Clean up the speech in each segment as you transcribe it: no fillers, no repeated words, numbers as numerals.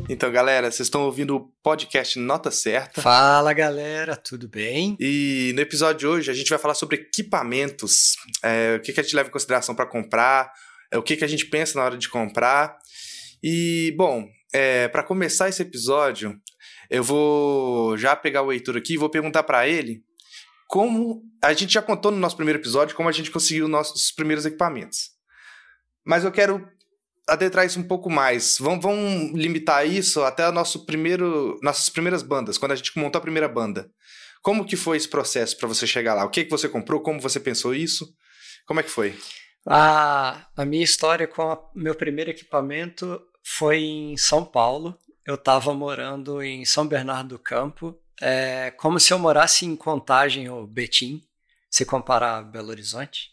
Então, galera, vocês estão ouvindo o podcast Nota Certa. Fala, galera, tudo bem? E no episódio de hoje a gente vai falar sobre equipamentos, o que a gente leva em consideração para comprar, o que a gente pensa na hora de comprar. E, bom, para começar esse episódio, eu vou já pegar o Heitor aqui e vou perguntar para ele como... A gente já contou no nosso primeiro episódio como a gente conseguiu nossos primeiros equipamentos. Mas eu quero adentrar isso um pouco mais. Vamos limitar isso até nossas primeiras bandas, quando a gente montou a primeira banda. Como que foi esse processo para você chegar lá? O que você comprou? Como você pensou isso? Como é que foi? A minha história com o meu primeiro equipamento foi em São Paulo. Eu estava morando em São Bernardo do Campo. É como se eu morasse em Contagem ou Betim, se comparar a Belo Horizonte.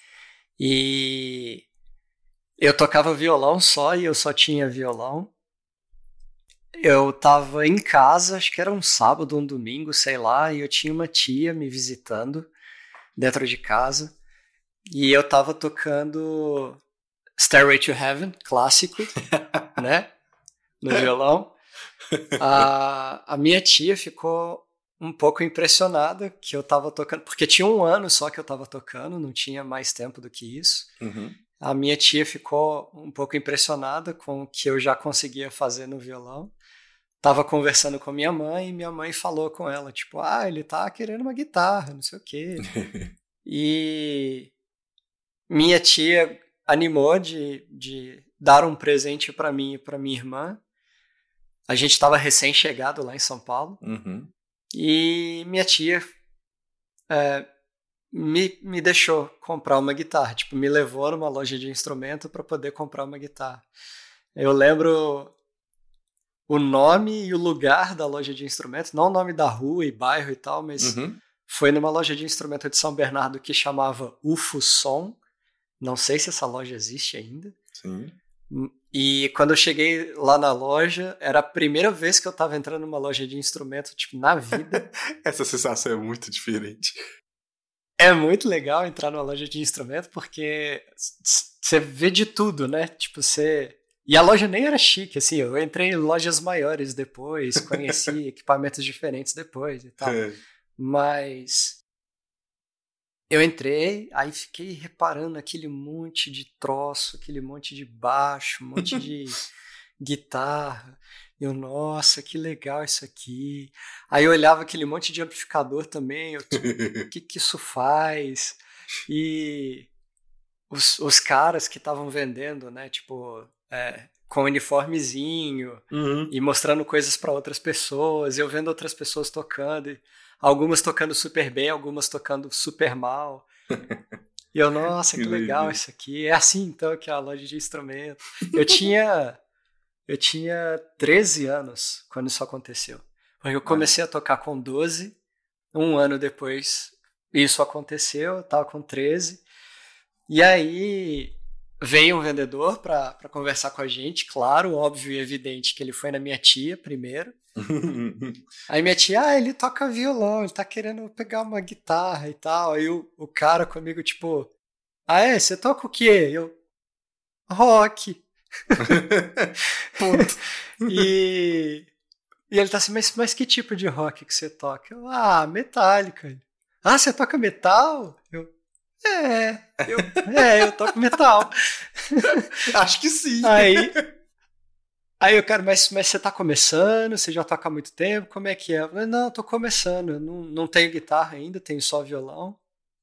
E eu tocava violão só e eu só tinha violão. Eu tava em casa, acho que era um sábado, um domingo, sei lá, e eu tinha uma tia me visitando dentro de casa. E eu tava tocando Stairway to Heaven, clássico, né, no violão. A minha tia ficou um pouco impressionada que eu tava tocando, porque tinha um ano só que eu tava tocando, não tinha mais tempo do que isso. Uhum. A minha tia ficou um pouco impressionada com o que eu já conseguia fazer no violão. Tava conversando com minha mãe e minha mãe falou com ela, tipo, ele tá querendo uma guitarra, não sei o quê. E minha tia animou de dar um presente para mim e para minha irmã. A gente tava recém-chegado lá em São Paulo. Uhum. E minha tia me deixou comprar uma guitarra, tipo, me levou numa loja de instrumento para poder comprar uma guitarra. Eu lembro o nome e o lugar da loja de instrumento, não o nome da rua e bairro e tal, mas foi numa loja de instrumento de São Bernardo que chamava UFO Som. Não sei se essa loja existe ainda. Sim. E quando eu cheguei lá na loja, era a primeira vez que eu tava entrando numa loja de instrumento, tipo, na vida. Essa sensação é muito diferente. É muito legal entrar numa loja de instrumento porque você vê de tudo, né? Tipo, você... E a loja nem era chique, assim, eu entrei em lojas maiores depois, conheci equipamentos diferentes depois e tal. Mas eu entrei, aí fiquei reparando aquele monte de troço, aquele monte de baixo, um monte de guitarra. Eu, nossa, que legal isso aqui. Aí eu olhava aquele monte de amplificador também, o que isso faz? E os caras que estavam vendendo, né, tipo, com uniformezinho e mostrando coisas para outras pessoas, eu vendo outras pessoas tocando, e algumas tocando super bem, algumas tocando super mal. E eu, nossa, que legal isso aqui. É assim, então, que é a loja de instrumento. Eu tinha 13 anos quando isso aconteceu. Porque eu comecei a tocar com 12, um ano depois isso aconteceu, eu tava com 13. E aí veio um vendedor para conversar com a gente, claro, óbvio e evidente que ele foi na minha tia primeiro. Aí minha tia, ele toca violão, ele tá querendo pegar uma guitarra e tal. Aí o cara comigo, tipo, você toca o quê? Eu, rock. E ele tá assim, mas que tipo de rock que você toca? Eu, Metallica. Você toca metal? Eu toco metal. Acho que sim. Aí o cara, mas você tá começando? Você já toca há muito tempo? Como é que é? Eu falei, não, tô começando. Eu não tenho guitarra ainda, tenho só violão.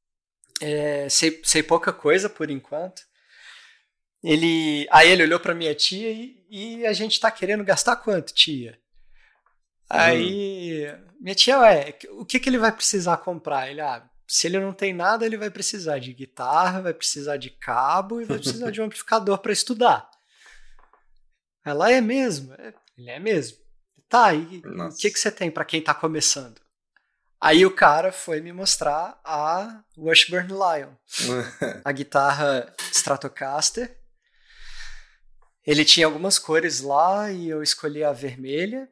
Sei pouca coisa por enquanto. Aí ele olhou pra minha tia e a gente tá querendo gastar quanto, tia? Aí minha tia, o que ele vai precisar comprar? Ele, se ele não tem nada, ele vai precisar de guitarra, vai precisar de cabo e vai precisar de um amplificador para estudar. Ela é mesmo? Ele é mesmo. Tá, e o que você tem para quem tá começando? Aí o cara foi me mostrar a Washburn Lion, a guitarra Stratocaster. Ele tinha algumas cores lá e eu escolhi a vermelha.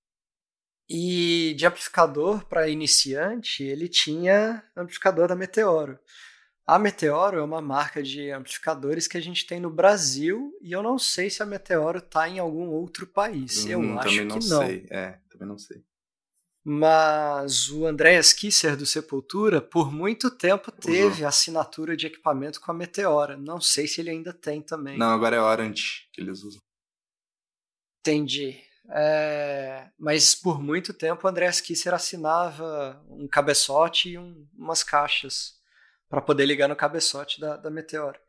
E de amplificador para iniciante, ele tinha amplificador da Meteoro. A Meteoro é uma marca de amplificadores que a gente tem no Brasil e eu não sei se a Meteoro está em algum outro país. Eu acho que não. Também não sei. Mas o Andreas Kisser do Sepultura, por muito tempo, teve assinatura de equipamento com a Meteora. Não sei se ele ainda tem também. Não, agora é Orange que eles usam. Entendi. Mas por muito tempo o Andreas Kisser assinava um cabeçote e umas caixas para poder ligar no cabeçote da Meteora.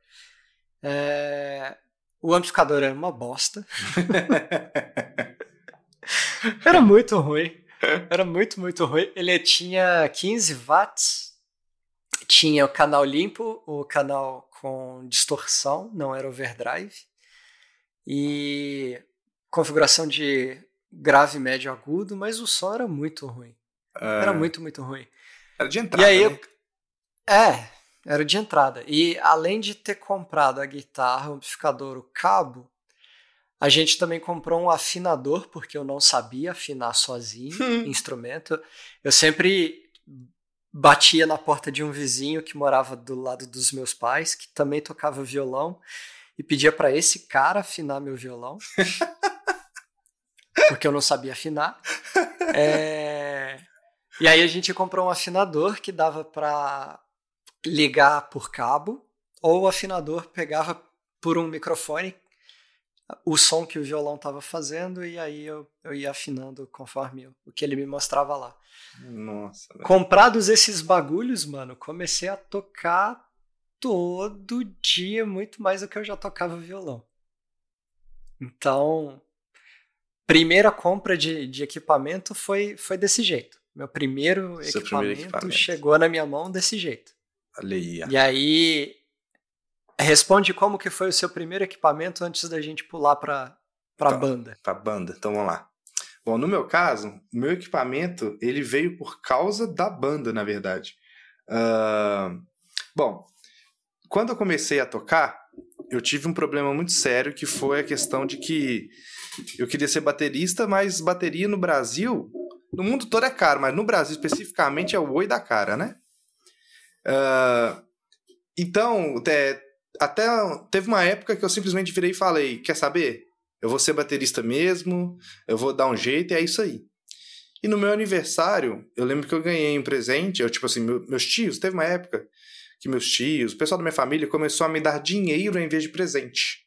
O amplificador era uma bosta. Era muito ruim. Era muito, muito ruim. Ele tinha 15 watts, tinha o canal limpo, o canal com distorção, não era overdrive, e configuração de grave, médio, agudo, mas o som era muito ruim. Era muito, muito ruim. Era de entrada, e aí, né? Era de entrada. E além de ter comprado a guitarra, o amplificador, o cabo, a gente também comprou um afinador, porque eu não sabia afinar sozinho instrumento. Eu sempre batia na porta de um vizinho que morava do lado dos meus pais, que também tocava violão, e pedia para esse cara afinar meu violão, porque eu não sabia afinar. E aí a gente comprou um afinador que dava para ligar por cabo, ou o afinador pegava por um microfone o som que o violão estava fazendo, e aí eu ia afinando conforme o que ele me mostrava lá. Nossa, velho. Comprados esses bagulhos, mano, comecei a tocar todo dia, muito mais do que eu já tocava violão. Então, primeira compra de equipamento foi desse jeito. Meu primeiro equipamento chegou na minha mão desse jeito. Aleia. E aí, responde como que foi o seu primeiro equipamento antes da gente pular pra banda. Pra banda, então vamos lá. Bom, no meu caso, o meu equipamento, ele veio por causa da banda, na verdade. Bom, quando eu comecei a tocar, eu tive um problema muito sério, que foi a questão de que eu queria ser baterista, mas bateria no Brasil, no mundo todo é caro, mas no Brasil especificamente é o oi da cara, né? Então, até teve uma época que eu simplesmente virei e falei, quer saber? Eu vou ser baterista mesmo, eu vou dar um jeito e é isso aí. E no meu aniversário, eu lembro que eu ganhei um presente, tipo assim, meus tios, teve uma época que meus tios, o pessoal da minha família começou a me dar dinheiro em vez de presente.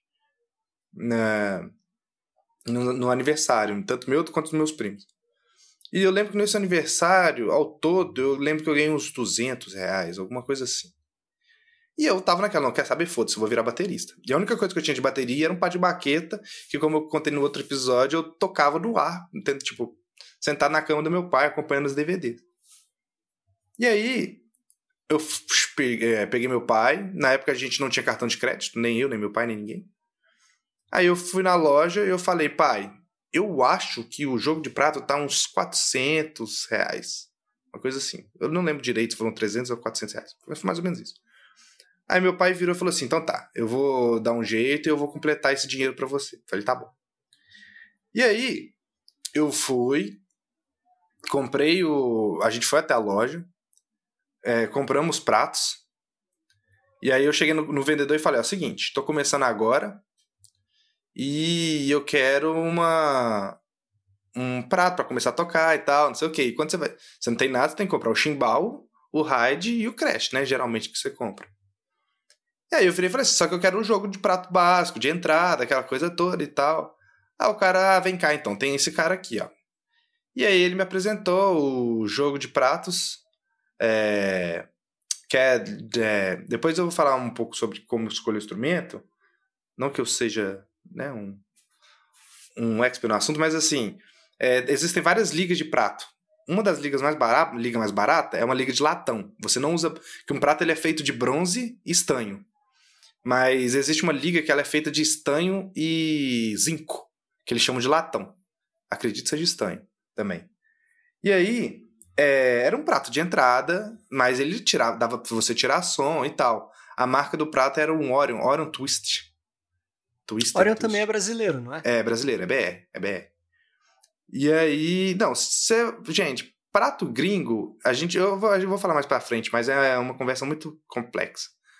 No aniversário, tanto meu quanto dos meus primos. E eu lembro que nesse aniversário, ao todo, eu lembro que eu ganhei uns R$200, alguma coisa assim. E eu tava naquela, não quer saber, foda-se, eu vou virar baterista. E a única coisa que eu tinha de bateria era um par de baqueta, que como eu contei no outro episódio, eu tocava no ar, tipo, sentado na cama do meu pai, acompanhando os DVDs. E aí, eu peguei meu pai, na época a gente não tinha cartão de crédito, nem eu, nem meu pai, nem ninguém. Aí eu fui na loja e eu falei, pai, eu acho que o jogo de prato tá uns R$400. Uma coisa assim. Eu não lembro direito se foram R$300 ou R$400. Mas foi mais ou menos isso. Aí meu pai virou e falou assim, então tá, eu vou dar um jeito e eu vou completar esse dinheiro pra você. Eu falei, tá bom. E aí, eu fui, comprei a gente foi até a loja, compramos pratos, e aí eu cheguei no vendedor e falei, é o seguinte, tô começando agora, e eu quero um prato pra começar a tocar e tal, não sei o quê. E quando você não tem nada, você tem que comprar o chimbal, o ride e o crash, né? Geralmente que você compra. E aí eu virei e falei assim, só que eu quero um jogo de prato básico, de entrada, aquela coisa toda e tal. Aí o cara, vem cá então, tem esse cara aqui, ó. E aí ele me apresentou o jogo de pratos, depois eu vou falar um pouco sobre como escolher o instrumento, não que eu seja, né, um expert no assunto, mas assim, existem várias ligas de prato. Uma das ligas mais barata é uma liga de latão. Você não usa, que um prato ele é feito de bronze e estanho. Mas existe uma liga que ela é feita de estanho e zinco, que eles chamam de latão. Acredito que seja estanho também. E aí, era um prato de entrada, mas ele dava pra você tirar som e tal. A marca do prato era um Orion Twist. Orion também é brasileiro, não é? É brasileiro, é BR. E aí, não, gente, prato gringo, eu vou falar mais pra frente, mas é uma conversa muito complexa.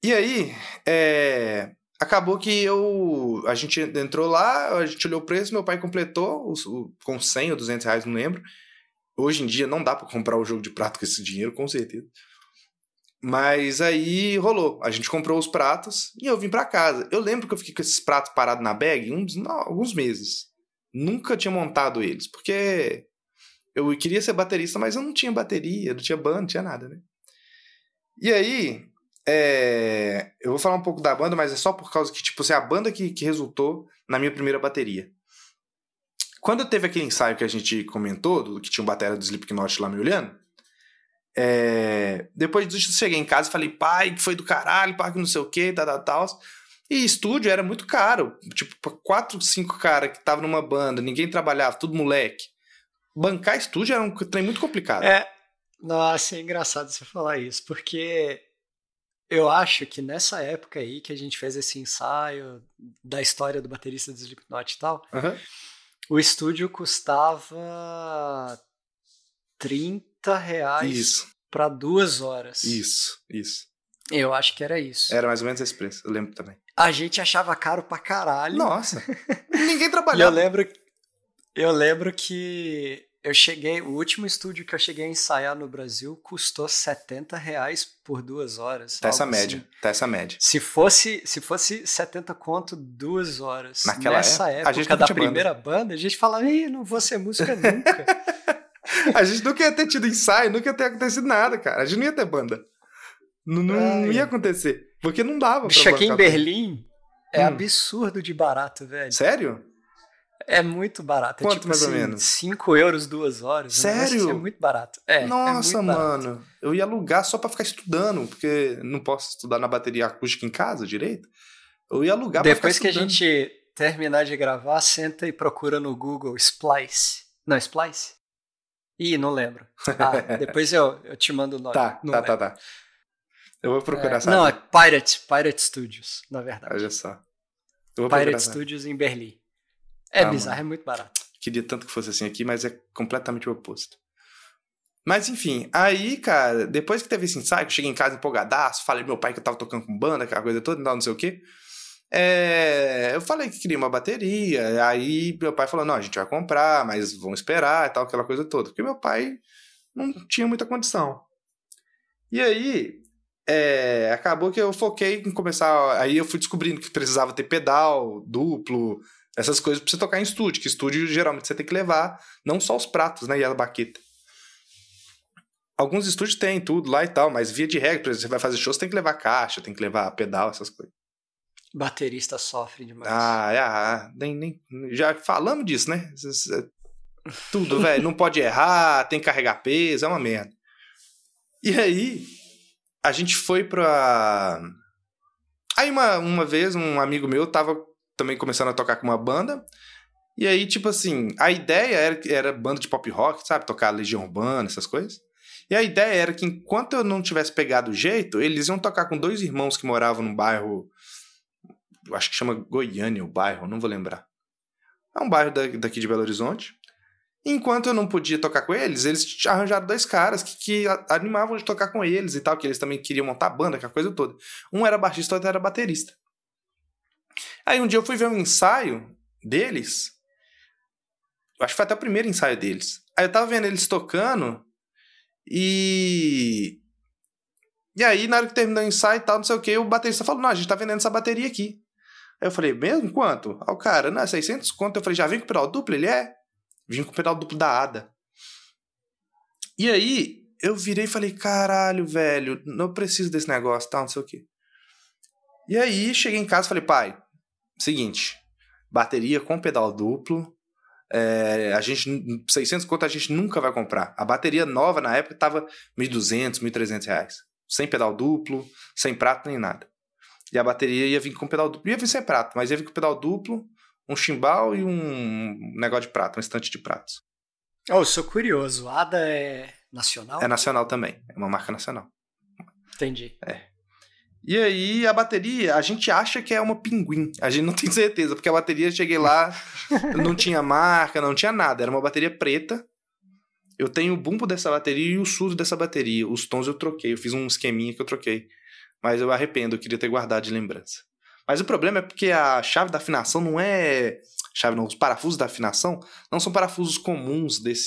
E aí, acabou que a gente entrou lá, a gente olhou o preço, meu pai completou com 100 ou 200 reais, não lembro. Hoje em dia não dá pra comprar o jogo de prato com esse dinheiro, com certeza. Mas aí rolou. A gente comprou os pratos e eu vim pra casa. Eu lembro que eu fiquei com esses pratos parados na bag alguns meses. Nunca tinha montado eles, porque eu queria ser baterista, mas eu não tinha bateria, não tinha banda, não tinha nada, né? E aí, eu vou falar um pouco da banda, mas é só por causa que, tipo, assim, a banda que resultou na minha primeira bateria. Quando teve aquele ensaio que a gente comentou, que tinha um batera do Slipknot lá me olhando, depois disso eu cheguei em casa e falei, pai, que foi do caralho, pai, que não sei o que, tal. E estúdio era muito caro. Tipo, 4, 5 caras que estavam numa banda, ninguém trabalhava, tudo moleque. Bancar estúdio era um trem muito complicado. Nossa, é engraçado você falar isso, porque eu acho que nessa época aí que a gente fez esse ensaio da história do baterista do Slipknot e tal, o estúdio custava 30 reais para 2 horas. Isso. Eu acho que era isso. Era mais ou menos esse preço, eu lembro também. A gente achava caro pra caralho. Nossa, ninguém trabalhava. E eu lembro que o último estúdio que eu cheguei a ensaiar no Brasil custou 70 reais por 2 horas. Tá essa média. Se fosse 70 conto 2 horas, nessa época a gente da primeira banda, a gente falava, não vou ser música nunca. A gente nunca ia ter tido ensaio, nunca ia ter acontecido nada, cara. A gente não ia ter banda. Não ia acontecer. Porque não dava pra Bicho, aqui em Berlim é absurdo de barato, velho. Sério? É muito barato. Quanto, tipo mais assim, ou menos? 5 euros 2 horas. Sério? É muito barato. Nossa, é muito barato. mano. Eu ia alugar só pra ficar estudando, porque não posso estudar na bateria acústica em casa direito. Eu ia alugar pra ficar estudando. Depois que a gente terminar de gravar, senta e procura no Google Splice. Não, Splice? Ih, não lembro. Depois eu te mando o nome. Tá. Eu vou procurar, sabe? Não, é Pirate Studios, na verdade. Olha só. Pirate Studios em Berlim. É bizarro, mano. É muito barato. Queria tanto que fosse assim aqui, mas é completamente o oposto. Mas enfim, aí, cara, depois que teve esse ensaio, eu cheguei em casa empolgadaço, falei pro meu pai que eu tava tocando com banda, aquela coisa toda, não sei o quê. Eu falei que queria uma bateria, aí meu pai falou, não, a gente vai comprar, mas vamos esperar e tal, aquela coisa toda. Porque meu pai não tinha muita condição. E aí, acabou que eu foquei em começar... Aí eu fui descobrindo que precisava ter pedal, duplo, essas coisas pra você tocar em estúdio, que estúdio geralmente você tem que levar não só os pratos, né, e a baqueta. Alguns estúdios tem tudo lá e tal, mas via de regra, por exemplo, você vai fazer show, você tem que levar caixa, tem que levar pedal, essas coisas. Baterista sofre demais. Já falamos disso, né? Tudo, velho, não pode errar, tem que carregar peso, é uma merda. E aí, a gente foi pra... Aí uma vez, um amigo meu tava também começando a tocar com uma banda, e aí, tipo assim, a ideia era banda de pop rock, sabe? Tocar Legião Urbana, essas coisas. E a ideia era que enquanto eu não tivesse pegado o jeito, eles iam tocar com 2 irmãos que moravam num bairro, acho que chama Goiânia o bairro, não vou lembrar. É um bairro daqui de Belo Horizonte. Enquanto eu não podia tocar com eles arranjaram 2 caras que animavam de tocar com eles e tal, que eles também queriam montar banda, aquela coisa toda. Um era baixista, outro era baterista. Aí um dia eu fui ver um ensaio deles, acho que foi até o primeiro ensaio deles. Aí eu tava vendo eles tocando e aí na hora que terminou o ensaio e tal, não sei o que, o baterista falou, não, a gente tá vendendo essa bateria aqui. Aí eu falei, mesmo? Quanto? Aí o cara, não, é 600 conto. Eu falei, já vem com o pedal duplo? Ele vim com o pedal duplo da Ada. E aí eu virei e falei, caralho, velho, não preciso desse negócio, tal, não sei o que. E aí cheguei em casa e falei, pai, seguinte, bateria com pedal duplo, a gente, 600 conto a gente nunca vai comprar. A bateria nova na época tava 1.200, 1.300 reais. Sem pedal duplo, sem prato nem nada. E a bateria ia vir com pedal duplo. Ia vir sem prato, mas ia vir com pedal duplo, um chimbal e um negócio de prato, um estante de pratos. Eu sou curioso. Ada é nacional? É nacional também. É uma marca nacional. Entendi. E aí, a bateria, a gente acha que é uma Pinguim. A gente não tem certeza, porque a bateria, cheguei lá, não tinha marca, não tinha nada. Era uma bateria preta. Eu tenho o bumbo dessa bateria e o surdo dessa bateria. Os tons eu troquei. Eu fiz um esqueminha que eu troquei. Mas eu arrependo, eu queria ter guardado de lembrança. Mas o problema é porque a chave da afinação não é... Chave não, os parafusos da afinação não são parafusos comuns desses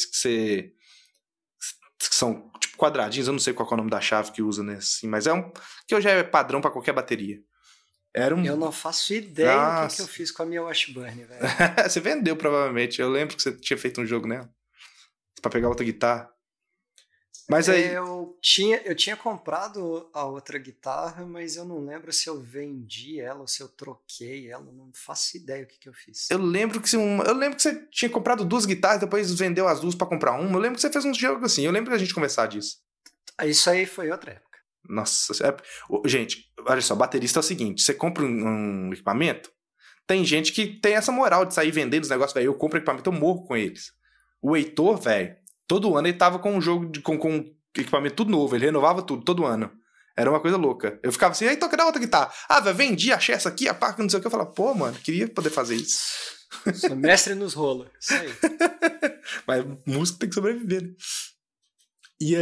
que são tipo quadradinhos. Eu não sei qual é o nome da chave que usa nesse, mas é um que hoje é padrão pra qualquer bateria. Eu não faço ideia do que eu fiz com a minha Washburn, velho. Você vendeu, provavelmente. Eu lembro que você tinha feito um jogo nela pra pegar outra guitarra. Mas aí... Eu tinha comprado a outra guitarra, mas eu não lembro se eu vendi ela ou se eu troquei ela. Não faço ideia o que eu fiz. Eu lembro que você tinha comprado 2 guitarras, depois vendeu as 2 pra comprar uma. Eu lembro que você fez uns jogos assim. Eu lembro da gente conversar disso. Isso aí foi outra época. Nossa, gente, olha só, baterista é o seguinte, você compra um equipamento, tem gente que tem essa moral de sair vendendo os negócios, velho, eu compro equipamento, eu morro com eles. O Heitor, velho, todo ano ele tava com um jogo, com equipamento tudo novo, ele renovava tudo, todo ano. Era uma coisa louca. Eu ficava assim, Heitor, cadê a outra guitarra? Ah, velho, vendi, achei essa aqui, a placa, não sei o que. Eu falava, pô, mano, queria poder fazer isso. Sou mestre nos rolos, isso aí. Mas música tem que sobreviver, né? E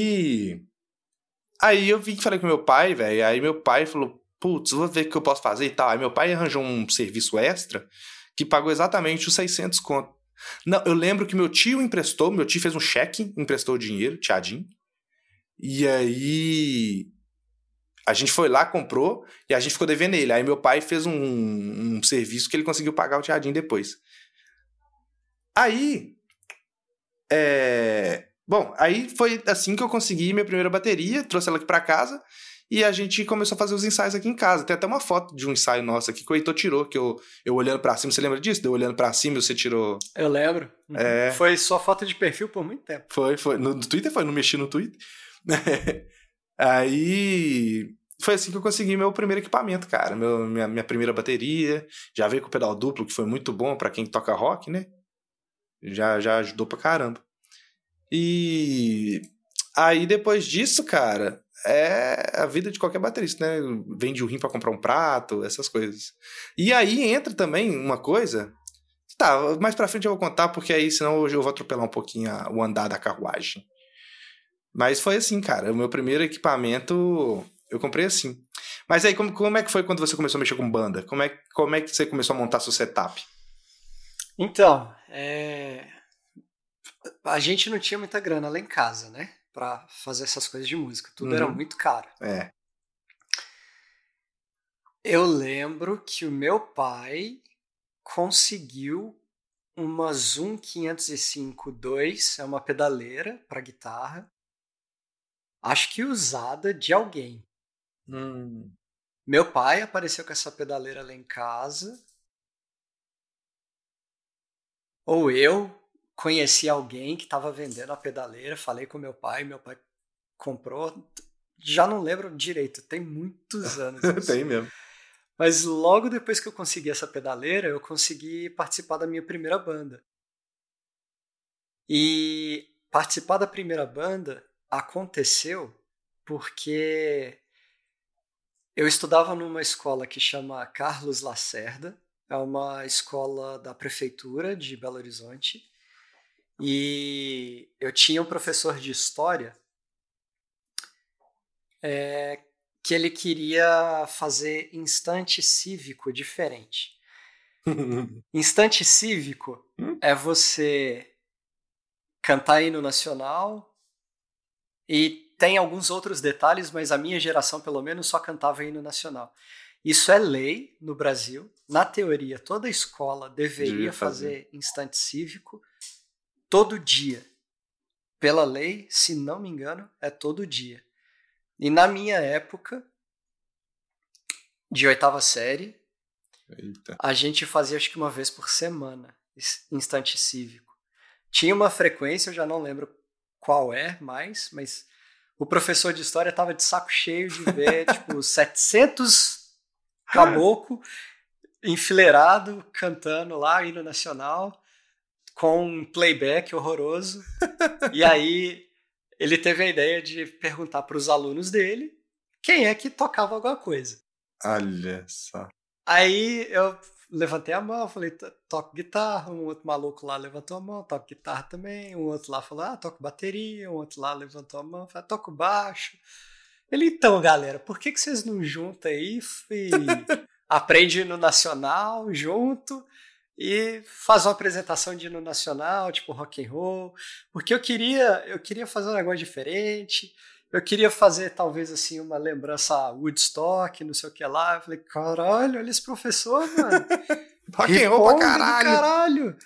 aí eu vim e falei com meu pai, velho. Aí meu pai falou, putz, vou ver o que eu posso fazer e tal. Aí meu pai arranjou um serviço extra que pagou exatamente os 600 conto. Não, eu lembro que meu tio fez um cheque, emprestou o dinheiro, Tiadinho. E aí a gente foi lá, comprou e a gente ficou devendo ele. Aí meu pai fez um serviço que ele conseguiu pagar o Tiadinho depois. Aí... Bom, aí foi assim que eu consegui minha primeira bateria, trouxe ela aqui pra casa e a gente começou a fazer os ensaios aqui em casa. Tem até uma foto de um ensaio nosso aqui que o Heitor tirou, que eu olhando pra cima. Você lembra disso? Deu olhando pra cima e você tirou... Eu lembro. Foi sua foto de perfil por muito tempo. Foi. No Twitter foi, não mexi no Twitter. Aí... Foi assim que eu consegui meu primeiro equipamento, cara. Minha primeira bateria. Já veio com o pedal duplo, que foi muito bom pra quem toca rock, né? Já ajudou pra caramba. E aí depois disso, cara, é a vida de qualquer baterista, né? Vende o rim pra comprar um prato, essas coisas. E aí entra também uma coisa... Tá, mais pra frente eu vou contar, porque aí senão hoje eu vou atropelar um pouquinho o andar da carruagem. Mas foi assim, cara. O meu primeiro equipamento eu comprei assim. Mas aí como é que foi quando você começou a mexer com banda? Como é que você começou a montar seu setup? Então, a gente não tinha muita grana lá em casa, né? Pra fazer essas coisas de música. Tudo era muito caro. Eu lembro que o meu pai conseguiu uma Zoom 505-2, é uma pedaleira para guitarra. Acho que usada de alguém. Meu pai apareceu com essa pedaleira lá em casa. Ou eu conheci alguém que estava vendendo a pedaleira, falei com meu pai comprou. Já não lembro direito, tem muitos anos. Tem mesmo. Mas logo depois que eu consegui essa pedaleira, eu consegui participar da minha primeira banda. E participar da primeira banda aconteceu porque eu estudava numa escola que chama Carlos Lacerda, é uma escola da prefeitura de Belo Horizonte, e eu tinha um professor de história que ele queria fazer instante cívico diferente. Instante cívico é você cantar hino nacional e tem alguns outros detalhes, mas a minha geração, pelo menos, só cantava hino nacional. Isso é lei no Brasil. Na teoria, toda escola deveria fazer instante cívico todo dia. Pela lei, se não me engano, é todo dia. E na minha época, de 8ª série, a gente fazia acho que uma vez por semana instante cívico. Tinha uma frequência, eu já não lembro qual é mais, mas o professor de história estava de saco cheio de ver 700 caboclo enfileirado cantando lá hino nacional com um playback horroroso. E aí ele teve a ideia de perguntar para os alunos dele quem é que tocava alguma coisa. Olha só. Aí eu levantei a mão, falei, toco guitarra. Um outro maluco lá levantou a mão, toco guitarra também. Um outro lá falou, toco bateria. Um outro lá levantou a mão, falou, toco baixo. Ele, então, galera, por que vocês não juntam aí e aprende no nacional junto e faz uma apresentação de hino nacional, tipo rock and roll? Porque eu queria fazer um negócio diferente. Eu queria fazer, talvez, assim, uma lembrança a Woodstock, não sei o que lá. Eu falei, caralho, olha esse professor, mano. Rock and roll pra caralho.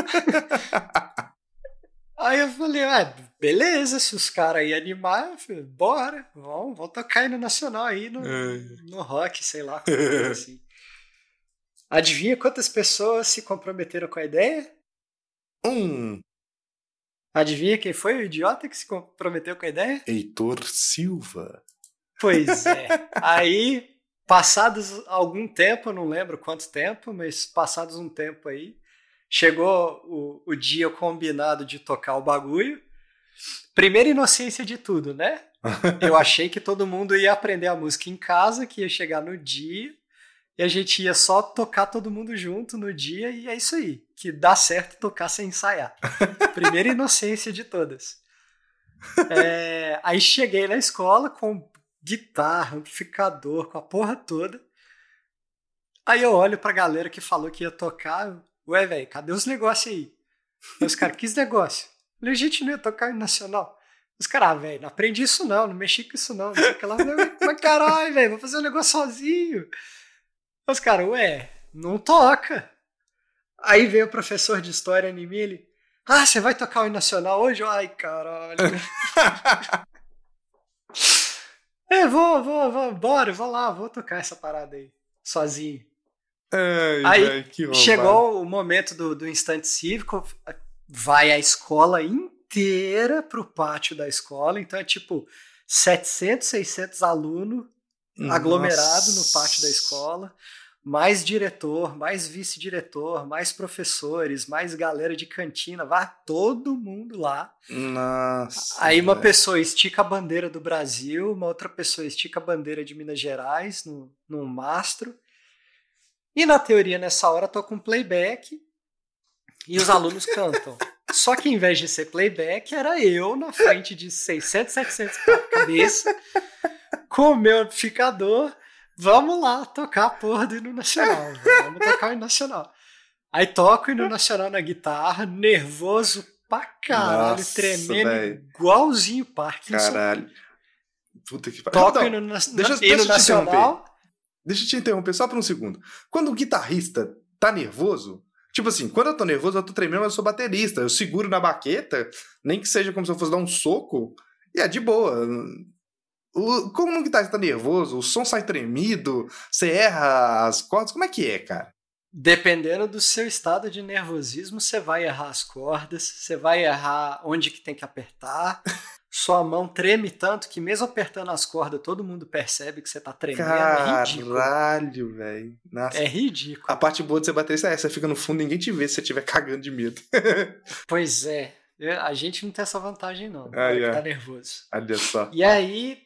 Aí eu falei, beleza, se os caras aí animar, eu falei, bora, vamos tocar aí no Nacional aí, no rock, sei lá, coisa assim. Adivinha quantas pessoas se comprometeram com a ideia? Adivinha quem foi o idiota que se comprometeu com a ideia? Heitor Silva. Pois é. Aí, passados algum tempo, eu não lembro quanto tempo, mas passados um tempo aí, chegou o dia combinado de tocar o bagulho. Primeira inocência de tudo, né? Eu achei que todo mundo ia aprender a música em casa, que ia chegar no dia, e a gente ia só tocar todo mundo junto no dia, e é isso aí, que dá certo tocar sem ensaiar. Primeira inocência de todas. Aí cheguei na escola com guitarra, amplificador, com a porra toda. Aí eu olho pra galera que falou que ia tocar, ué, velho, cadê os negócios aí? Aí os caras, que negócio? Eu falei, a gente não ia tocar em nacional. Os caras, velho, não aprendi isso não mexi com isso não sei o que lá. Mas caralho, velho, vou fazer um negócio sozinho. Os caras, ué, não toca. Aí veio o professor de história em mim, ele, você vai tocar o hino nacional hoje? Ai, caralho. Bora, vou lá, vou tocar essa parada aí, sozinho. Aí véio, que chegou o momento do instante cívico, vai a escola inteira pro pátio da escola, então é tipo 700, 600 alunos aglomerado no pátio da escola, mais diretor, mais vice-diretor, mais professores, mais galera de cantina, vai todo mundo lá. Nossa. Aí uma pessoa estica a bandeira do Brasil, uma outra pessoa estica a bandeira de Minas Gerais num mastro. E na teoria, nessa hora, toca um playback e os alunos cantam. Só que em vez de ser playback, era eu na frente de 600, 700 cabeça, com o meu amplificador, vamos lá tocar a porra do hino nacional. Vamos tocar o hino nacional. Aí toco o hino nacional na guitarra, nervoso pra caralho, nossa, tremendo, véio. Igualzinho Parkinson. Caralo. Puta que pariu. Toco o hino nacional. Deixa eu te interromper só por um segundo. Quando o guitarrista tá nervoso, tipo assim, quando eu tô nervoso, eu tô tremendo, mas eu sou baterista. Eu seguro na baqueta, nem que seja como se eu fosse dar um soco, e é de boa. Como um guitarrista tá nervoso, o som sai tremido, você erra as cordas, como é que é, cara? Dependendo do seu estado de nervosismo, você vai errar as cordas, você vai errar onde que tem que apertar. Sua mão treme tanto que mesmo apertando as cordas, todo mundo percebe que você tá tremendo. Caralho, velho. É ridículo. A parte boa de você bater isso você fica no fundo e ninguém te vê se você estiver cagando de medo. Pois é. A gente não tem essa vantagem, não. Que tá nervoso. Olha só. E aí,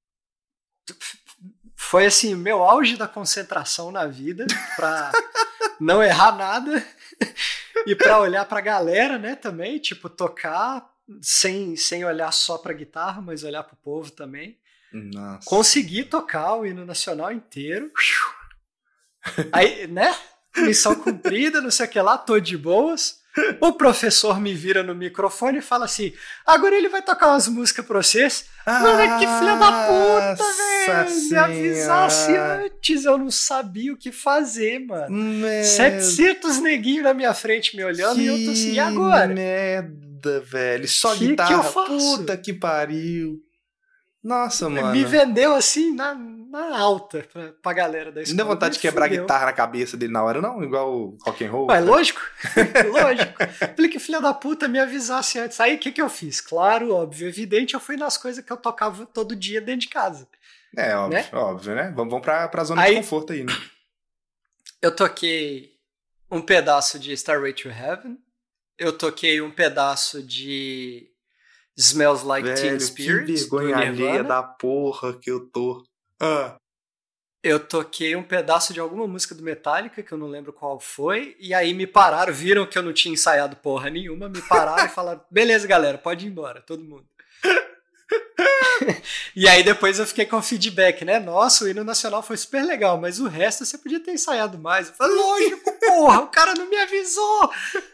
foi assim, o meu auge da concentração na vida pra não errar nada e pra olhar pra galera, né, também, tipo, tocar sem olhar só pra guitarra, mas olhar pro povo também. Nossa. Consegui tocar o hino nacional inteiro. Aí, né, missão cumprida, não sei o que lá, tô de boas. O professor me vira no microfone e fala assim, agora ele vai tocar umas músicas pra vocês. Mano, que filha da puta, velho. Me avisasse antes, eu não sabia o que fazer, mano. 700 neguinhos na minha frente me olhando e eu tô assim, e agora? Merda, velho. Só guitarra, que eu faço? Puta que pariu. Nossa, mano. Me vendeu assim na alta pra galera da escola. Não deu vontade de quebrar a guitarra na cabeça dele na hora, não? Igual o rock and roll? Ué, lógico. Lógico. Falei que filha da puta me avisasse antes. Aí o que eu fiz? Claro, óbvio, evidente, eu fui nas coisas que eu tocava todo dia dentro de casa. É, óbvio, né? Óbvio, né? Vamos pra zona de conforto aí, né? Eu toquei um pedaço de Starway to Heaven. Eu toquei um pedaço de Smells Like Teen Spirit. Que vergonha alheia da porra que eu tô. Eu toquei um pedaço de alguma música do Metallica, que eu não lembro qual foi, e aí me pararam, viram que eu não tinha ensaiado porra nenhuma, me pararam e falaram, beleza, galera, pode ir embora, todo mundo. E aí depois eu fiquei com o feedback, né? Nossa, o hino nacional foi super legal, mas o resto você podia ter ensaiado mais. Eu falei, lógico, porra, o cara não me avisou.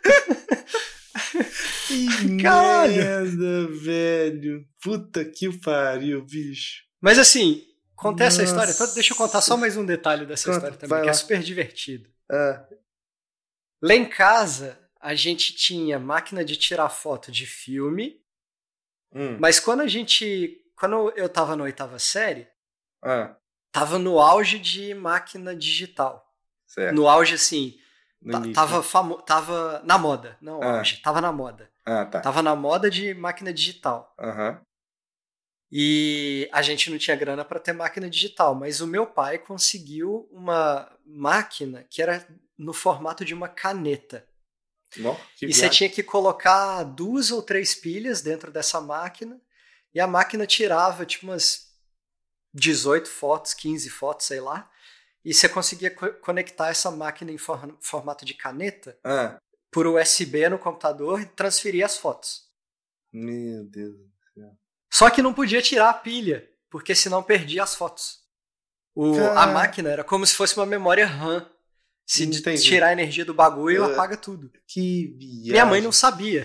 Que Caralho. merda, velho. Puta que pariu, bicho. Mas assim, contei essa Nossa. história toda. Deixa eu contar só mais um detalhe dessa história também, que é super divertido. Lá em casa, a gente tinha máquina de tirar foto de filme, mas quando eu tava na 8ª série, tava no auge de máquina digital. Certo. No auge, assim, tava na moda, não auge, tava na moda. Tá. Tava na moda de máquina digital. E a gente não tinha grana para ter máquina digital, mas o meu pai conseguiu uma máquina que era no formato de uma caneta. E você tinha que colocar 2 ou 3 pilhas dentro dessa máquina e a máquina tirava tipo umas 18 fotos, 15 fotos, sei lá. E você conseguia conectar essa máquina em formato de caneta por USB no computador e transferir as fotos. Meu Deus do céu. Só que não podia tirar a pilha, porque senão perdia as fotos. A máquina era como se fosse uma memória RAM. Se tirar a energia do bagulho, apaga tudo. Que viagem. Minha mãe não sabia.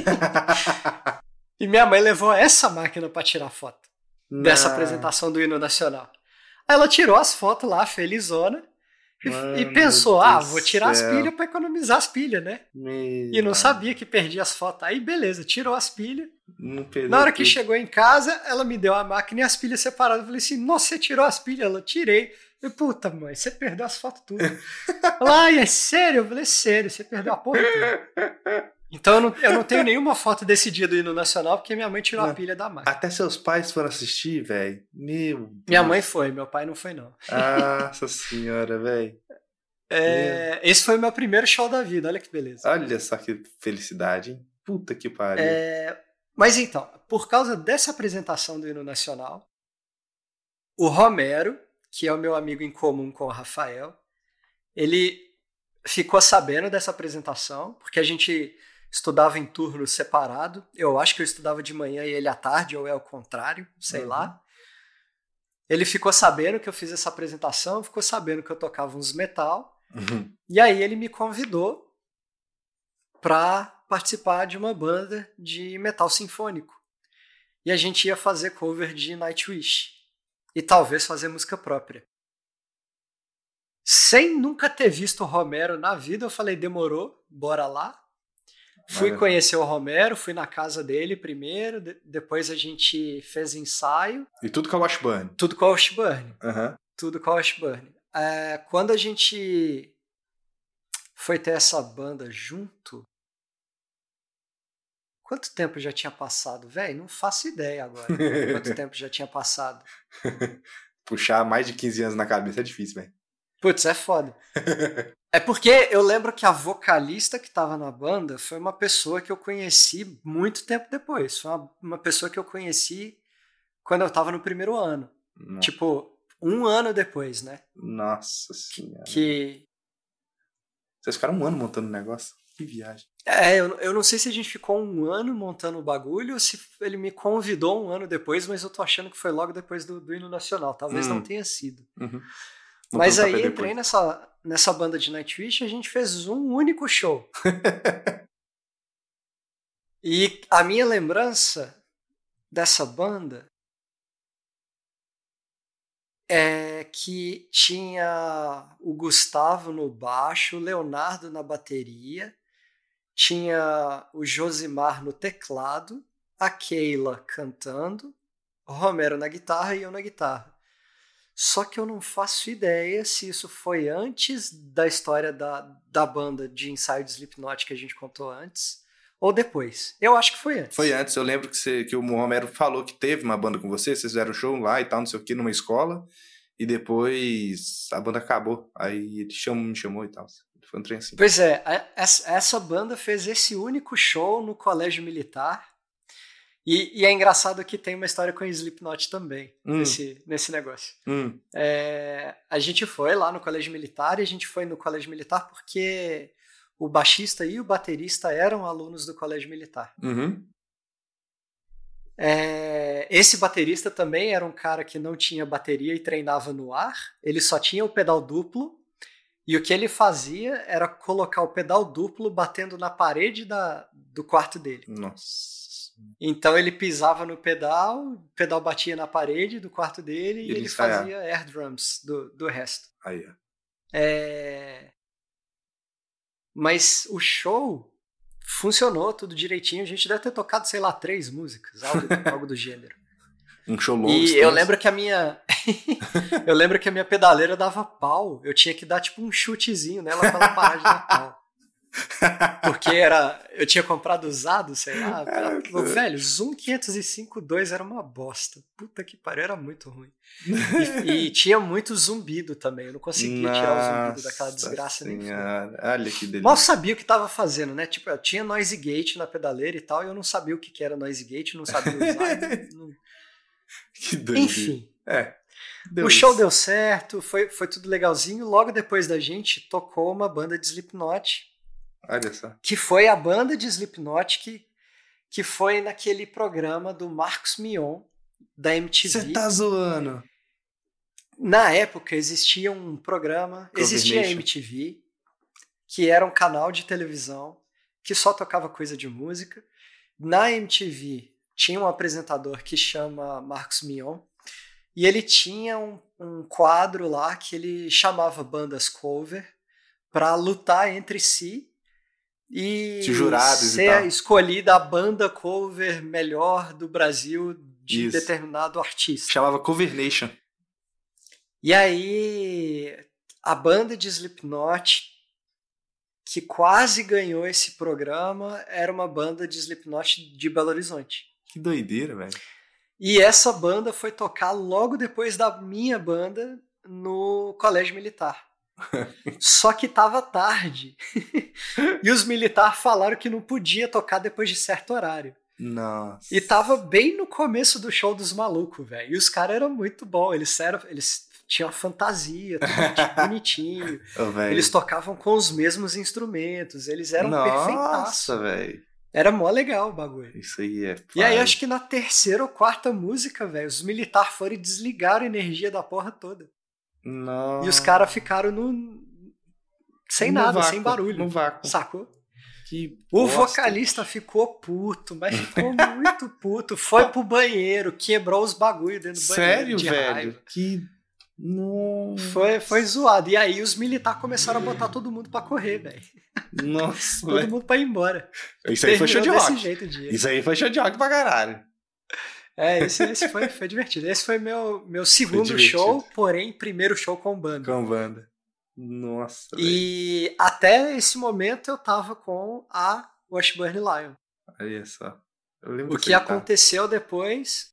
E minha mãe levou essa máquina para tirar foto dessa apresentação do hino nacional. Aí ela tirou as fotos lá, felizona, e pensou, vou tirar as pilhas para economizar as pilhas, né? E não sabia que perdia as fotos. Aí beleza, tirou as pilhas. Na hora que chegou em casa, ela me deu a máquina e as pilhas separadas. Eu falei assim, nossa, você tirou as pilhas? Ela, tirei. Eu falei, puta mãe, você perdeu as fotos tudo. Ela, é sério? Eu falei, sério, você perdeu a porra toda. Então eu não tenho nenhuma foto desse dia do hino nacional, porque minha mãe tirou a pilha da máquina. Até seus pais foram assistir, velho? Meu Deus. Minha mãe foi, meu pai não foi não. Nossa senhora, velho. Esse foi o meu primeiro show da vida, olha que beleza. Olha só que felicidade, hein? Puta que pariu. Mas então, por causa dessa apresentação do hino nacional, o Romero, que é o meu amigo em comum com o Rafael, ele ficou sabendo dessa apresentação, porque a gente estudava em turno separado. Eu acho que eu estudava de manhã e ele à tarde, ou é o contrário, sei lá. Ele ficou sabendo que eu fiz essa apresentação, ficou sabendo que eu tocava uns metal, e aí ele me convidou para participar de uma banda de metal sinfônico. E a gente ia fazer cover de Nightwish. E talvez fazer música própria. Sem nunca ter visto o Romero na vida, eu falei, demorou, bora lá. Fui conhecer o Romero, fui na casa dele primeiro, depois a gente fez ensaio. E tudo com a Washburn? Tudo com a Washburn. Tudo com a Washburn. Quando a gente foi ter essa banda junto, quanto tempo já tinha passado? Velho, não faço ideia agora quanto tempo já tinha passado. Puxar mais de 15 anos na cabeça é difícil, velho. Putz, é foda. É porque eu lembro que a vocalista que tava na banda foi uma pessoa que eu conheci muito tempo depois. Foi uma pessoa que eu conheci quando eu tava no primeiro ano. Nossa. Tipo, 1 ano depois, né? Nossa senhora. Vocês ficaram 1 ano montando o negócio? Que viagem. Eu não sei se a gente ficou 1 ano montando o bagulho ou se ele me convidou 1 ano depois, mas eu tô achando que foi logo depois do hino nacional. Talvez não tenha sido. Mas aí entrei nessa banda de Nightwish e a gente fez um único show. E a minha lembrança dessa banda é que tinha o Gustavo no baixo, o Leonardo na bateria, tinha o Josimar no teclado, a Keila cantando, o Romero na guitarra e eu na guitarra. Só que eu não faço ideia se isso foi antes da história da banda de ensaio de Slipknot que a gente contou antes, ou depois. Eu acho que foi antes. Foi antes. Eu lembro que o Romero falou que teve uma banda com você, vocês fizeram show lá e tal, não sei o que, numa escola, e depois a banda acabou. Aí ele me chamou e tal. Foi um trem assim. Pois é, essa banda fez esse único show no colégio militar. E é engraçado que tem uma história com o Slipknot também, nesse negócio. A gente foi lá no colégio militar, e a gente foi no colégio militar porque o baixista e o baterista eram alunos do colégio militar. Esse baterista também era um cara que não tinha bateria e treinava no ar. Ele só tinha o pedal duplo. E o que ele fazia era colocar o pedal duplo batendo na parede do quarto dele. Nossa. Então ele pisava no pedal, o pedal batia na parede do quarto dele e ele fazia air drums do resto. Aí, ó. Mas o show funcionou tudo direitinho. A gente deve ter tocado, sei lá, 3 músicas, algo do gênero. Um show longo. E eu lembro que a minha pedaleira dava pau. Eu tinha que dar tipo um chutezinho nela pra ela parar de dar pau. Porque eu tinha comprado usado, sei lá. Velho, Zoom 505.2 era uma bosta. Puta que pariu, era muito ruim. E tinha muito zumbido também. Eu não conseguia tirar o zumbido daquela desgraça nem foda. Olha que delícia. Mal sabia o que tava fazendo, né? Tipo, eu tinha noise gate na pedaleira e tal, e eu não sabia o que era noise gate, não sabia usar. Que doideira. Enfim. O show deu certo, foi tudo legalzinho. Logo depois da gente, tocou uma banda de Slipknot. Olha só. Que foi a banda de Slipknot que foi naquele programa do Marcos Mion, da MTV. Você tá zoando? Na época existia um programa, existia a MTV, que era um canal de televisão que só tocava coisa de música. Na MTV tinha um apresentador que chama Marcos Mion, e ele tinha um quadro lá que ele chamava bandas cover para lutar entre si e ser escolhida a banda cover melhor do Brasil de determinado artista. Chamava Cover Nation. E aí a banda de Slipknot que quase ganhou esse programa era uma banda de Slipknot de Belo Horizonte. Que doideira, velho. E essa banda foi tocar logo depois da minha banda no colégio militar. Só que tava tarde. E os militares falaram que não podia tocar depois de certo horário. Nossa. E tava bem no começo do show dos malucos, velho. E os caras eram muito bons. Eles tinham fantasia, tudo bonitinho. Eles tocavam com os mesmos instrumentos. Eles eram perfeitaços. Nossa, velho. Era mó legal o bagulho. Isso aí é. E aí, acho que na 3ª ou 4ª música, velho, os militares foram e desligaram a energia da porra toda. Nossa. E os caras ficaram sem nada, vácuo, sem barulho. No vácuo. Sacou? O vocalista ficou puto, mas ficou muito puto. Foi pro banheiro, quebrou os bagulhos dentro do banheiro. Sério, velho? Foi zoado. E aí os militares começaram a botar todo mundo pra correr, velho. Nossa, todo mundo pra ir embora. Isso aí foi show de rock. Jeito, isso aí foi show de rock pra caralho. Esse foi divertido. Esse foi meu segundo show, porém primeiro show com banda. Com banda. Nossa. E até esse momento eu tava com a Washburn Lion. Olha só. O que aconteceu depois,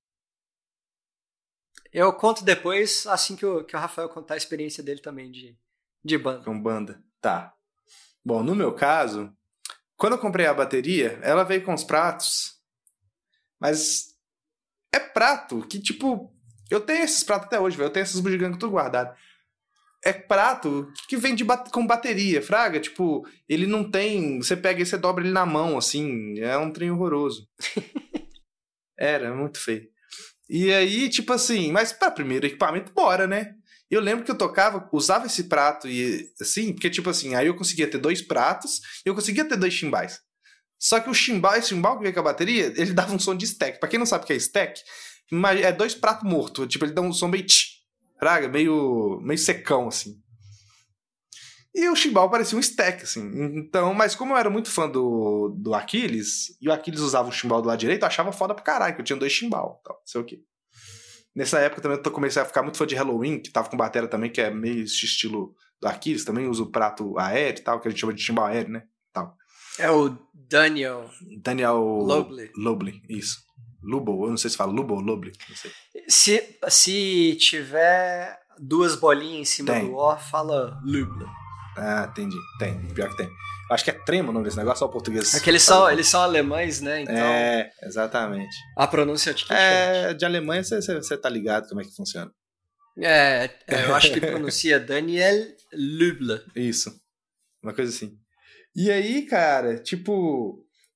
eu conto depois, assim que o Rafael contar a experiência dele também de banda. Com banda. Tá. Bom, no meu caso, quando eu comprei a bateria, ela veio com os pratos, mas é prato que, tipo, eu tenho esses pratos até hoje, velho. Eu tenho esses bugigangas tudo guardado. É prato que vem com bateria, fraga. Tipo, ele não tem... Você pega e você dobra ele na mão, assim. É um trem horroroso. Era muito feio. E aí, tipo assim... Mas pra primeiro equipamento, bora, né? Eu lembro que eu usava esse prato e assim... Porque, tipo assim, aí eu conseguia ter 2 pratos e eu conseguia ter 2 chimbais. Só que esse chimbal que veio com a bateria, ele dava um som de stack. Pra quem não sabe o que é stack, é 2 pratos mortos. Tipo, ele dá um som meio... Fraga, meio secão, assim. E o chimbal parecia um stack, assim. Então, mas como eu era muito fã do Aquiles, e o Aquiles usava o chimbal do lado direito, eu achava foda pra caralho, que eu tinha 2 chimbal, tal, não sei o quê. Nessa época também eu comecei a ficar muito fã de Halloween, que tava com bateria também, que é meio esse estilo do Aquiles, também usa o prato aéreo e tal, que a gente chama de chimbal aéreo, né? Tal. É o Daniel Lobley, isso. Lubo, eu não sei se fala Lubo ou Lobley, não sei. Se tiver 2 bolinhas em cima do O, fala Lubley. Ah, entendi. Tem, pior que tem. Acho que é trema o nome desse negócio, só o português. É que eles são alemães, né? Então, exatamente. A pronúncia é diferente. De Alemanha você tá ligado como é que funciona. Eu acho que pronuncia Daniel Luble. Isso, uma coisa assim. E aí, cara, tipo...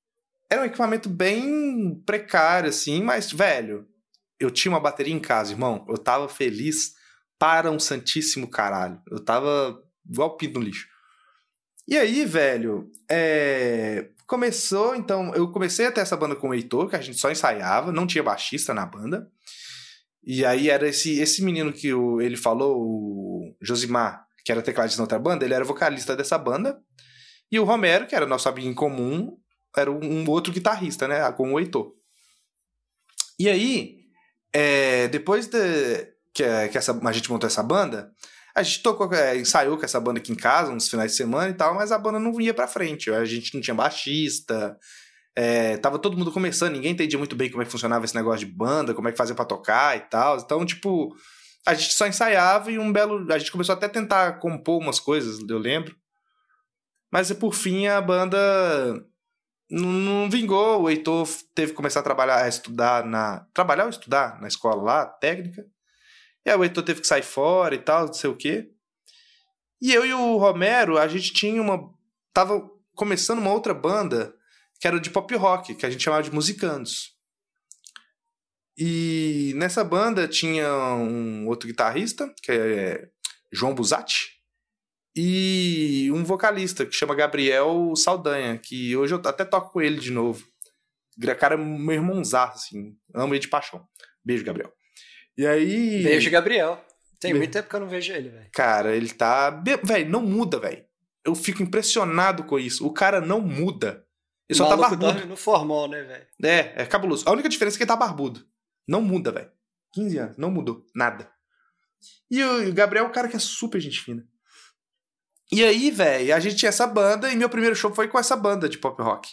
era um equipamento bem precário, assim, mas, velho, eu tinha uma bateria em casa, irmão. Eu tava feliz para um santíssimo caralho. Eu tava igual pinto no lixo. E aí, velho, começou, então, eu comecei a ter essa banda com o Heitor, que a gente só ensaiava, não tinha baixista na banda. E aí era esse menino que ele falou, o Josimar, que era tecladista na outra banda, ele era vocalista dessa banda. E o Romero, que era nosso amigo em comum, era um outro guitarrista, né, com o Heitor. E aí, depois que a gente montou essa banda, a gente ensaiou com essa banda aqui em casa, uns finais de semana e tal, mas a banda não ia pra frente. A gente não tinha baixista, tava todo mundo começando, ninguém entendia muito bem como é que funcionava esse negócio de banda, como é que fazia pra tocar e tal. Então, tipo, a gente só ensaiava e a gente começou até a tentar compor umas coisas, eu lembro. Mas, por fim, a banda não vingou. O Heitor teve que começar a trabalhar ou estudar na escola lá, técnica. E aí o Heitor teve que sair fora e tal, não sei o quê. E eu e o Romero, a gente tava começando uma outra banda que era de pop rock, que a gente chamava de Musicanos. E nessa banda tinha um outro guitarrista, que é João Busatti, e um vocalista que chama Gabriel Saldanha, que hoje eu até toco com ele de novo. O cara é meu irmãozaço, assim. Amo ele de paixão. Beijo, Gabriel. E aí... Beijo, Gabriel. Tem muito tempo que eu não vejo ele, velho. Cara, ele tá... Velho, não muda, velho. Eu fico impressionado com isso. O cara não muda. Ele só tá barbudo. Dorme no formal, né, velho? É cabuloso. A única diferença é que ele tá barbudo. Não muda, velho. 15 anos, não mudou. Nada. E o Gabriel é um cara que é super gente fina. E aí, velho, a gente tinha essa banda e meu primeiro show foi com essa banda de pop rock.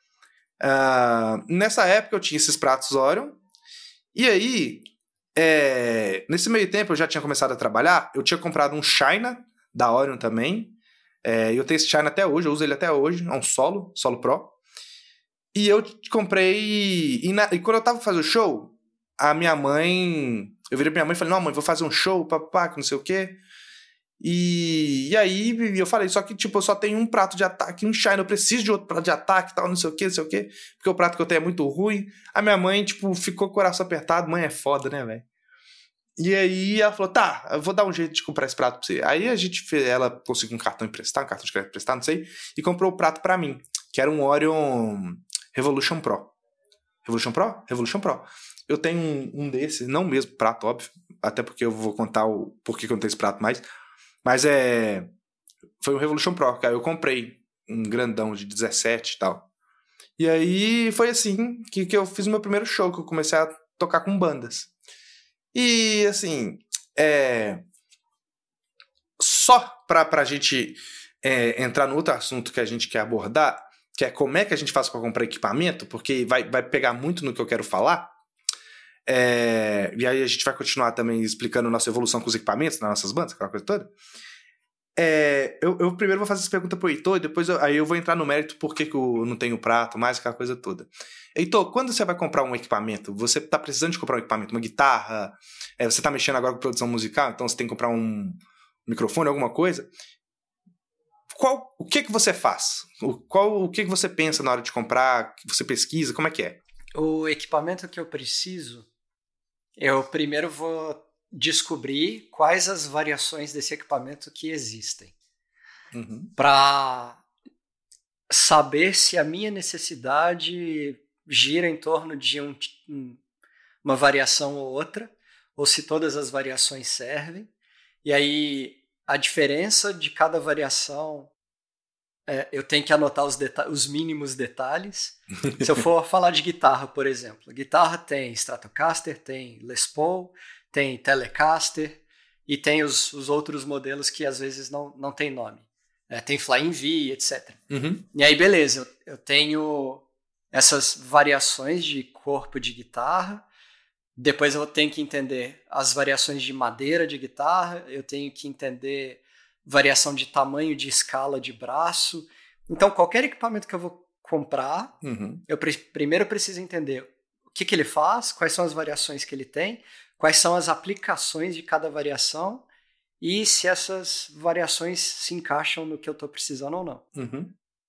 Nessa época eu tinha esses pratos Orion. E aí, nesse meio tempo eu já tinha começado a trabalhar. Eu tinha comprado um China da Orion também. Eu tenho esse China até hoje, eu uso ele até hoje. É um Solo Pro. E eu comprei... E quando eu tava fazendo o show, a minha mãe... Eu virei pra minha mãe e falei, não, mãe, vou fazer um show, papá, que não sei o quê. E aí eu falei, só que tipo, eu só tenho um prato de ataque, um China, eu preciso de outro prato de ataque, tal, não sei o que, porque o prato que eu tenho é muito ruim. A minha mãe, tipo, ficou com o coração apertado, mãe é foda, né, velho? E aí ela falou, tá, eu vou dar um jeito de comprar esse prato pra você. Aí ela conseguiu um cartão de crédito emprestado, não sei, e comprou o prato pra mim, que era um Orion Revolution Pro. Revolution Pro. Eu tenho um desses, não o mesmo prato, óbvio, até porque eu vou contar o porquê que eu não tenho esse prato mais. Mas foi um Revolution Pro, que aí eu comprei um grandão de 17 e tal. E aí foi assim que eu fiz o meu primeiro show, que eu comecei a tocar com bandas. E assim, só pra gente entrar no outro assunto que a gente quer abordar, que é como é que a gente faz para comprar equipamento, porque vai pegar muito no que eu quero falar. E aí a gente vai continuar também explicando nossa evolução com os equipamentos nas nossas bandas, aquela coisa toda. Eu primeiro vou fazer essa pergunta pro Heitor e depois aí eu vou entrar no mérito por que eu não tenho prato, mais aquela coisa toda. Heitor, quando você vai comprar um equipamento, você tá precisando de comprar um equipamento, uma guitarra, você tá mexendo agora com produção musical, então você tem que comprar um microfone, alguma coisa. O que você faz? O que você pensa na hora de comprar? Você pesquisa? Como é que é? O equipamento que eu preciso, eu primeiro vou descobrir quais as variações desse equipamento que existem. Para saber se a minha necessidade gira em torno de uma variação ou outra, ou se todas as variações servem. E aí a diferença de cada variação, eu tenho que anotar os mínimos detalhes. Se eu for falar de guitarra, por exemplo, guitarra tem Stratocaster, tem Les Paul, tem Telecaster e tem os outros modelos que às vezes não tem nome. Tem Flying V, etc. E aí, beleza, eu tenho essas variações de corpo de guitarra. Depois eu tenho que entender as variações de madeira de guitarra, eu tenho que entender variação de tamanho de escala de braço. Então, qualquer equipamento que eu vou comprar, eu primeiro preciso entender o que ele faz, quais são as variações que ele tem, quais são as aplicações de cada variação e se essas variações se encaixam no que eu estou precisando ou não.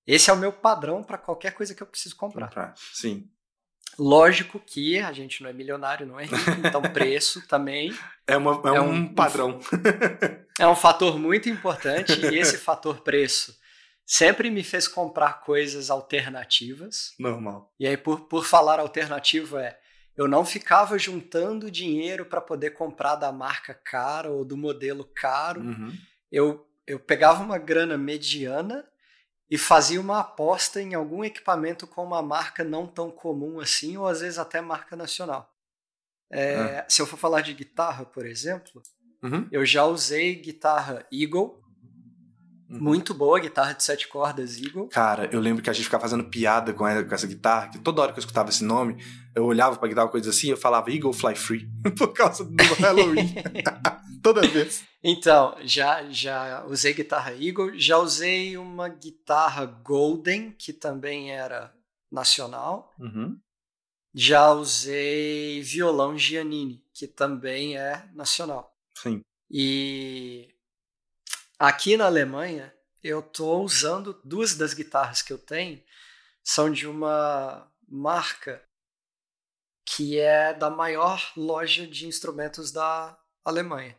Esse é o meu padrão para qualquer coisa que eu preciso comprar. Sim. Lógico que a gente não é milionário, não é rico, então preço também é um padrão. É um fator muito importante, e esse fator preço sempre me fez comprar coisas alternativas. Normal. E aí, por falar alternativo, eu não ficava juntando dinheiro para poder comprar da marca cara ou do modelo caro. Uhum. Eu pegava uma grana mediana e fazia uma aposta em algum equipamento com uma marca não tão comum assim, ou às vezes até marca nacional. Se eu for falar de guitarra, por exemplo, eu já usei guitarra Eagle, muito boa, guitarra de 7 cordas Eagle. Cara, eu lembro que a gente ficava fazendo piada com essa guitarra, que toda hora que eu escutava esse nome, eu olhava pra guitarra, coisa assim, eu falava Eagle Fly Free, por causa do Halloween. Toda vez. Então, já usei guitarra Eagle, já usei uma guitarra Golden, que também era nacional. Já usei violão Giannini, que também é nacional. Sim. E aqui na Alemanha, eu tô usando 2 das guitarras que eu tenho, são de uma marca que é da maior loja de instrumentos da Alemanha.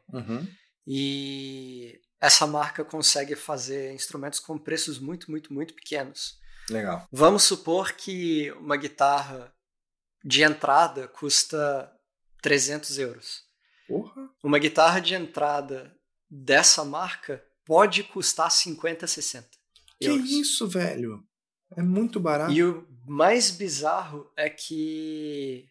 E essa marca consegue fazer instrumentos com preços muito, muito, muito pequenos. Legal. Vamos supor que uma guitarra de entrada custa 300 euros. Porra. Uma guitarra de entrada dessa marca pode custar 50, 60 euros. Que isso, velho? É muito barato. E o mais bizarro é que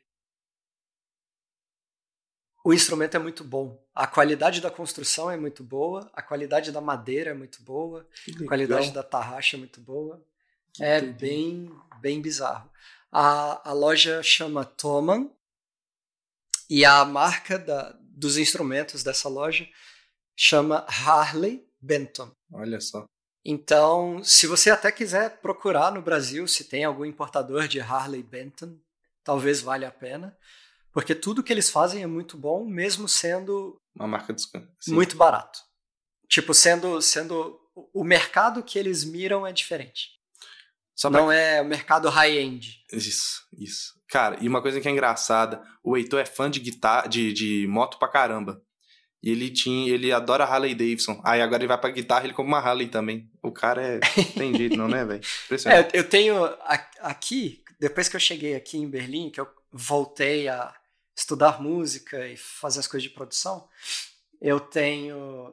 o instrumento é muito bom. A qualidade da construção é muito boa, a qualidade da madeira é muito boa, a qualidade da tarraxa é muito boa. É bem, bem bizarro. A loja chama Thomann e a marca dos instrumentos dessa loja chama Harley Benton. Olha só. Então, se você até quiser procurar no Brasil se tem algum importador de Harley Benton, talvez valha a pena, porque tudo que eles fazem é muito bom, mesmo sendo uma marca muito barato. Tipo, sendo o mercado que eles miram é diferente. Não é o mercado high-end. Isso. Cara, e uma coisa que é engraçada, o Heitor é fã de guitarra, de moto pra caramba. E ele adora Harley Davidson. Aí agora ele vai pra guitarra e ele compra uma Harley também. O cara tem jeito não, né, velho? Eu tenho aqui, depois que eu cheguei aqui em Berlim, que eu voltei a estudar música e fazer as coisas de produção, eu tenho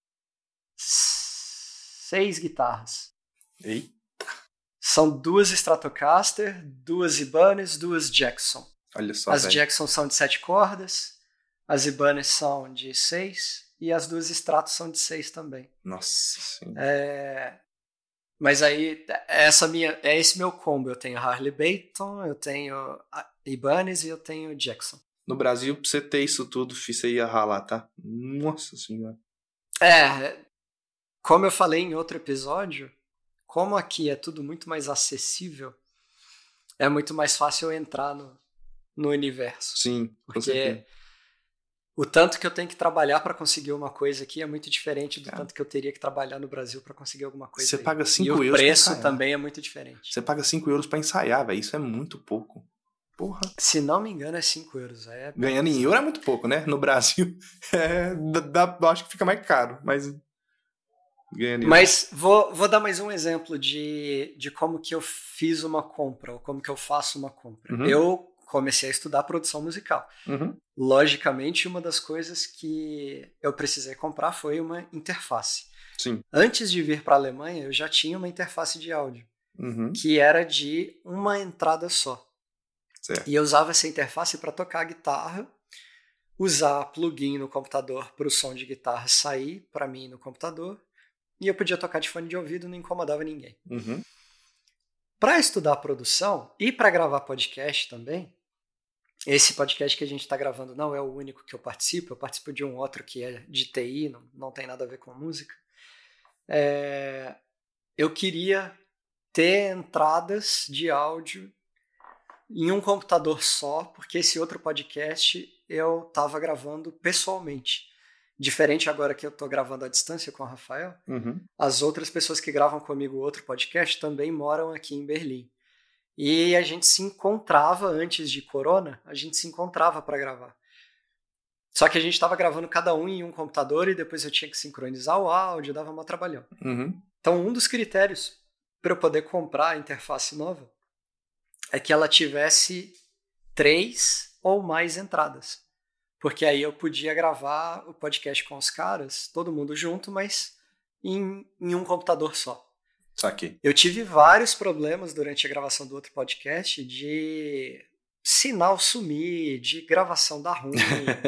6 guitarras. Eita. São 2 Stratocaster, 2 Ibanez, 2 Jackson. Olha só, As Jackson são de 7 cordas, as Ibanez são de 6 e as 2 Strato são de 6 também. Nossa Senhora. Mas aí, esse meu combo. Eu tenho Harley Benton, eu tenho Ibanez e eu tenho Jackson. No Brasil, pra você ter isso tudo, você ia ralar, tá? Nossa Senhora. Como eu falei em outro episódio, como aqui é tudo muito mais acessível, é muito mais fácil eu entrar no universo. Sim, porque o tanto que eu tenho que trabalhar para conseguir uma coisa aqui é muito diferente do tanto que eu teria que trabalhar no Brasil para conseguir alguma coisa. Você paga 5 euros. E o preço também é muito diferente. Você paga 5 euros para ensaiar, velho. Isso é muito pouco. Porra. Se não me engano, é 5 euros. Ganhando em euro é muito pouco, né? No Brasil, acho que fica mais caro, mas... Mas vou dar mais um exemplo de como que eu fiz uma compra, ou como que eu faço uma compra. Eu comecei a estudar produção musical. Logicamente, uma das coisas que eu precisei comprar foi uma interface. Sim. Antes de vir para a Alemanha, eu já tinha uma interface de áudio, que era de uma entrada só. Certo. E eu usava essa interface para tocar guitarra, usar plugin no computador para o som de guitarra sair para mim no computador, e eu podia tocar de fone de ouvido, não incomodava ninguém. Para estudar produção e para gravar podcast também, esse podcast que a gente está gravando não é o único que eu participo de um outro que é de TI, não tem nada a ver com música. Eu queria ter entradas de áudio em um computador só, porque esse outro podcast eu estava gravando pessoalmente. Diferente agora que eu tô gravando à distância com o Rafael, as outras pessoas que gravam comigo outro podcast também moram aqui em Berlim. E a gente se encontrava antes de Corona, a gente se encontrava para gravar. Só que a gente estava gravando cada um em um computador e depois eu tinha que sincronizar o áudio, dava uma trabalhão. Então, um dos critérios para eu poder comprar a interface nova é que ela tivesse 3 ou mais entradas. Porque aí eu podia gravar o podcast com os caras, todo mundo junto, mas em um computador só. Saquei. Eu tive vários problemas durante a gravação do outro podcast de sinal sumir, de gravação dar ruim.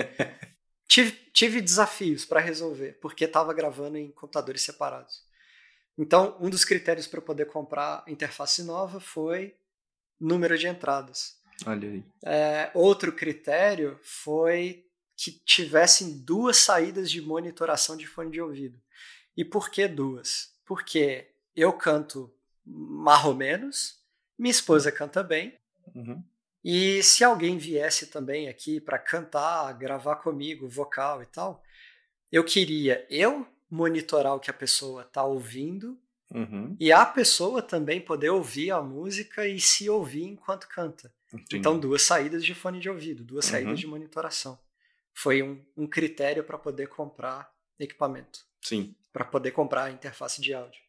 tive desafios para resolver, porque estava gravando em computadores separados. Então, um dos critérios para eu poder comprar a interface nova foi número de entradas. Olha aí. Outro critério foi que tivessem 2 saídas de monitoração de fone de ouvido. E por que 2? Porque eu canto mais ou menos, minha esposa canta bem, e se alguém viesse também aqui para cantar, gravar comigo, vocal e tal, eu queria monitorar o que a pessoa está ouvindo e a pessoa também poder ouvir a música e se ouvir enquanto canta. Entendi. Então, 2 saídas de fone de ouvido, 2 saídas de monitoração. Foi um critério para poder comprar equipamento. Sim. Para poder comprar a interface de áudio.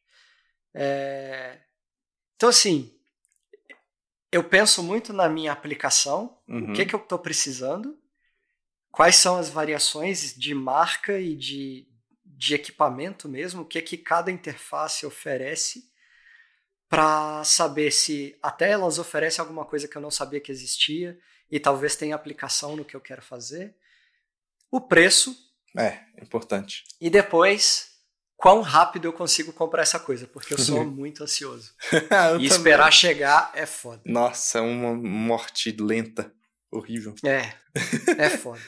Então, assim, eu penso muito na minha aplicação, o que eu estou precisando, quais são as variações de marca e de equipamento mesmo, o que cada interface oferece, para saber se até elas oferecem alguma coisa que eu não sabia que existia e talvez tenha aplicação no que eu quero fazer. O preço. Importante. E depois, quão rápido eu consigo comprar essa coisa, porque eu sou muito ansioso. E esperar chegar é foda. Nossa, é uma morte lenta. Horrível. É foda.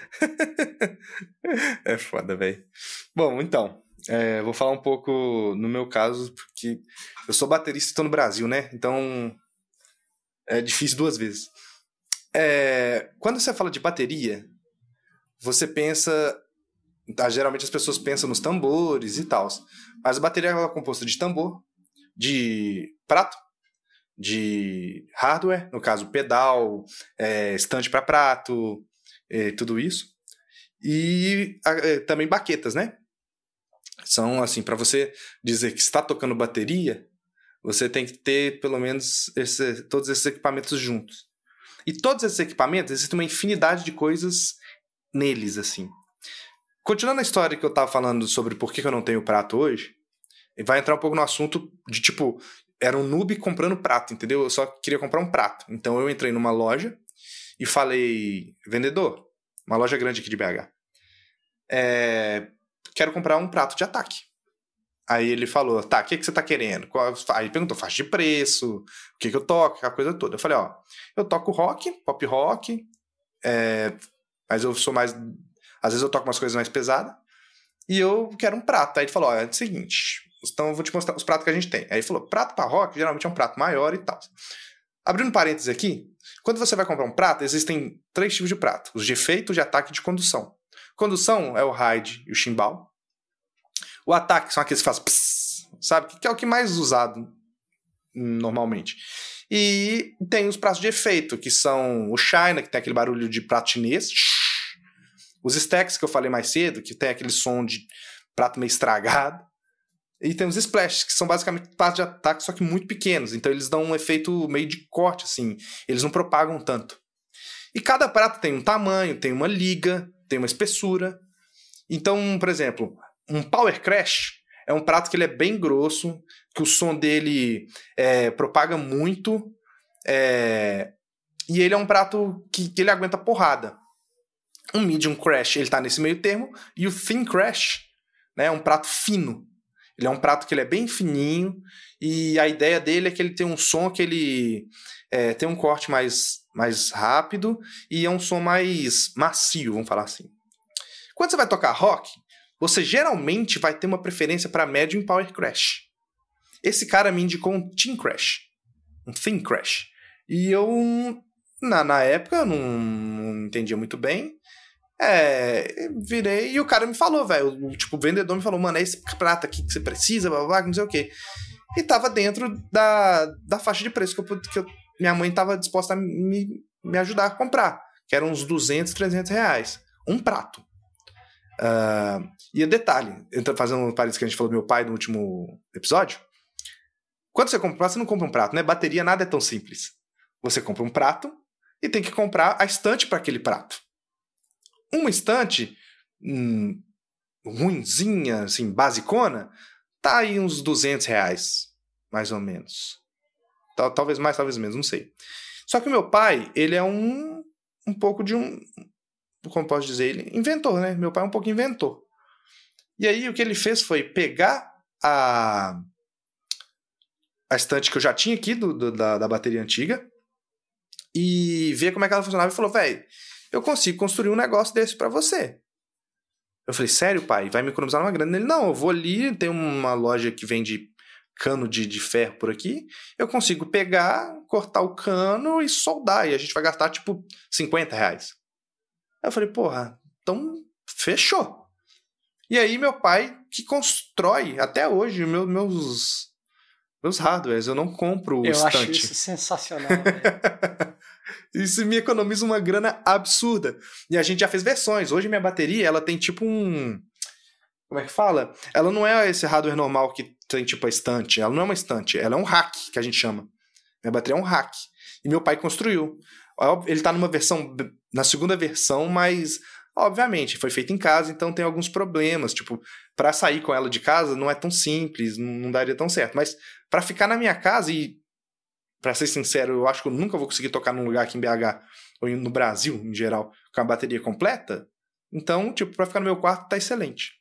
É foda, velho. Bom, então, vou falar um pouco no meu caso, porque eu sou baterista e tô no Brasil, né? Então, é difícil 2 vezes. Quando você fala de bateria, você pensa... geralmente as pessoas pensam nos tambores e tal. Mas a bateria é composta de tambor, de prato, de hardware, no caso pedal, estande para prato, tudo isso. E também baquetas, né? São assim, para você dizer que está tocando bateria, você tem que ter pelo menos todos esses equipamentos juntos. E todos esses equipamentos, existe uma infinidade de coisas neles, assim. Continuando a história que eu tava falando sobre por que eu não tenho prato hoje, vai entrar um pouco no assunto de, tipo, era um noob comprando prato, entendeu? Eu só queria comprar um prato. Então eu entrei numa loja e falei, vendedor, uma loja grande aqui de BH, quero comprar um prato de ataque. Aí ele falou, tá, o que você tá querendo? Aí ele perguntou, faixa de preço, o que eu toco, aquela coisa toda. Eu falei, eu toco rock, pop rock, mas eu sou mais... Às vezes eu toco umas coisas mais pesadas e eu quero um prato. Aí ele falou, é o seguinte, então eu vou te mostrar os pratos que a gente tem. Aí ele falou, prato para rock geralmente é um prato maior e tal. Abrindo parênteses aqui, quando você vai comprar um prato, existem 3 tipos de prato. Os de efeito, de ataque e de condução. Condução é o ride e o chimbal. O ataque são aqueles que fazem pss, sabe? Que é o que mais usado normalmente. E tem os pratos de efeito, que são o China, que tem aquele barulho de prato chinês. Os stacks que eu falei mais cedo, que tem aquele som de prato meio estragado. E tem os splashes, que são basicamente pratos de ataque, só que muito pequenos. Então eles dão um efeito meio de corte, assim. Eles não propagam tanto. E cada prato tem um tamanho, tem uma liga, tem uma espessura. Então, por exemplo, um Power Crash é um prato que ele é bem grosso, que o som dele propaga muito. E ele é um prato que ele aguenta porrada. Um Medium Crash, ele tá nesse meio termo. E o Thin Crash, né, é um prato fino. Ele é um prato que ele é bem fininho. E a ideia dele é que ele tem um som que ele tem um corte mais rápido. E é um som mais macio, vamos falar assim. Quando você vai tocar rock, você geralmente vai ter uma preferência para Medium Power Crash. Esse cara me indicou um Thin Crash. Um Thin Crash. E eu, na época, eu não entendia muito bem. Virei e o cara me falou, velho. Tipo, o vendedor me falou, mano, é esse prato aqui que você precisa, blá, blá, blá, não sei o quê. E tava dentro da faixa de preço que minha mãe tava disposta a me ajudar a comprar, que eram uns 200, 300 reais. Um prato. E detalhe, fazendo um parênteses que a gente falou do meu pai no último episódio, quando você compra um prato, você não compra um prato, né? Bateria nada é tão simples. Você compra um prato e tem que comprar a estante para aquele prato. Uma estante ruinzinha, assim, basicona, tá aí uns 200 reais, mais ou menos. Talvez mais, talvez menos, não sei. Só que o meu pai, ele é um pouco de como posso dizer, ele inventor, né? Meu pai é um pouco inventor. E aí o que ele fez foi pegar a estante que eu já tinha aqui da bateria antiga e ver como é que ela funcionava e falou, velho, eu consigo construir um negócio desse pra você. Eu falei, sério, pai? Vai me economizar uma grana? Ele, não, eu vou ali, tem uma loja que vende cano de ferro por aqui, eu consigo pegar, cortar o cano e soldar, e a gente vai gastar, tipo, 50 reais. Aí eu falei, porra, então fechou. E aí meu pai que constrói, até hoje, meus hardwares, eu não compro estante. Eu acho isso sensacional, velho. Isso me economiza uma grana absurda. E a gente já fez versões. Hoje minha bateria, ela tem tipo como é que fala? Ela não é esse hardware normal que tem tipo a estante. Ela não é uma estante. Ela é um rack, que a gente chama. Minha bateria é um rack. E meu pai construiu. Ele tá na segunda versão, mas obviamente foi feito em casa, então tem alguns problemas. Tipo, pra sair com ela de casa não é tão simples, não daria tão certo. Mas pra ficar na minha casa e, pra ser sincero, eu acho que eu nunca vou conseguir tocar num lugar aqui em BH, ou no Brasil, em geral, com a bateria completa. Então, tipo, pra ficar no meu quarto, tá excelente.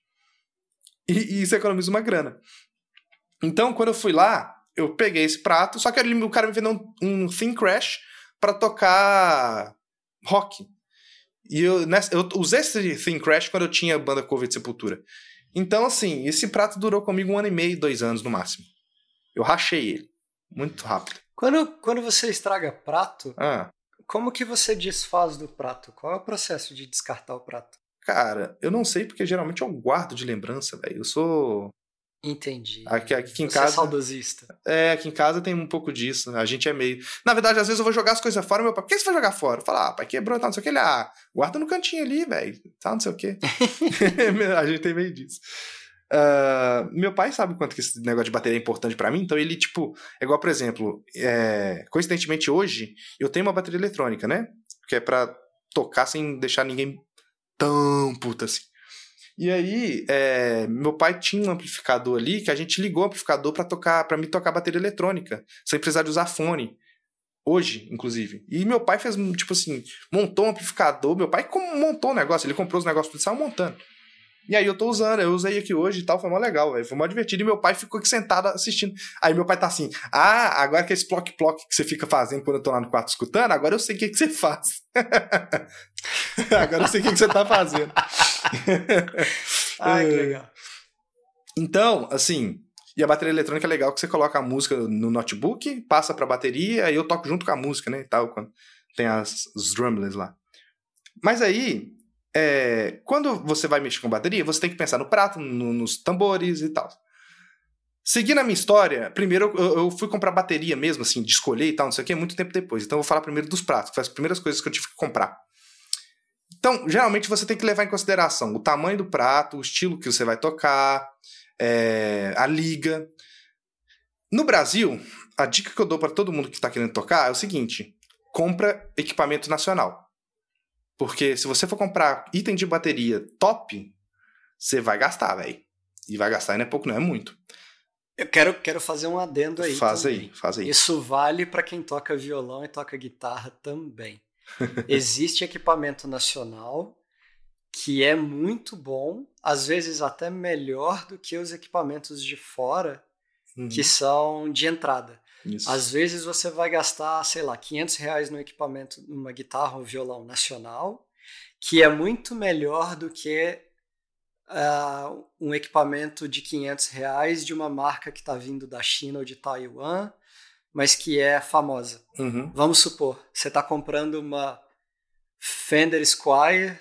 E isso economiza uma grana. Então, quando eu fui lá, eu peguei esse prato, só que o cara me vendeu um Thin Crash pra tocar rock. E eu usei esse Thin Crash quando eu tinha a banda Cover de Sepultura. Então, assim, esse prato durou comigo 1 ano e meio, 2 anos no máximo. Eu rachei ele. Muito rápido. Quando você estraga prato, como que você desfaz do prato? Qual é o processo de descartar o prato? Cara, eu não sei porque geralmente eu guardo de lembrança, velho. Eu sou... Entendi. Aqui em você casa... é saudosista. Aqui em casa tem um pouco disso. A gente é meio... Na verdade, às vezes eu vou jogar as coisas fora, meu pai, por que você vai jogar fora? Eu falo, pai, quebrou, tá, não sei o que. Ele, guarda no cantinho ali, velho. Tá, não sei o que. A gente tem meio disso. Meu pai sabe quanto que esse negócio de bateria é importante pra mim, então ele, tipo... É igual, por exemplo, coincidentemente hoje, eu tenho uma bateria eletrônica, né? Que é pra tocar sem deixar ninguém tão puto assim. E aí, meu pai tinha um amplificador ali que a gente ligou o amplificador pra me tocar bateria eletrônica, sem precisar de usar fone. Hoje, inclusive. E meu pai fez, tipo assim, montou um amplificador. Meu pai montou o negócio, ele comprou os negócios tudo e saiu montando. E aí eu tô usando, eu usei aqui hoje e tal, foi mó legal, véio, foi mó divertido. E meu pai ficou aqui sentado assistindo. Aí meu pai tá assim, agora que esse ploc-ploc que você fica fazendo quando eu tô lá no quarto escutando, agora eu sei o que você faz. Agora eu sei o que você tá fazendo. Que legal. Então, assim, e a bateria eletrônica é legal que você coloca a música no notebook, passa pra bateria, e eu toco junto com a música, né, e tal, quando tem os drumless lá. Mas aí, quando você vai mexer com bateria, você tem que pensar no prato, nos tambores e tal. Seguindo a minha história, primeiro eu fui comprar bateria mesmo, assim, de escolher e tal, não sei o que, muito tempo depois. Então eu vou falar primeiro dos pratos, que foi as primeiras coisas que eu tive que comprar. Então, geralmente você tem que levar em consideração o tamanho do prato, o estilo que você vai tocar, a liga. No Brasil, a dica que eu dou para todo mundo que está querendo tocar é o seguinte: compra equipamento nacional. Porque se você for comprar item de bateria top, você vai gastar, velho. E vai gastar, e não é pouco, não é muito. Eu quero fazer um adendo aí. Faz aí. Isso vale para quem toca violão e toca guitarra também. Existe equipamento nacional que é muito bom, às vezes até melhor do que os equipamentos de fora, que são de entrada. Isso. Às vezes você vai gastar, sei lá, R$500 no equipamento, numa guitarra ou violão nacional, que é muito melhor do que um equipamento de R$500 de uma marca que está vindo da China ou de Taiwan, mas que é famosa. Vamos supor, você está comprando uma Fender Squier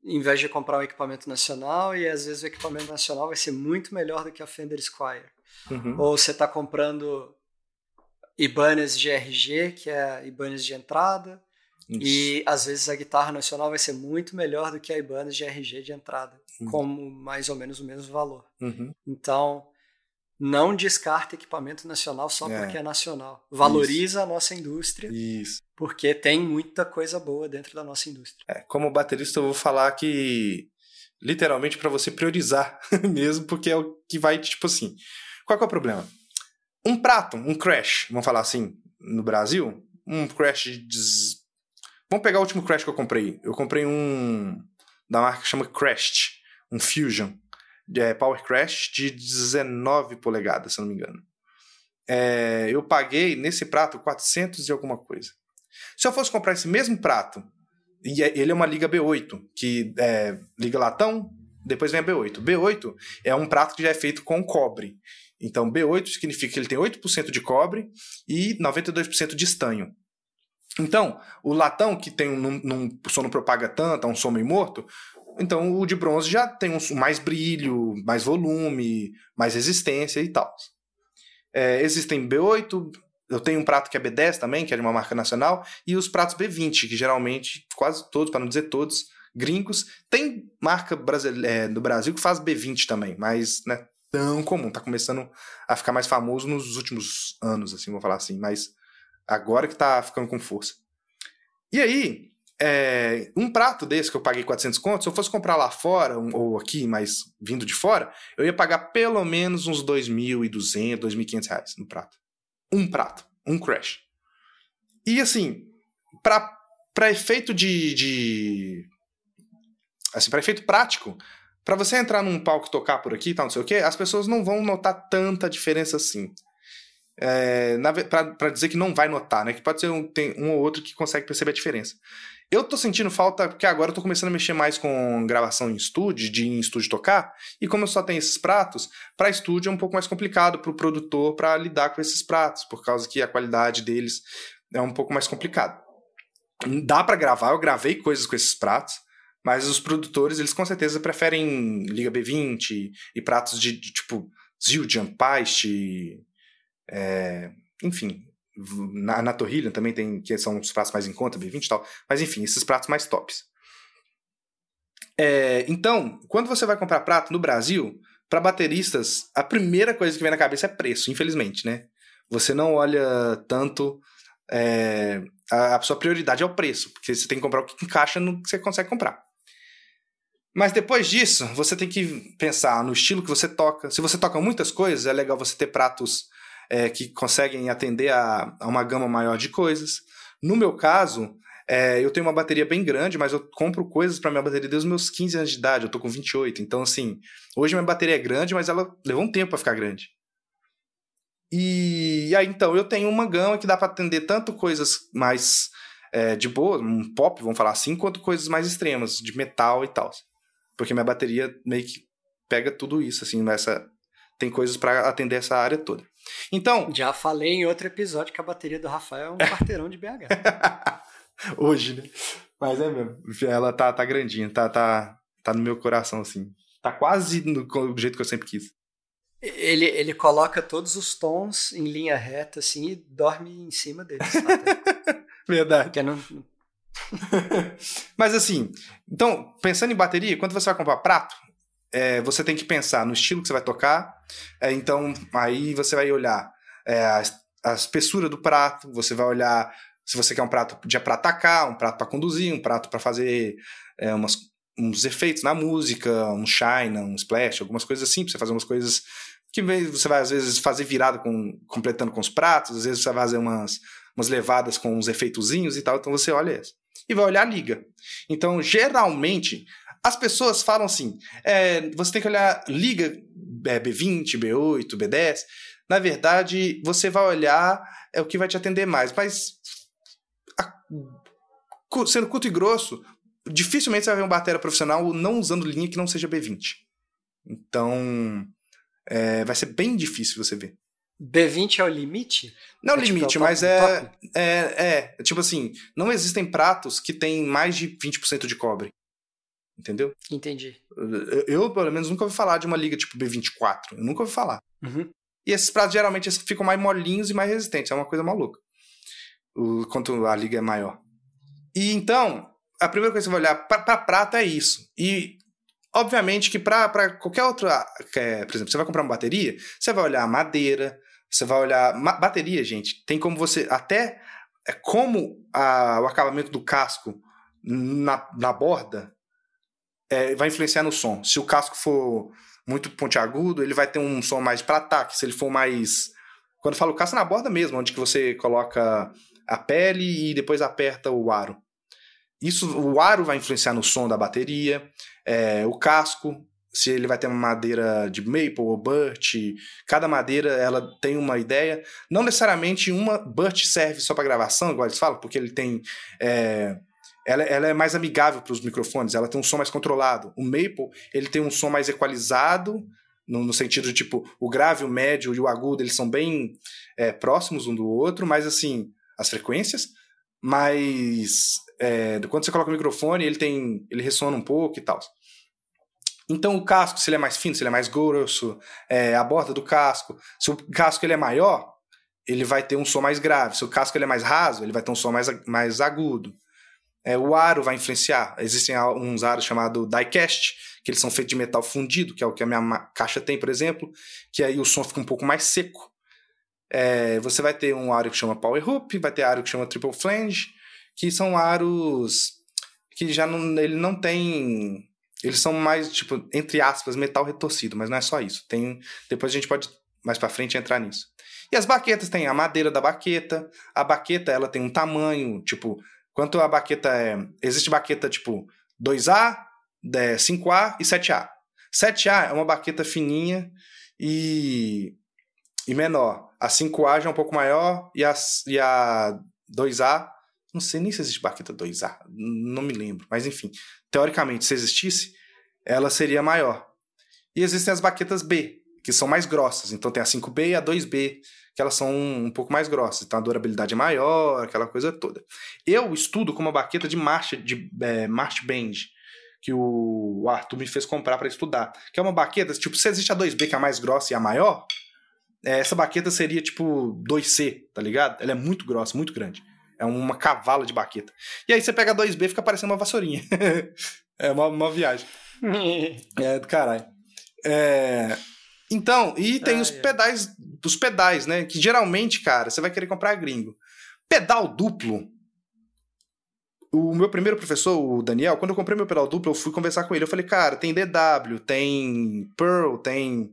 em vez de comprar um equipamento nacional, e às vezes o equipamento nacional vai ser muito melhor do que a Fender Squier. Ou você está comprando Ibanez GRG, que é a Ibanez de entrada, e às vezes a guitarra nacional vai ser muito melhor do que a Ibanez GRG de entrada, com mais ou menos o mesmo valor. Então, não descarta equipamento nacional só porque é nacional. Valoriza a nossa indústria, porque tem muita coisa boa dentro da nossa indústria. Como baterista, eu vou falar que, literalmente, para você priorizar mesmo, porque é o que vai, tipo assim... Qual que é o problema? Um prato, um crash, vamos falar assim, no Brasil, um crash de... Vamos pegar o último crash que eu comprei. Eu comprei um da marca que chama Crest, um Fusion, Power Crash de 19 polegadas, se eu não me engano. Eu paguei nesse prato 400 e alguma coisa. Se eu fosse comprar esse mesmo prato, e ele é uma liga B8, que liga latão, depois vem a B8. B8 é um prato que já é feito com cobre. Então, B8 significa que ele tem 8% de cobre e 92% de estanho. Então, o latão, que tem o som não propaga tanto, é um som meio morto, então o de bronze já tem mais brilho, mais volume, mais resistência e tal. Existem B8, eu tenho um prato que é B10 também, que é de uma marca nacional, e os pratos B20, que geralmente, quase todos, para não dizer todos, gringos. Tem marca do Brasil que faz B20 também, mas não é tão comum, tá começando a ficar mais famoso nos últimos anos, assim, vou falar assim, mas agora que tá ficando com força. E aí, um prato desse que eu paguei 400 contos, se eu fosse comprar lá fora, ou aqui, mas vindo de fora, eu ia pagar pelo menos uns 2.200, 2.500 reais no prato. Um prato, um crash. E assim, para efeito assim, para efeito prático, para você entrar num palco e tocar por aqui, tal, não sei o quê, as pessoas não vão notar tanta diferença assim. Para dizer que não vai notar, né? Que pode ser tem um ou outro que consegue perceber a diferença. Eu tô sentindo falta, porque agora eu tô começando a mexer mais com gravação em estúdio, de em estúdio tocar, e como eu só tenho esses pratos, para estúdio é um pouco mais complicado pro produtor para lidar com esses pratos, por causa que a qualidade deles é um pouco mais complicado. Dá para gravar, eu gravei coisas com esses pratos, mas os produtores, eles com certeza preferem Liga B20 e pratos de tipo Zildjian, Paist, enfim, na Torrilha também tem, que são os pratos mais em conta, B20 e tal, mas enfim, esses pratos mais tops. Então, quando você vai comprar prato no Brasil, para bateristas, a primeira coisa que vem na cabeça é preço, infelizmente, né? Você não olha tanto, a sua prioridade é o preço, porque você tem que comprar o que encaixa no que você consegue comprar. Mas depois disso, você tem que pensar no estilo que você toca. Se você toca muitas coisas, é legal você ter pratos que conseguem atender a uma gama maior de coisas. No meu caso, eu tenho uma bateria bem grande, mas eu compro coisas para minha bateria desde os meus 15 anos de idade. Eu tô com 28, então assim, hoje minha bateria é grande, mas ela levou um tempo para ficar grande. E aí então eu tenho uma gama que dá para atender tanto coisas mais de boa, um pop, vamos falar assim, quanto coisas mais extremas, de metal e tal. Porque minha bateria meio que pega tudo isso, assim, tem coisas para atender essa área toda. Então... Já falei em outro episódio que a bateria do Rafael é um quarteirão de BH. Hoje, né? Mas é mesmo. Ela tá grandinha, tá no meu coração, assim. Tá quase do jeito que eu sempre quis. Ele coloca todos os tons em linha reta, assim, e dorme em cima deles. Verdade. Porque não... Mas assim, então, pensando em bateria, quando você vai comprar prato, você tem que pensar no estilo que você vai tocar. Então, aí você vai olhar a espessura do prato, você vai olhar se você quer um prato para atacar, um prato para conduzir, um prato para fazer uns efeitos na música, um shine, um splash, algumas coisas assim, para você fazer umas coisas que você vai às vezes fazer virada completando com os pratos, às vezes você vai fazer umas levadas com uns efeitozinhos e tal, então você olha isso. E vai olhar a liga. Então, geralmente, as pessoas falam assim, você tem que olhar liga B20, B8, B10. Na verdade, você vai olhar o que vai te atender mais. Mas, sendo curto e grosso, dificilmente você vai ver um batera profissional não usando linha que não seja B20. Então, vai ser bem difícil você ver. B20 é o limite? Não é o limite, mas tipo assim, não existem pratos que têm mais de 20% de cobre. entendeu? Entendi. Eu, pelo menos, nunca ouvi falar de uma liga tipo B24. Eu nunca ouvi falar. Uhum. E esses pratos, geralmente, ficam mais molinhos e mais resistentes. É uma coisa maluca. Quanto a liga é maior. E, então, a primeira coisa que você vai olhar para prato é isso. E, obviamente, que para qualquer outra... por exemplo, você vai comprar uma bateria, você vai olhar madeira, você vai olhar... Bateria, gente, tem como você... Até como o acabamento do casco na borda vai influenciar no som. Se o casco for muito pontiagudo, ele vai ter um som mais para ataque. Se ele for mais... Quando eu falo casco, na borda mesmo, onde que você coloca a pele e depois aperta o aro. O aro vai influenciar no som da bateria. O casco, se ele vai ter uma madeira de maple ou birch. Cada madeira ela tem uma ideia. Não necessariamente uma birch serve só para gravação, igual eles falam, porque ele tem... Ela é mais amigável para os microfones, ela tem um som mais controlado. O maple, ele tem um som mais equalizado, no sentido de, tipo, o grave, o médio e o agudo, eles são bem próximos um do outro, mas, assim, as frequências. Mas, quando você coloca o microfone, ele ressona um pouco e tal. Então, o casco, se ele é mais fino, se ele é mais grosso, a borda do casco. Se o casco ele é maior, ele vai ter um som mais grave. Se o casco ele é mais raso, ele vai ter um som mais agudo. O aro vai influenciar. Existem uns aros chamados die-cast, que eles são feitos de metal fundido, que é o que a minha caixa tem, por exemplo, que aí o som fica um pouco mais seco. Você vai ter um aro que chama power hoop, vai ter aro que chama triple flange, que são aros que já ele não tem... Eles são mais, tipo, entre aspas, metal retorcido, mas não é só isso. Depois a gente pode, mais pra frente, entrar nisso. E as baquetas, tem a madeira da baqueta. A baqueta, ela tem um tamanho, tipo... Quanto a baqueta existe baqueta tipo 2A, 5A e 7A. 7A é uma baqueta fininha e menor. A 5A já é um pouco maior e a 2A... Não sei nem se existe baqueta 2A, não me lembro. Mas enfim, teoricamente, se existisse, ela seria maior. E existem as baquetas B, que são mais grossas. Então tem a 5B e a 2B, que elas são um pouco mais grossas. Então a durabilidade é maior, aquela coisa toda. Eu estudo com uma baqueta de march band, que o Arthur me fez comprar para estudar. Que é uma baqueta, tipo, se existe a 2B, que é a mais grossa e a maior, essa baqueta seria tipo 2C, tá ligado? Ela é muito grossa, muito grande. É uma cavala de baqueta. E aí você pega a 2B e fica parecendo uma vassourinha. É uma viagem. Do caralho. Então, e tem os pedais, né? Que geralmente, cara, você vai querer comprar gringo. Pedal duplo. O meu primeiro professor, o Daniel, quando eu comprei meu pedal duplo, eu fui conversar com ele. Eu falei, cara, tem DW, tem Pearl, tem...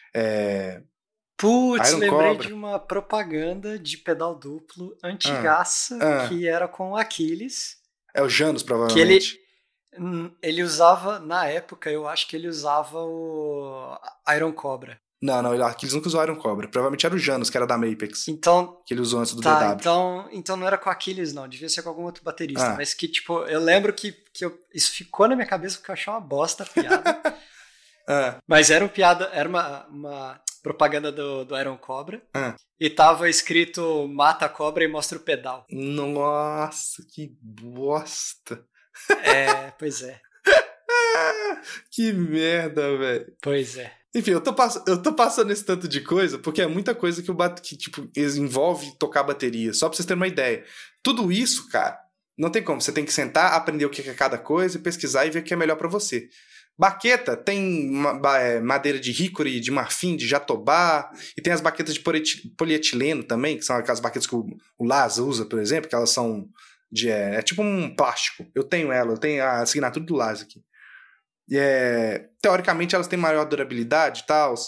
Putz, Iron lembrei Cobra. de uma propaganda de pedal duplo antigaça que era com o Aquiles. É o Janus, provavelmente. Que ele usava, na época, eu acho que ele usava o Iron Cobra. Não, Aquiles nunca usou Iron Cobra. Provavelmente era o Janus, que era da Mapex. Então, que ele usou antes do DW. Então não era com o Aquiles, não. Devia ser com algum outro baterista. Mas que, tipo, eu lembro que isso ficou na minha cabeça porque eu achei uma bosta a piada. Mas era uma propaganda do Iron Cobra. E tava escrito mata a cobra e mostra o pedal. Nossa, que bosta. Pois é. Que merda, velho. Pois é. Enfim, eu tô passando esse tanto de coisa porque é muita coisa que tipo, envolve tocar bateria. Só pra vocês terem uma ideia. Tudo isso, cara, não tem como. Você tem que sentar, aprender o que é cada coisa, pesquisar e ver o que é melhor pra você. Baqueta tem madeira de hickory, de marfim, de jatobá, e tem as baquetas de polietileno também, que são aquelas baquetas que o Laz usa, por exemplo, que elas são é tipo um plástico. Eu tenho a assinatura do Laz aqui. Teoricamente elas têm maior durabilidade e tal,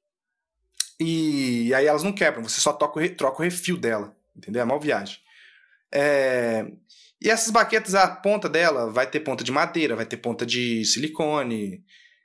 e aí elas não quebram, você só troca o refil dela, entendeu? É uma viagem. E essas baquetas, a ponta dela vai ter ponta de madeira, vai ter ponta de silicone,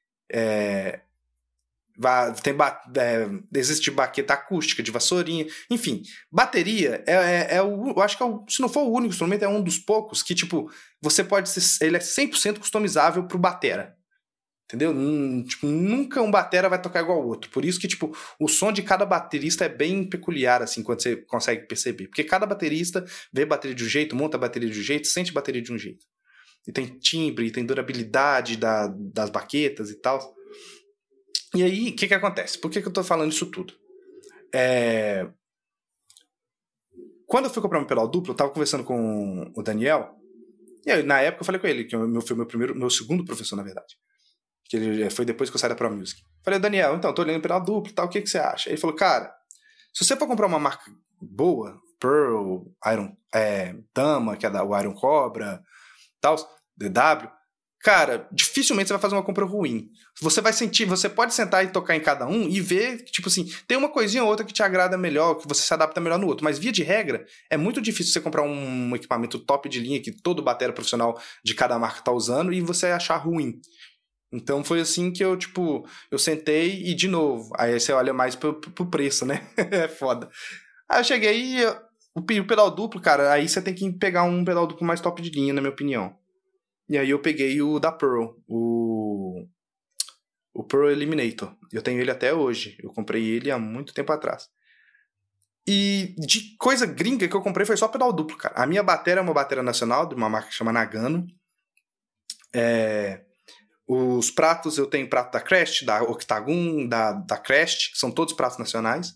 existe baqueta acústica de vassourinha, enfim, bateria eu acho que se não for o único instrumento, é um dos poucos que, tipo, ele é 100% customizável pro batera. Entendeu? Tipo, nunca um batera vai tocar igual ao outro. Por isso que, tipo, o som de cada baterista é bem peculiar, assim, quando você consegue perceber. Porque cada baterista vê bateria de um jeito, monta a bateria de um jeito, sente a bateria de um jeito. e tem timbre, e tem durabilidade das baquetas e tal. E aí, o que acontece? Por que eu tô falando isso tudo? Quando eu fui comprar meu pedal duplo, eu tava conversando com o Daniel, e aí, na época eu falei com ele, que foi meu segundo professor, na verdade. Que ele foi depois que eu saí da Pro Music. Falei, Daniel, então, tô olhando pedal duplo e tal, o que você acha? Ele falou, cara, se você for comprar uma marca boa, Pearl, Tama, que é o Iron Cobra, tal, DW, cara, dificilmente você vai fazer uma compra ruim. Você vai sentir, você pode sentar e tocar em cada um e ver, tipo assim, tem uma coisinha ou outra que te agrada melhor, que você se adapta melhor no outro, mas via de regra, é muito difícil você comprar um equipamento top de linha que todo batera profissional de cada marca tá usando e você achar ruim. Então foi assim que eu sentei e de novo, aí você olha mais pro preço, né? É foda. Aí eu cheguei e o pedal duplo, cara, aí você tem que pegar um pedal duplo mais top de linha, na minha opinião. E aí eu peguei o da Pearl, o Pearl Eliminator. Eu tenho ele até hoje. Eu comprei ele há muito tempo atrás. E de coisa gringa que eu comprei foi só pedal duplo, cara. A minha bateria é uma bateria nacional, de uma marca que chama Nagano. Os pratos, eu tenho prato da Crest, da Octagon, da Crest, que são todos pratos nacionais.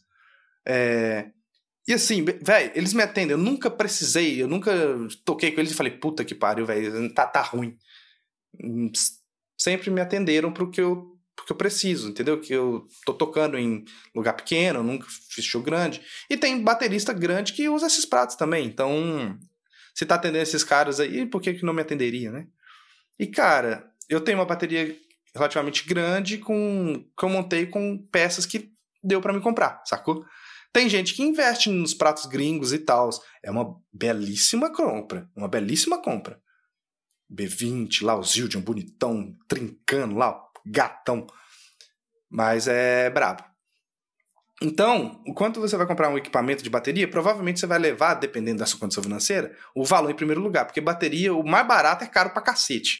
E assim, velho, eles me atendem. Eu nunca precisei, eu nunca toquei com eles e falei, puta que pariu, velho, tá ruim. Sempre me atenderam pro que eu preciso, entendeu? Que eu tô tocando em lugar pequeno, nunca fiz show grande. E tem baterista grande que usa esses pratos também. Então, se tá atendendo esses caras aí, por que não me atenderia, né? E, cara, eu tenho uma bateria relativamente grande que eu montei com peças que deu pra me comprar, sacou? Tem gente que investe nos pratos gringos e tal. É uma belíssima compra. Uma belíssima compra. B20, lá o Zildjian, bonitão, trincando lá, gatão. Mas é brabo. Então, enquanto você vai comprar um equipamento de bateria, provavelmente você vai levar, dependendo da sua condição financeira, o valor em primeiro lugar. Porque bateria, o mais barato é caro pra cacete.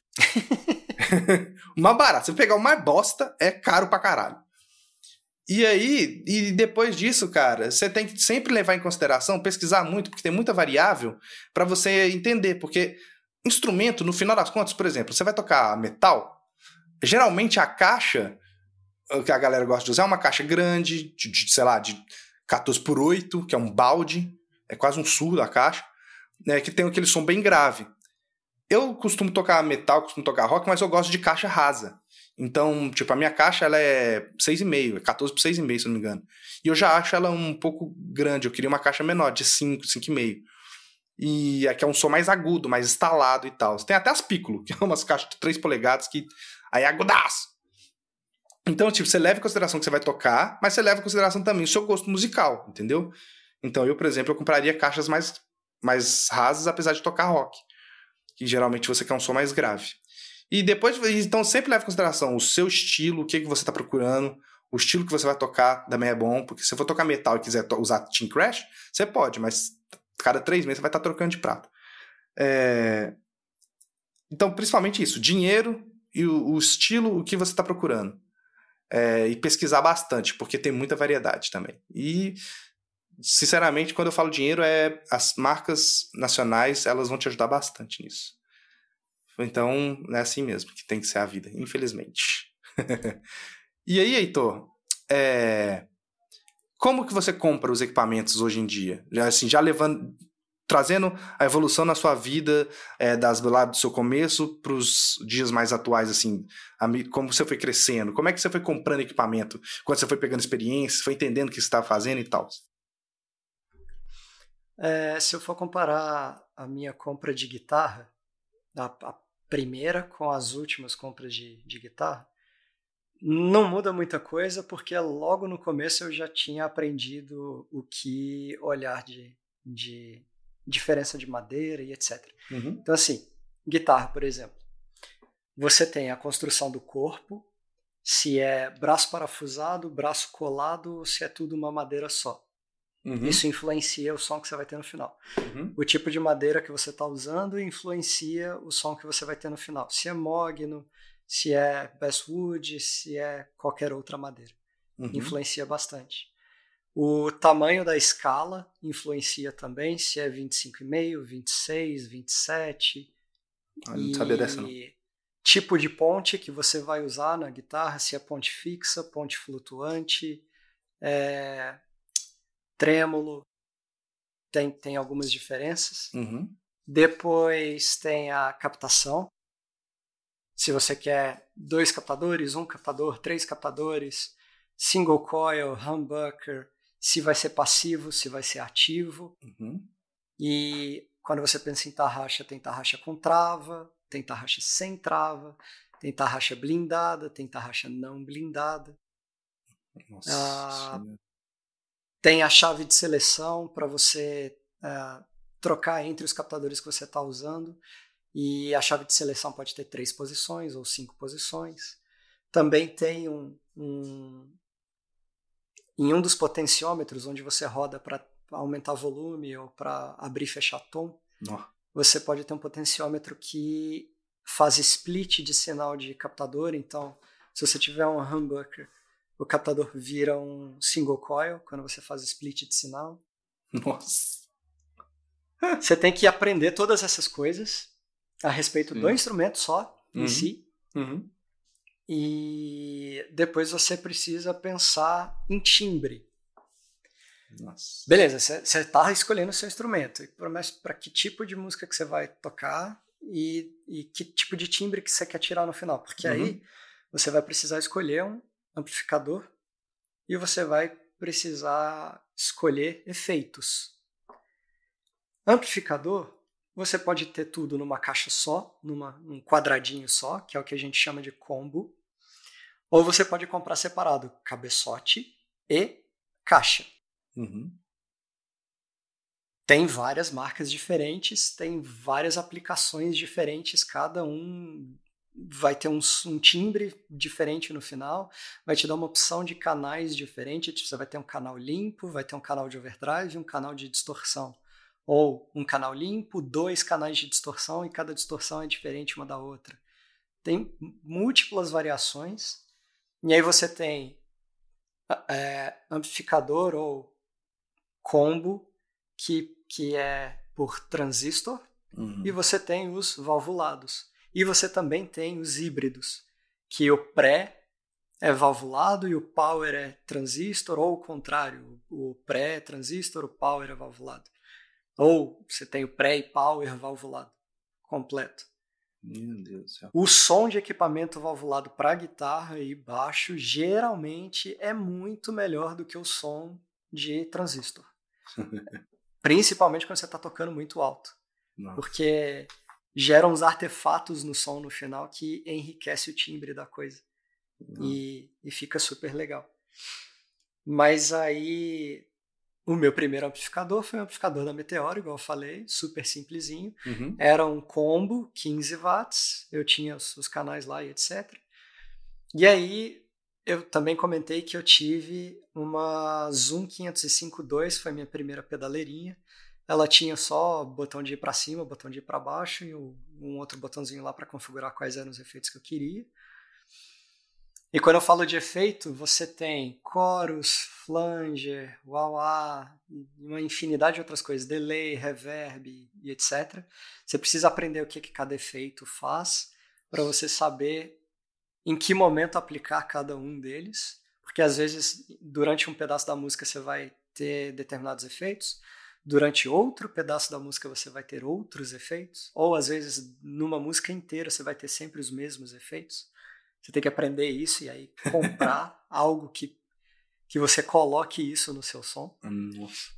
O mais barato. Se você pegar o mais bosta, é caro pra caralho. E aí, e depois disso, cara, você tem que sempre levar em consideração, pesquisar muito, porque tem muita variável para você entender, porque instrumento, no final das contas, por exemplo, você vai tocar metal, geralmente a caixa que a galera gosta de usar é uma caixa grande, sei lá, de 14x8, que é um balde, é quase um surdo a caixa, né, que tem aquele som bem grave. Eu costumo tocar metal, costumo tocar rock, mas eu gosto de caixa rasa. Então, tipo, a minha caixa ela é 6,5, é 14x6,5, se eu não me engano. E eu já acho ela um pouco grande. Eu queria uma caixa menor, de 5, 5,5. E aqui é um som mais agudo, mais estalado e tal. Tem até as Piccolo, que é umas caixas de 3 polegadas que aí é agudaço. Então, tipo, você leva em consideração que você vai tocar, mas você leva em consideração também o seu gosto musical, entendeu? Então, eu, por exemplo, eu compraria caixas mais rasas, apesar de tocar rock. Que geralmente você quer um som mais grave. E depois, então sempre leva em consideração o seu estilo, o que você está procurando, o estilo que você vai tocar também é bom, porque se você for tocar metal e quiser usar Team Crash, você pode, mas cada 3 meses você vai estar trocando de prato. Então, principalmente isso, dinheiro e o estilo, o que você está procurando. E pesquisar bastante, porque tem muita variedade também. E, sinceramente, quando eu falo dinheiro, as marcas nacionais, elas vão te ajudar bastante nisso. Então, é assim mesmo que tem que ser a vida, infelizmente. E aí, Heitor, como que você compra os equipamentos hoje em dia? Trazendo a evolução na sua vida, lá do seu começo para os dias mais atuais, assim, como você foi crescendo, como é que você foi comprando equipamento, quando você foi pegando experiência, foi entendendo o que você estava fazendo e tal? Se eu for comparar a minha compra de guitarra, a primeira com as últimas compras de guitarra, não muda muita coisa, porque logo no começo eu já tinha aprendido o que olhar de diferença de madeira e etc. Uhum. Então, assim, guitarra, por exemplo, você tem a construção do corpo, se é braço parafusado, braço colado, ou se é tudo uma madeira só. Uhum. Isso influencia o som que você vai ter no final. Uhum. O tipo de madeira que você está usando influencia o som que você vai ter no final. Se é mogno, se é basswood, se é qualquer outra madeira. Uhum. Influencia bastante. O tamanho da escala influencia também, se é 25,5, 26, 27. Eu não sabia dessa, não. Tipo de ponte que você vai usar na guitarra, se é ponte fixa, ponte flutuante, trêmulo, tem algumas diferenças. Uhum. Depois tem a captação. Se você quer 2 captadores, 1 captador, 3 captadores, single coil, humbucker, se vai ser passivo, se vai ser ativo. Uhum. E quando você pensa em tarraxa, tem tarraxa com trava, tem tarraxa sem trava, tem tarraxa blindada, tem tarraxa não blindada. Nossa. Tem a chave de seleção para você trocar entre os captadores que você está usando. E a chave de seleção pode ter 3 posições ou 5 posições. Também tem em um dos potenciômetros, onde você roda para aumentar volume ou para abrir e fechar tom, você pode ter um potenciômetro que faz split de sinal de captador. Então, se você tiver um humbucker, o captador vira um single coil quando você faz split de sinal. Nossa. Você tem que aprender todas essas coisas a respeito do instrumento só, em si. Uhum. E depois você precisa pensar em timbre. Nossa. Beleza, você está escolhendo o seu instrumento. Mas para que tipo de música que você vai tocar e que tipo de timbre que você quer tirar no final. Porque aí você vai precisar escolher um amplificador e você vai precisar escolher efeitos. Amplificador, você pode ter tudo numa caixa só, num quadradinho só, que é o que a gente chama de combo. Ou você pode comprar separado cabeçote e caixa. Uhum. Tem várias marcas diferentes, tem várias aplicações diferentes, cada um vai ter um timbre diferente no final, vai te dar uma opção de canais diferentes, você vai ter um canal limpo, vai ter um canal de overdrive e um canal de distorção. Ou um canal limpo, 2 canais de distorção e cada distorção é diferente uma da outra. Tem múltiplas variações. E aí você tem amplificador ou combo, que é por transistor, e você tem os valvulados. E você também tem os híbridos, que o pré é valvulado e o power é transistor, ou o contrário, o pré é transistor, o power é valvulado. Ou você tem o pré e power valvulado completo. Meu Deus do céu. O som de equipamento valvulado para guitarra e baixo geralmente é muito melhor do que o som de transistor. Principalmente quando você está tocando muito alto. Nossa. Porque gera uns artefatos no som no final que enriquece o timbre da coisa. E fica super legal. Mas aí o meu primeiro amplificador foi um amplificador da Meteor, igual eu falei, super simplesinho. Era um combo, 15 watts, eu tinha os canais lá e etc. E aí eu também comentei que eu tive uma Zoom 505.2, foi minha primeira pedaleirinha. Ela tinha só botão de ir para cima, botão de ir para baixo e um outro botãozinho lá para configurar quais eram os efeitos que eu queria. E quando eu falo de efeito, você tem chorus, flanger, wah-wah, uma infinidade de outras coisas, delay, reverb e etc. Você precisa aprender o que cada efeito faz para você saber em que momento aplicar cada um deles, porque às vezes durante um pedaço da música você vai ter determinados efeitos, durante outro pedaço da música você vai ter outros efeitos, ou às vezes numa música inteira você vai ter sempre os mesmos efeitos. Você tem que aprender isso e aí comprar algo que você coloque isso no seu som. Nossa.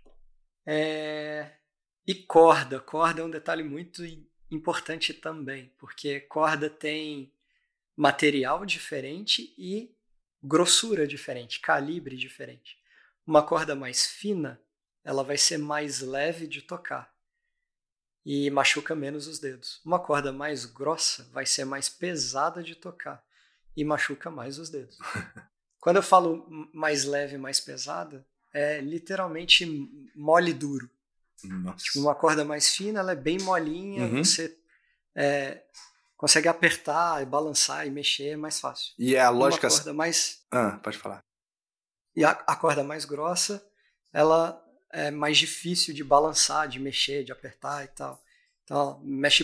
E corda. Corda é um detalhe muito importante também, porque corda tem material diferente e grossura diferente, calibre diferente. Uma corda mais fina, ela vai ser mais leve de tocar e machuca menos os dedos. Uma corda mais grossa vai ser mais pesada de tocar e machuca mais os dedos. Quando eu falo mais leve, mais pesada, é literalmente mole duro. Tipo, uma corda mais fina, ela é bem molinha, você consegue apertar, balançar e mexer mais fácil. E é a lógica... Uma corda mais... pode falar. E a corda mais grossa, ela é mais difícil de balançar, de mexer, de apertar e tal. Então, ela mexe pouco.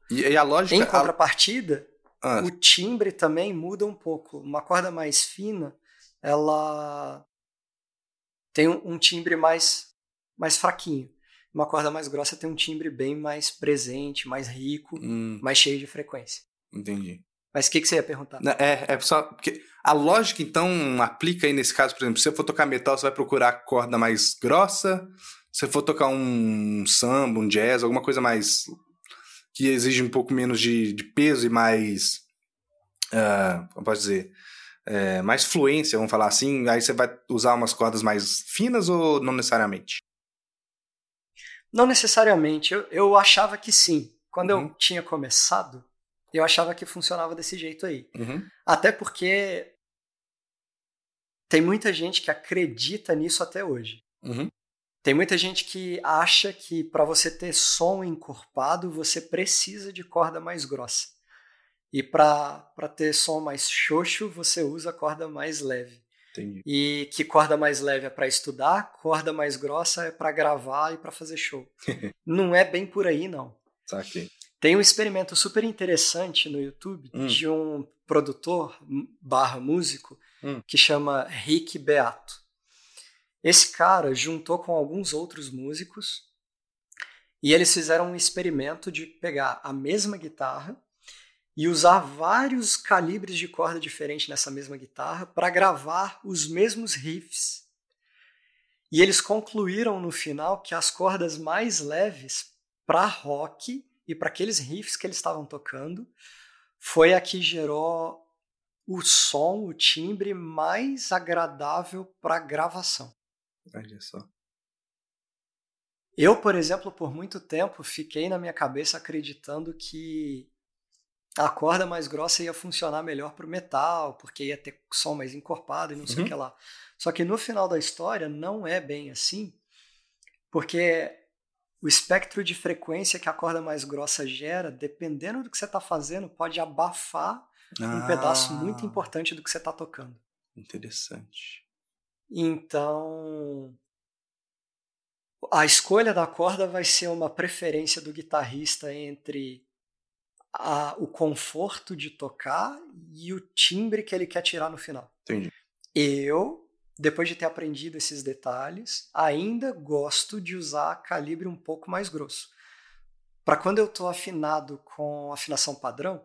E a lógica... Em contrapartida, o timbre também muda um pouco. Uma corda mais fina, ela tem um timbre mais fraquinho. Uma corda mais grossa tem um timbre bem mais presente, mais rico, mais cheio de frequência. Entendi. Mas o que você ia perguntar? É só... Porque a lógica, então, aplica aí nesse caso, por exemplo, se você for tocar metal, você vai procurar a corda mais grossa. Se você for tocar um samba, um jazz, alguma coisa mais... que exige um pouco menos de peso e mais... como posso dizer... mais fluência, vamos falar assim. Aí você vai usar umas cordas mais finas ou não necessariamente? Não necessariamente. Eu achava que sim. Quando eu tinha começado, eu achava que funcionava desse jeito aí. Até porque tem muita gente que acredita nisso até hoje. Tem muita gente que acha que para você ter som encorpado, você precisa de corda mais grossa. E para ter som mais xoxo, você usa corda mais leve. Entendi. E que corda mais leve é para estudar, corda mais grossa é para gravar e para fazer show. Não é bem por aí, não. Saquei. Tem um experimento super interessante no YouTube de um produtor / músico que chama Rick Beato. Esse cara juntou com alguns outros músicos e eles fizeram um experimento de pegar a mesma guitarra e usar vários calibres de corda diferentes nessa mesma guitarra para gravar os mesmos riffs. E eles concluíram no final que as cordas mais leves para rock e para aqueles riffs que eles estavam tocando foi a que gerou o som, o timbre mais agradável para gravação. Olha só. Eu, por exemplo, por muito tempo fiquei na minha cabeça acreditando que a corda mais grossa ia funcionar melhor para o metal, porque ia ter som mais encorpado e não sei o que lá. Só que no final da história não é bem assim, porque o espectro de frequência que a corda mais grossa gera, dependendo do que você está fazendo, pode abafar um pedaço muito importante do que você está tocando. Interessante. Então, a escolha da corda vai ser uma preferência do guitarrista entre o conforto de tocar e o timbre que ele quer tirar no final. Entendi. Eu, depois de ter aprendido esses detalhes, ainda gosto de usar calibre um pouco mais grosso. Para quando eu estou afinado com afinação padrão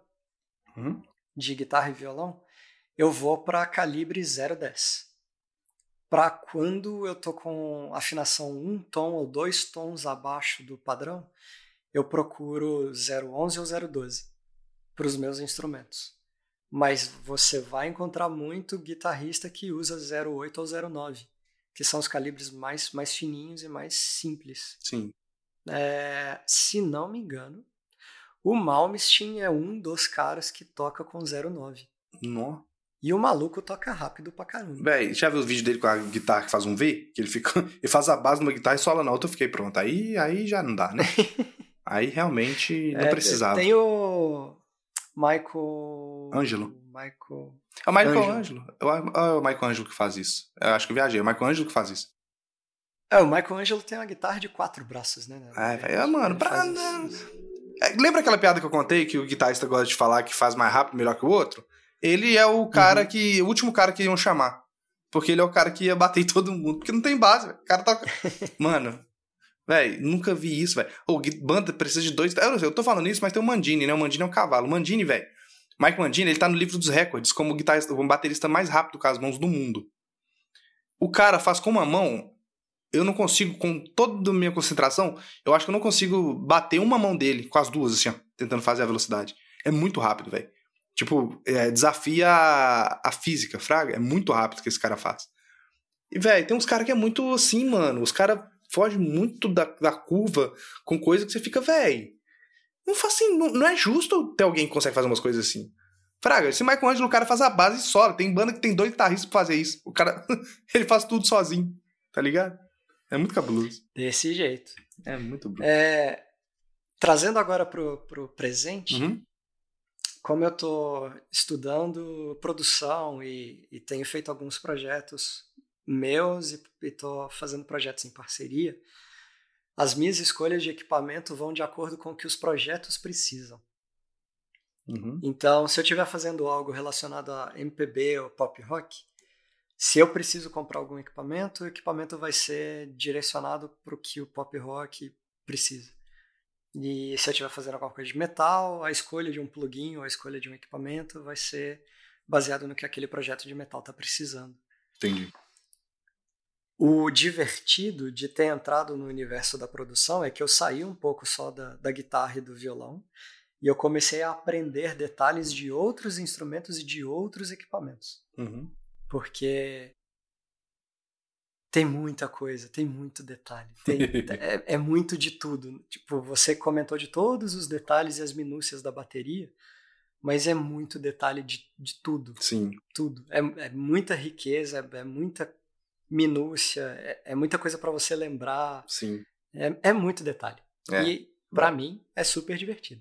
de guitarra e violão, eu vou para calibre 0,10. Para quando eu estou com afinação um tom ou 2 tons abaixo do padrão, eu procuro 0,11 ou 0,12 para os meus instrumentos. Mas você vai encontrar muito guitarrista que usa 0,8 ou 0,9, que são os calibres mais fininhos e mais simples. Sim. Se não me engano, o Malmsteen é um dos caras que toca com 0,9. Nó. E o maluco toca rápido pra caramba. Véi, já viu o vídeo dele com a guitarra que faz um V? Que ele faz a base numa guitarra e sola na outra, eu fiquei pronto. Aí já não dá, né? Aí realmente não precisava. Tem o Michael... Ângelo. É o Michael Ângelo. É o Michael Ângelo que faz isso. Eu acho que eu viajei. É o Michael Ângelo que faz isso. O Michael Ângelo tem uma guitarra de 4 braços, né? Mano, lembra aquela piada que eu contei que o guitarrista gosta de falar que faz mais rápido, melhor que o outro? Ele é o cara o último cara que iam chamar. Porque ele é o cara que ia bater em todo mundo. Porque não tem base, velho. O cara toca... Mano, velho, nunca vi isso, velho. Banda precisa de 2... Eu tô falando isso, mas tem o Mandini, né? O Mandini é um cavalo. O Mandini, velho. Mike Mandini, ele tá no livro dos recordes como o baterista mais rápido com as mãos do mundo. O cara faz com uma mão... Eu não consigo, com toda a minha concentração, eu acho que eu não consigo bater uma mão dele com as duas, assim, ó, tentando fazer a velocidade. É muito rápido, velho. Tipo, desafia a física, fraga. É muito rápido que esse cara faz. E, velho, tem uns caras que é muito assim, mano. Os caras fogem muito da curva com coisa que você fica, velho. Não faz assim, não é justo ter alguém que consegue fazer umas coisas assim. Fraga, esse Michael Angelo, o cara faz a base e sola. Tem banda que tem 2 guitarristas pra fazer isso. O cara, ele faz tudo sozinho, tá ligado? É muito cabuloso. Desse jeito. É muito bom. Trazendo agora pro presente, como eu tô estudando produção e tenho feito alguns projetos meus e tô fazendo projetos em parceria, as minhas escolhas de equipamento vão de acordo com o que os projetos precisam. Uhum. Então, se eu estiver fazendo algo relacionado a MPB ou pop rock, se eu preciso comprar algum equipamento, o equipamento vai ser direcionado para o que o pop rock precisa. E se eu estiver fazendo alguma coisa de metal, a escolha de um plugin ou a escolha de um equipamento vai ser baseado no que aquele projeto de metal está precisando. Entendi. O divertido de ter entrado no universo da produção é que eu saí um pouco só da guitarra e do violão e eu comecei a aprender detalhes de outros instrumentos e de outros equipamentos. Uhum. Porque tem muita coisa, tem muito detalhe, é muito de tudo. Tipo, você comentou de todos os detalhes e as minúcias da bateria, mas é muito detalhe de tudo. Sim. Tudo. É muita riqueza, é muita minúcia, é muita coisa para você lembrar. Sim. É muito detalhe. E para mim é super divertido.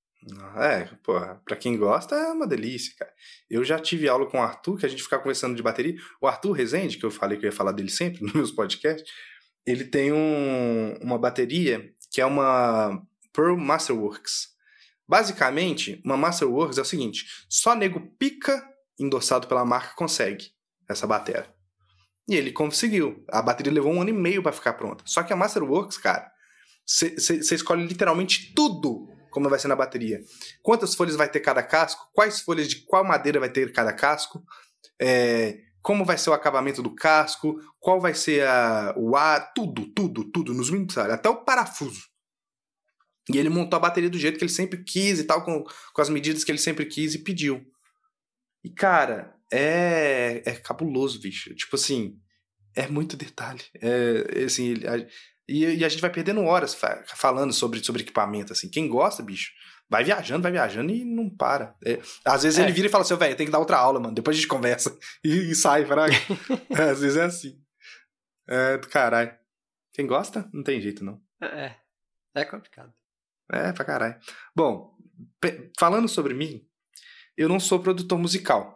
Porra, pra quem gosta é uma delícia, cara. Eu já tive aula com o Arthur, que a gente ficava conversando de bateria. O Arthur Rezende, que eu falei que eu ia falar dele sempre nos meus podcasts, ele tem uma bateria que é uma Pearl Masterworks. Basicamente, uma Masterworks é o seguinte: só nego pica endossado pela marca consegue essa bateria. E ele conseguiu. A bateria levou 1 ano e meio pra ficar pronta. Só que a Masterworks, cara, você escolhe literalmente tudo como vai ser na bateria. Quantas folhas vai ter cada casco, quais folhas de qual madeira vai ter cada casco, como vai ser o acabamento do casco, qual vai ser o ar, tudo, nos mínimos, sabe? Até o parafuso. E ele montou a bateria do jeito que ele sempre quis e tal, com as medidas que ele sempre quis e pediu. E, cara, é cabuloso, bicho. Tipo assim, é muito detalhe. Assim, e a gente vai perdendo horas falando sobre equipamento, assim. Quem gosta, bicho, vai viajando e não para. Às vezes ele vira e fala assim, velho, tem que dar outra aula, mano. Depois a gente conversa. E sai, fraga. Às vezes é assim. Do caralho. Quem gosta, não tem jeito, não. É complicado. Pra caralho. Bom, falando sobre mim, eu não sou produtor musical.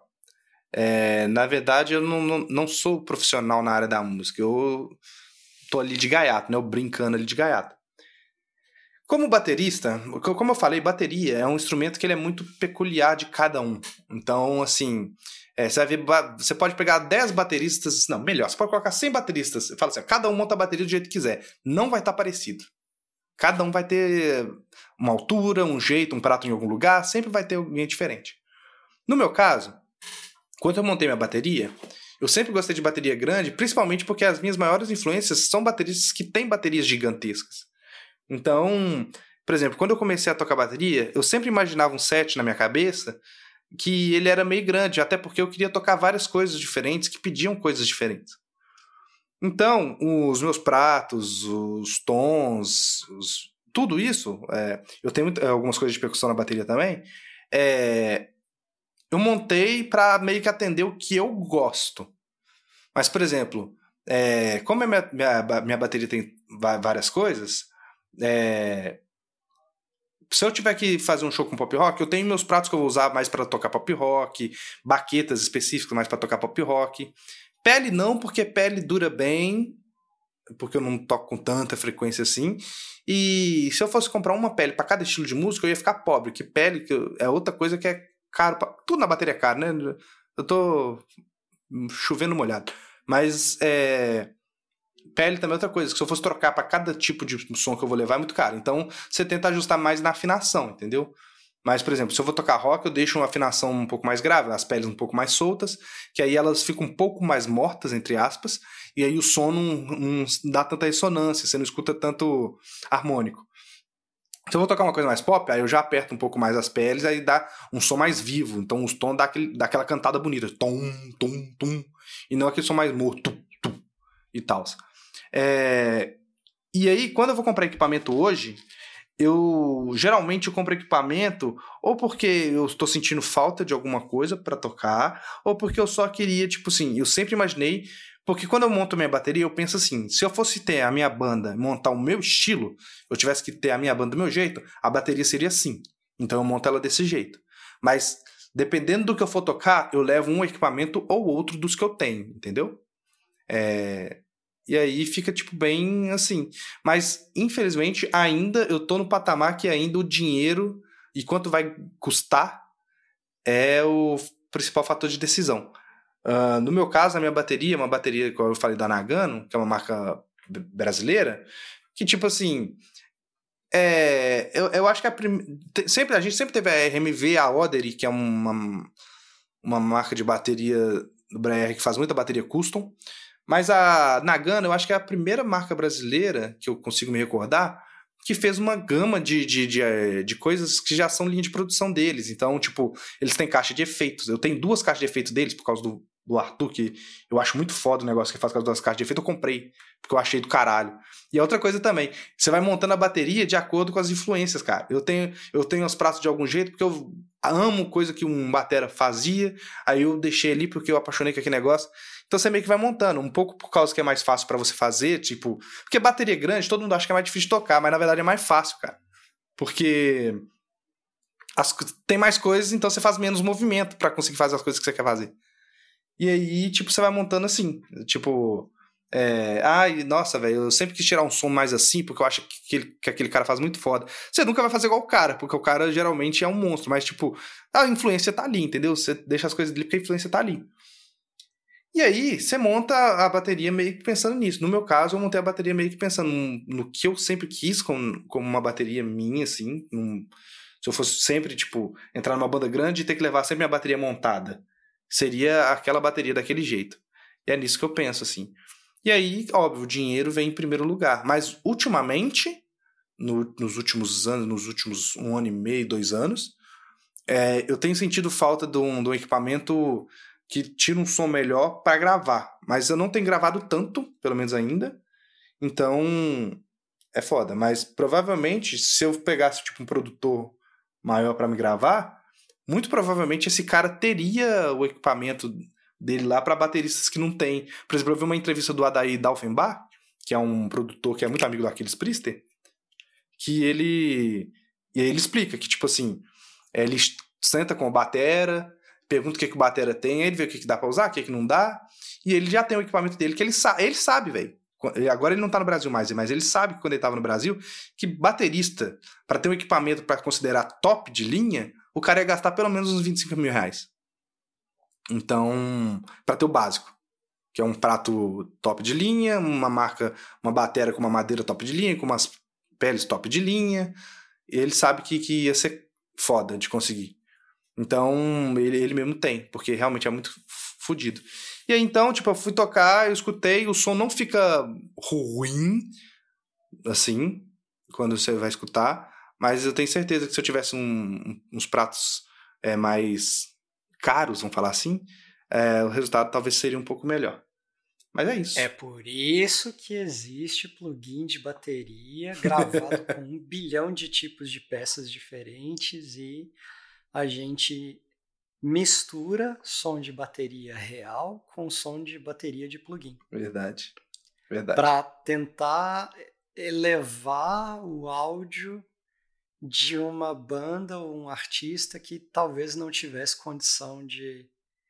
Na verdade, eu não sou profissional na área da música. Eu tô ali de gaiato, né? Eu brincando ali de gaiato. Como baterista, como eu falei, bateria é um instrumento que ele é muito peculiar de cada um. Então, assim, você vai ver, você pode pegar 10 bateristas, não, melhor, você pode colocar 100 bateristas, fala assim, cada um monta a bateria do jeito que quiser. Não vai estar parecido. Cada um vai ter uma altura, um jeito, um prato em algum lugar, sempre vai ter alguém diferente. No meu caso, quando eu montei minha bateria, eu sempre gostei de bateria grande, principalmente porque as minhas maiores influências são bateristas que têm baterias gigantescas. Então, por exemplo, quando eu comecei a tocar bateria, eu sempre imaginava um set na minha cabeça que ele era meio grande, até porque eu queria tocar várias coisas diferentes que pediam coisas diferentes. Então, os meus pratos, os tons, tudo isso, eu tenho algumas coisas de percussão na bateria também, eu montei para meio que atender o que eu gosto. Mas, por exemplo, como a minha bateria tem várias coisas, se eu tiver que fazer um show com pop rock, eu tenho meus pratos que eu vou usar mais para tocar pop rock, baquetas específicas mais para tocar pop rock. Pele não, porque pele dura bem, porque eu não toco com tanta frequência assim. E se eu fosse comprar uma pele para cada estilo de música, eu ia ficar pobre, que pele é outra coisa que é caro. Tudo na bateria é caro, né? Eu tô chovendo molhado. Mas pele também é outra coisa, que se eu fosse trocar para cada tipo de som que eu vou levar é muito caro. Então você tenta ajustar mais na afinação, entendeu? Mas, por exemplo, se eu vou tocar rock, eu deixo uma afinação um pouco mais grave, as peles um pouco mais soltas, que aí elas ficam um pouco mais mortas, entre aspas, e aí o som não dá tanta ressonância, você não escuta tanto harmônico. Se eu vou tocar uma coisa mais pop, aí eu já aperto um pouco mais as peles, aí dá um som mais vivo, então os tons dá aquela cantada bonita, tom, tom, tom, e não aquele som mais morto, tum, tum, e tal. E aí, quando eu vou comprar equipamento hoje, geralmente eu compro equipamento ou porque eu estou sentindo falta de alguma coisa para tocar, ou porque eu só queria, tipo assim, eu sempre imaginei, porque quando eu monto minha bateria, eu penso assim, se eu fosse ter a minha banda, montar o meu estilo, eu tivesse que ter a minha banda do meu jeito, a bateria seria assim, então eu monto ela desse jeito. Mas, dependendo do que eu for tocar, eu levo um equipamento ou outro dos que eu tenho, entendeu? E aí fica, tipo, bem assim. Mas, infelizmente, ainda eu tô no patamar que ainda o dinheiro e quanto vai custar é o principal fator de decisão. No meu caso, a minha bateria, uma bateria, como eu falei, da Nagano, que é uma marca brasileira, que tipo assim, eu acho que a gente sempre teve a RMV, a Odery, que é uma marca de bateria do BR que faz muita bateria custom, mas a Nagano eu acho que é a primeira marca brasileira que eu consigo me recordar que fez uma gama de coisas que já são linha de produção deles. Então, tipo, eles têm caixa de efeitos. Eu tenho 2 caixas de efeitos deles por causa do Arthur, que eu acho muito foda o negócio que faz com as 2 caixas de efeito. Eu comprei, porque eu achei do caralho. E a outra coisa também, você vai montando a bateria de acordo com as influências, cara. Eu tenho os pratos de algum jeito, porque eu amo coisa que um batera fazia, aí eu deixei ali porque eu apaixonei com aquele negócio. Então você meio que vai montando, um pouco por causa que é mais fácil pra você fazer, tipo... Porque bateria grande, todo mundo acha que é mais difícil de tocar, mas na verdade é mais fácil, cara. Porque tem mais coisas, então você faz menos movimento pra conseguir fazer as coisas que você quer fazer. E aí, tipo, você vai montando assim, tipo... Ai, nossa, velho, eu sempre quis tirar um som mais assim, porque eu acho que aquele cara faz muito foda. Você nunca vai fazer igual o cara, porque o cara geralmente é um monstro, mas tipo, a influência tá ali, entendeu? Você deixa as coisas ali porque a influência tá ali. E aí, você monta a bateria meio que pensando nisso. No meu caso, eu montei a bateria meio que pensando no que eu sempre quis como uma bateria minha, assim. Se eu fosse sempre, tipo, entrar numa banda grande e ter que levar sempre minha bateria montada, seria aquela bateria daquele jeito. E é nisso que eu penso, assim. E aí, óbvio, o dinheiro vem em primeiro lugar. Mas, ultimamente, nos últimos anos, nos últimos 1 ano e meio, 2 anos, eu tenho sentido falta de um equipamento que tira um som melhor para gravar. Mas eu não tenho gravado tanto, pelo menos ainda. Então, é foda. Mas, provavelmente, se eu pegasse, tipo, um produtor maior para me gravar, muito provavelmente esse cara teria o equipamento dele lá para bateristas que não tem. Por exemplo, eu vi uma entrevista do Adair Dalfenbach, que é um produtor que é muito amigo do Aquiles Priester, que ele explica que, tipo assim, ele senta com o batera, pergunta o que o batera tem, ele vê o que dá pra usar, o que não dá, e ele já tem o equipamento dele, que ele sabe, velho. Agora ele não tá no Brasil mais, mas ele sabe que quando ele tava no Brasil, que baterista, para ter um equipamento para considerar top de linha, o cara ia gastar pelo menos uns 25 mil reais. Então, para ter o básico, que é um prato top de linha, uma batera com uma madeira top de linha, com umas peles top de linha, ele sabe que ia ser foda de conseguir. Então, ele mesmo tem, porque realmente é muito fodido. E aí, então, tipo, eu fui tocar, eu escutei, o som não fica ruim, assim, quando você vai escutar, mas eu tenho certeza que se eu tivesse uns pratos mais caros, vamos falar assim, o resultado talvez seria um pouco melhor. Mas é isso. É por isso que existe plugin de bateria gravado com 1 bilhão de tipos de peças diferentes e a gente mistura som de bateria real com som de bateria de plugin. Verdade. Para tentar elevar o áudio de uma banda ou um artista que talvez não tivesse condição de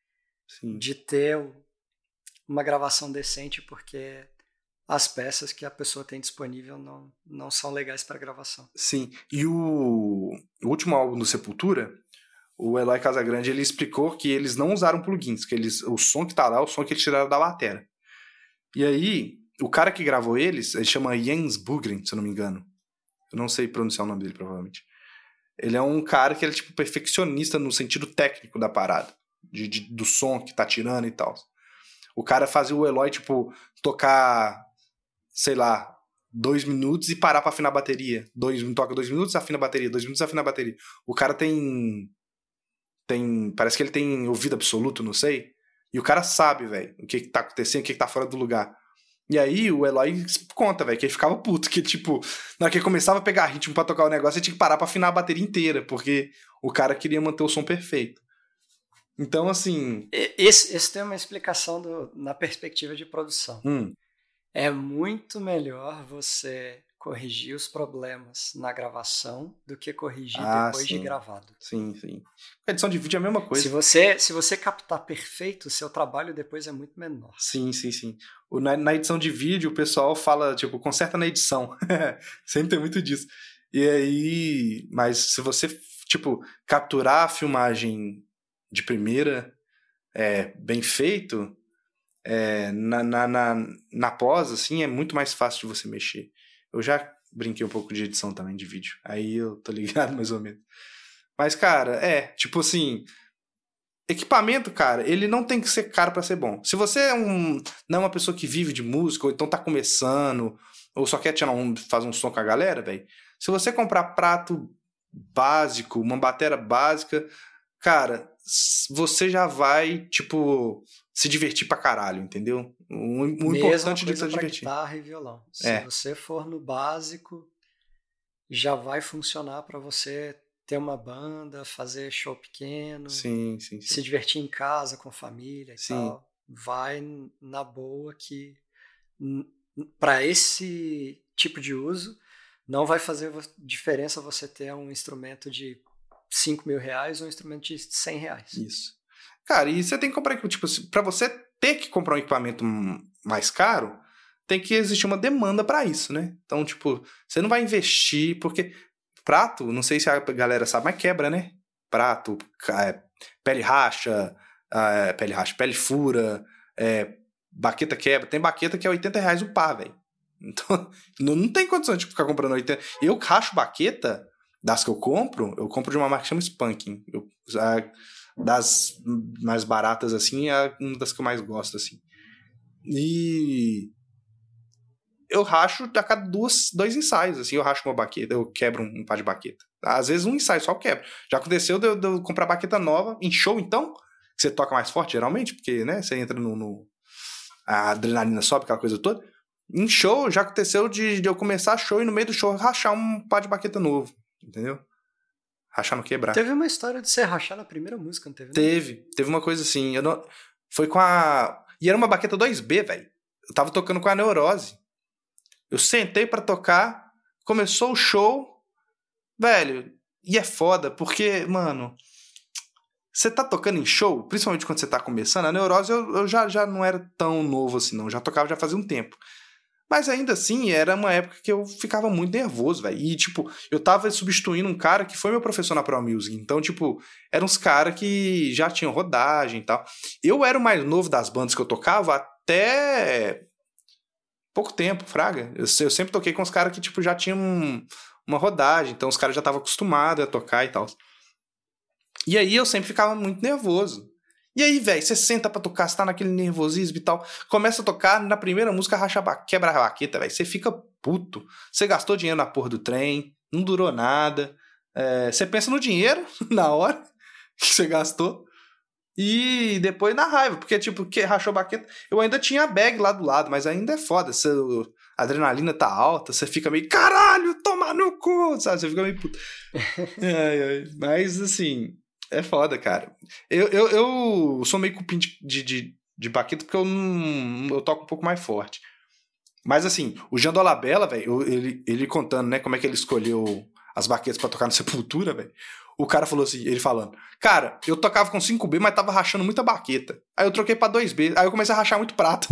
ter uma gravação decente, porque as peças que a pessoa tem disponível não são legais para gravação. Sim, e o último álbum do Sepultura, o Eloy Casagrande, ele explicou que eles não usaram plugins, que o som que tá lá é o som que eles tiraram da bateria. E aí, o cara que gravou ele chama Jens Bugren, se eu não me engano. Eu não sei pronunciar o nome dele, provavelmente. Ele é um cara que ele é tipo perfeccionista no sentido técnico da parada, do som que tá tirando e tal. O cara fazia o Eloy, tipo, tocar, sei lá, 2 minutos e parar pra afinar a bateria. Toca 2 minutos, afina a bateria. 2 minutos, afina a bateria. O cara tem... Parece que ele tem ouvido absoluto, não sei. E o cara sabe, velho, o que tá acontecendo, o que tá fora do lugar. E aí o Eloy conta, velho, que ele ficava puto. Que, tipo, na hora que ele começava a pegar ritmo pra tocar o negócio, ele tinha que parar pra afinar a bateria inteira. Porque o cara queria manter o som perfeito. Então, assim... Esse tem uma explicação na perspectiva de produção. É muito melhor você corrigir os problemas na gravação do que corrigir depois de gravado. Sim. A edição de vídeo é a mesma coisa. Se você captar perfeito, o seu trabalho depois é muito menor. Sim. Na edição de vídeo, o pessoal fala, tipo, conserta na edição. Sempre tem muito disso. E aí... Mas se você tipo, capturar a filmagem de primeira, bem feito, na pós, assim, é muito mais fácil de você mexer. Eu já brinquei um pouco de edição também de vídeo. Aí eu tô ligado mais ou menos. Mas, cara, tipo assim, equipamento, cara, ele não tem que ser caro pra ser bom. Se você não é uma pessoa que vive de música, ou então tá começando, ou só quer fazer um som com a galera, velho, se você comprar prato básico, uma bateria básica, cara, você já vai, tipo, se divertir pra caralho, entendeu? O importante de se divertir. Guitarra e violão. Se você for no básico, já vai funcionar pra você ter uma banda, fazer show pequeno, sim. se divertir em casa com a família e tal. Vai na boa que para esse tipo de uso não vai fazer diferença você ter um instrumento de R$5.000 ou um instrumento de R$100. Isso. Cara, e você tem que comprar, tipo, pra você ter que comprar um equipamento mais caro, tem que existir uma demanda pra isso, né? Então, tipo, você não vai investir, porque prato, não sei se a galera sabe, mas quebra, né? Prato, pele racha, pele fura, baqueta quebra. Tem baqueta que é R$80 o par, velho. Então, não tem condição de ficar comprando 80. Eu racho baqueta das que eu compro de uma marca que chama Spanking. Das mais baratas, assim, é uma das que eu mais gosto, assim. E eu racho a cada dois ensaios, assim, eu racho uma baqueta, eu quebro um par de baqueta. Às vezes um ensaio só eu quebro. Já aconteceu de eu comprar baqueta nova, em show, então, que você toca mais forte, geralmente, porque, né, você entra a adrenalina sobe, aquela coisa toda. Em show, já aconteceu de eu começar show e no meio do show rachar um par de baqueta novo, entendeu? Rachar no quebrar. Teve uma história de você rachar na primeira música, não teve? Teve uma coisa assim, foi com e era uma baqueta 2B, velho. Eu tava tocando com a Neurose. Eu sentei pra tocar, começou o show, velho, e é foda, porque, mano, você tá tocando em show, principalmente quando você tá começando, a Neurose eu já não era tão novo assim, não, já tocava já fazia um tempo. Mas ainda assim, era uma época que eu ficava muito nervoso, velho. E, tipo, eu tava substituindo um cara que foi meu professor na Pro Music. Então, tipo, eram uns caras que já tinham rodagem e tal. Eu era o mais novo das bandas que eu tocava até pouco tempo, fraga. Eu sempre toquei com os caras que, tipo, já tinham uma rodagem. Então, os caras já estavam acostumados a tocar e tal. E aí, eu sempre ficava muito nervoso. E aí, velho, você senta pra tocar, você tá naquele nervosismo e tal, começa a tocar, na primeira música quebra a baqueta, velho, você fica puto. Você gastou dinheiro na porra do trem, não durou nada. Você pensa no dinheiro, na hora que você gastou, e depois na raiva, porque, tipo, que rachou a baqueta, eu ainda tinha a bag lá do lado, mas ainda é foda, a adrenalina tá alta, você fica meio, caralho, toma no cu, sabe, você fica meio puto. Mas, assim... É foda, cara. Eu sou meio cupim de baqueta porque eu toco um pouco mais forte. Mas assim, o Jean Dolabella, velho, ele contando, né, como é que ele escolheu as baquetas pra tocar no Sepultura, velho. O cara falou assim, ele falando, cara, eu tocava com 5B, mas tava rachando muita baqueta. Aí eu troquei pra 2B, aí eu comecei a rachar muito prato.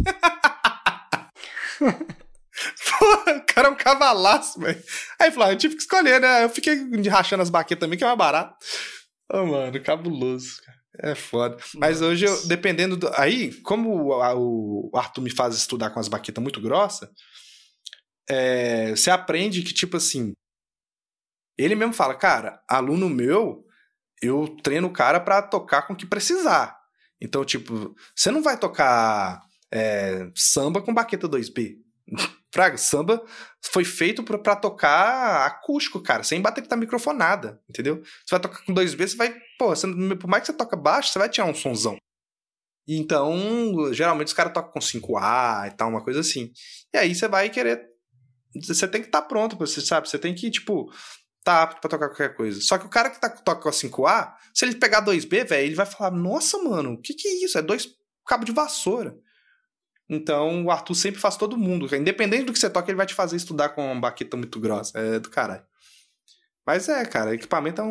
Porra, o cara é um cavalaço, velho. Aí falou, eu tive que escolher, né? Eu fiquei rachando as baquetas também, que é mais barato. Oh, mano, cabuloso, cara. É foda. Mas hoje, dependendo do... Aí, como o Arthur me faz estudar com as baquetas muito grossas, você aprende que, tipo assim... Ele mesmo fala, cara, aluno meu, eu treino o cara pra tocar com o que precisar. Então, tipo, você não vai tocar samba com baqueta 2B. Fraga, samba foi feito pra tocar acústico, cara, sem bateria microfonada, entendeu? Você vai tocar com 2B, você vai... Pô, por mais que você toca baixo, você vai tirar um sonzão. Então, geralmente os caras tocam com 5A e tal, uma coisa assim. E aí você vai querer... Você tem que estar pronto, você sabe? Você tem que, tipo... Tá apto pra tocar qualquer coisa. Só que o cara que toca com a 5A, se ele pegar 2B, velho, ele vai falar, nossa, mano, o que é isso? É 2 cabos de vassoura. Então, o Arthur sempre faz todo mundo. Independente do que você toca, ele vai te fazer estudar com uma baqueta muito grossa. É do caralho. Mas cara, equipamento é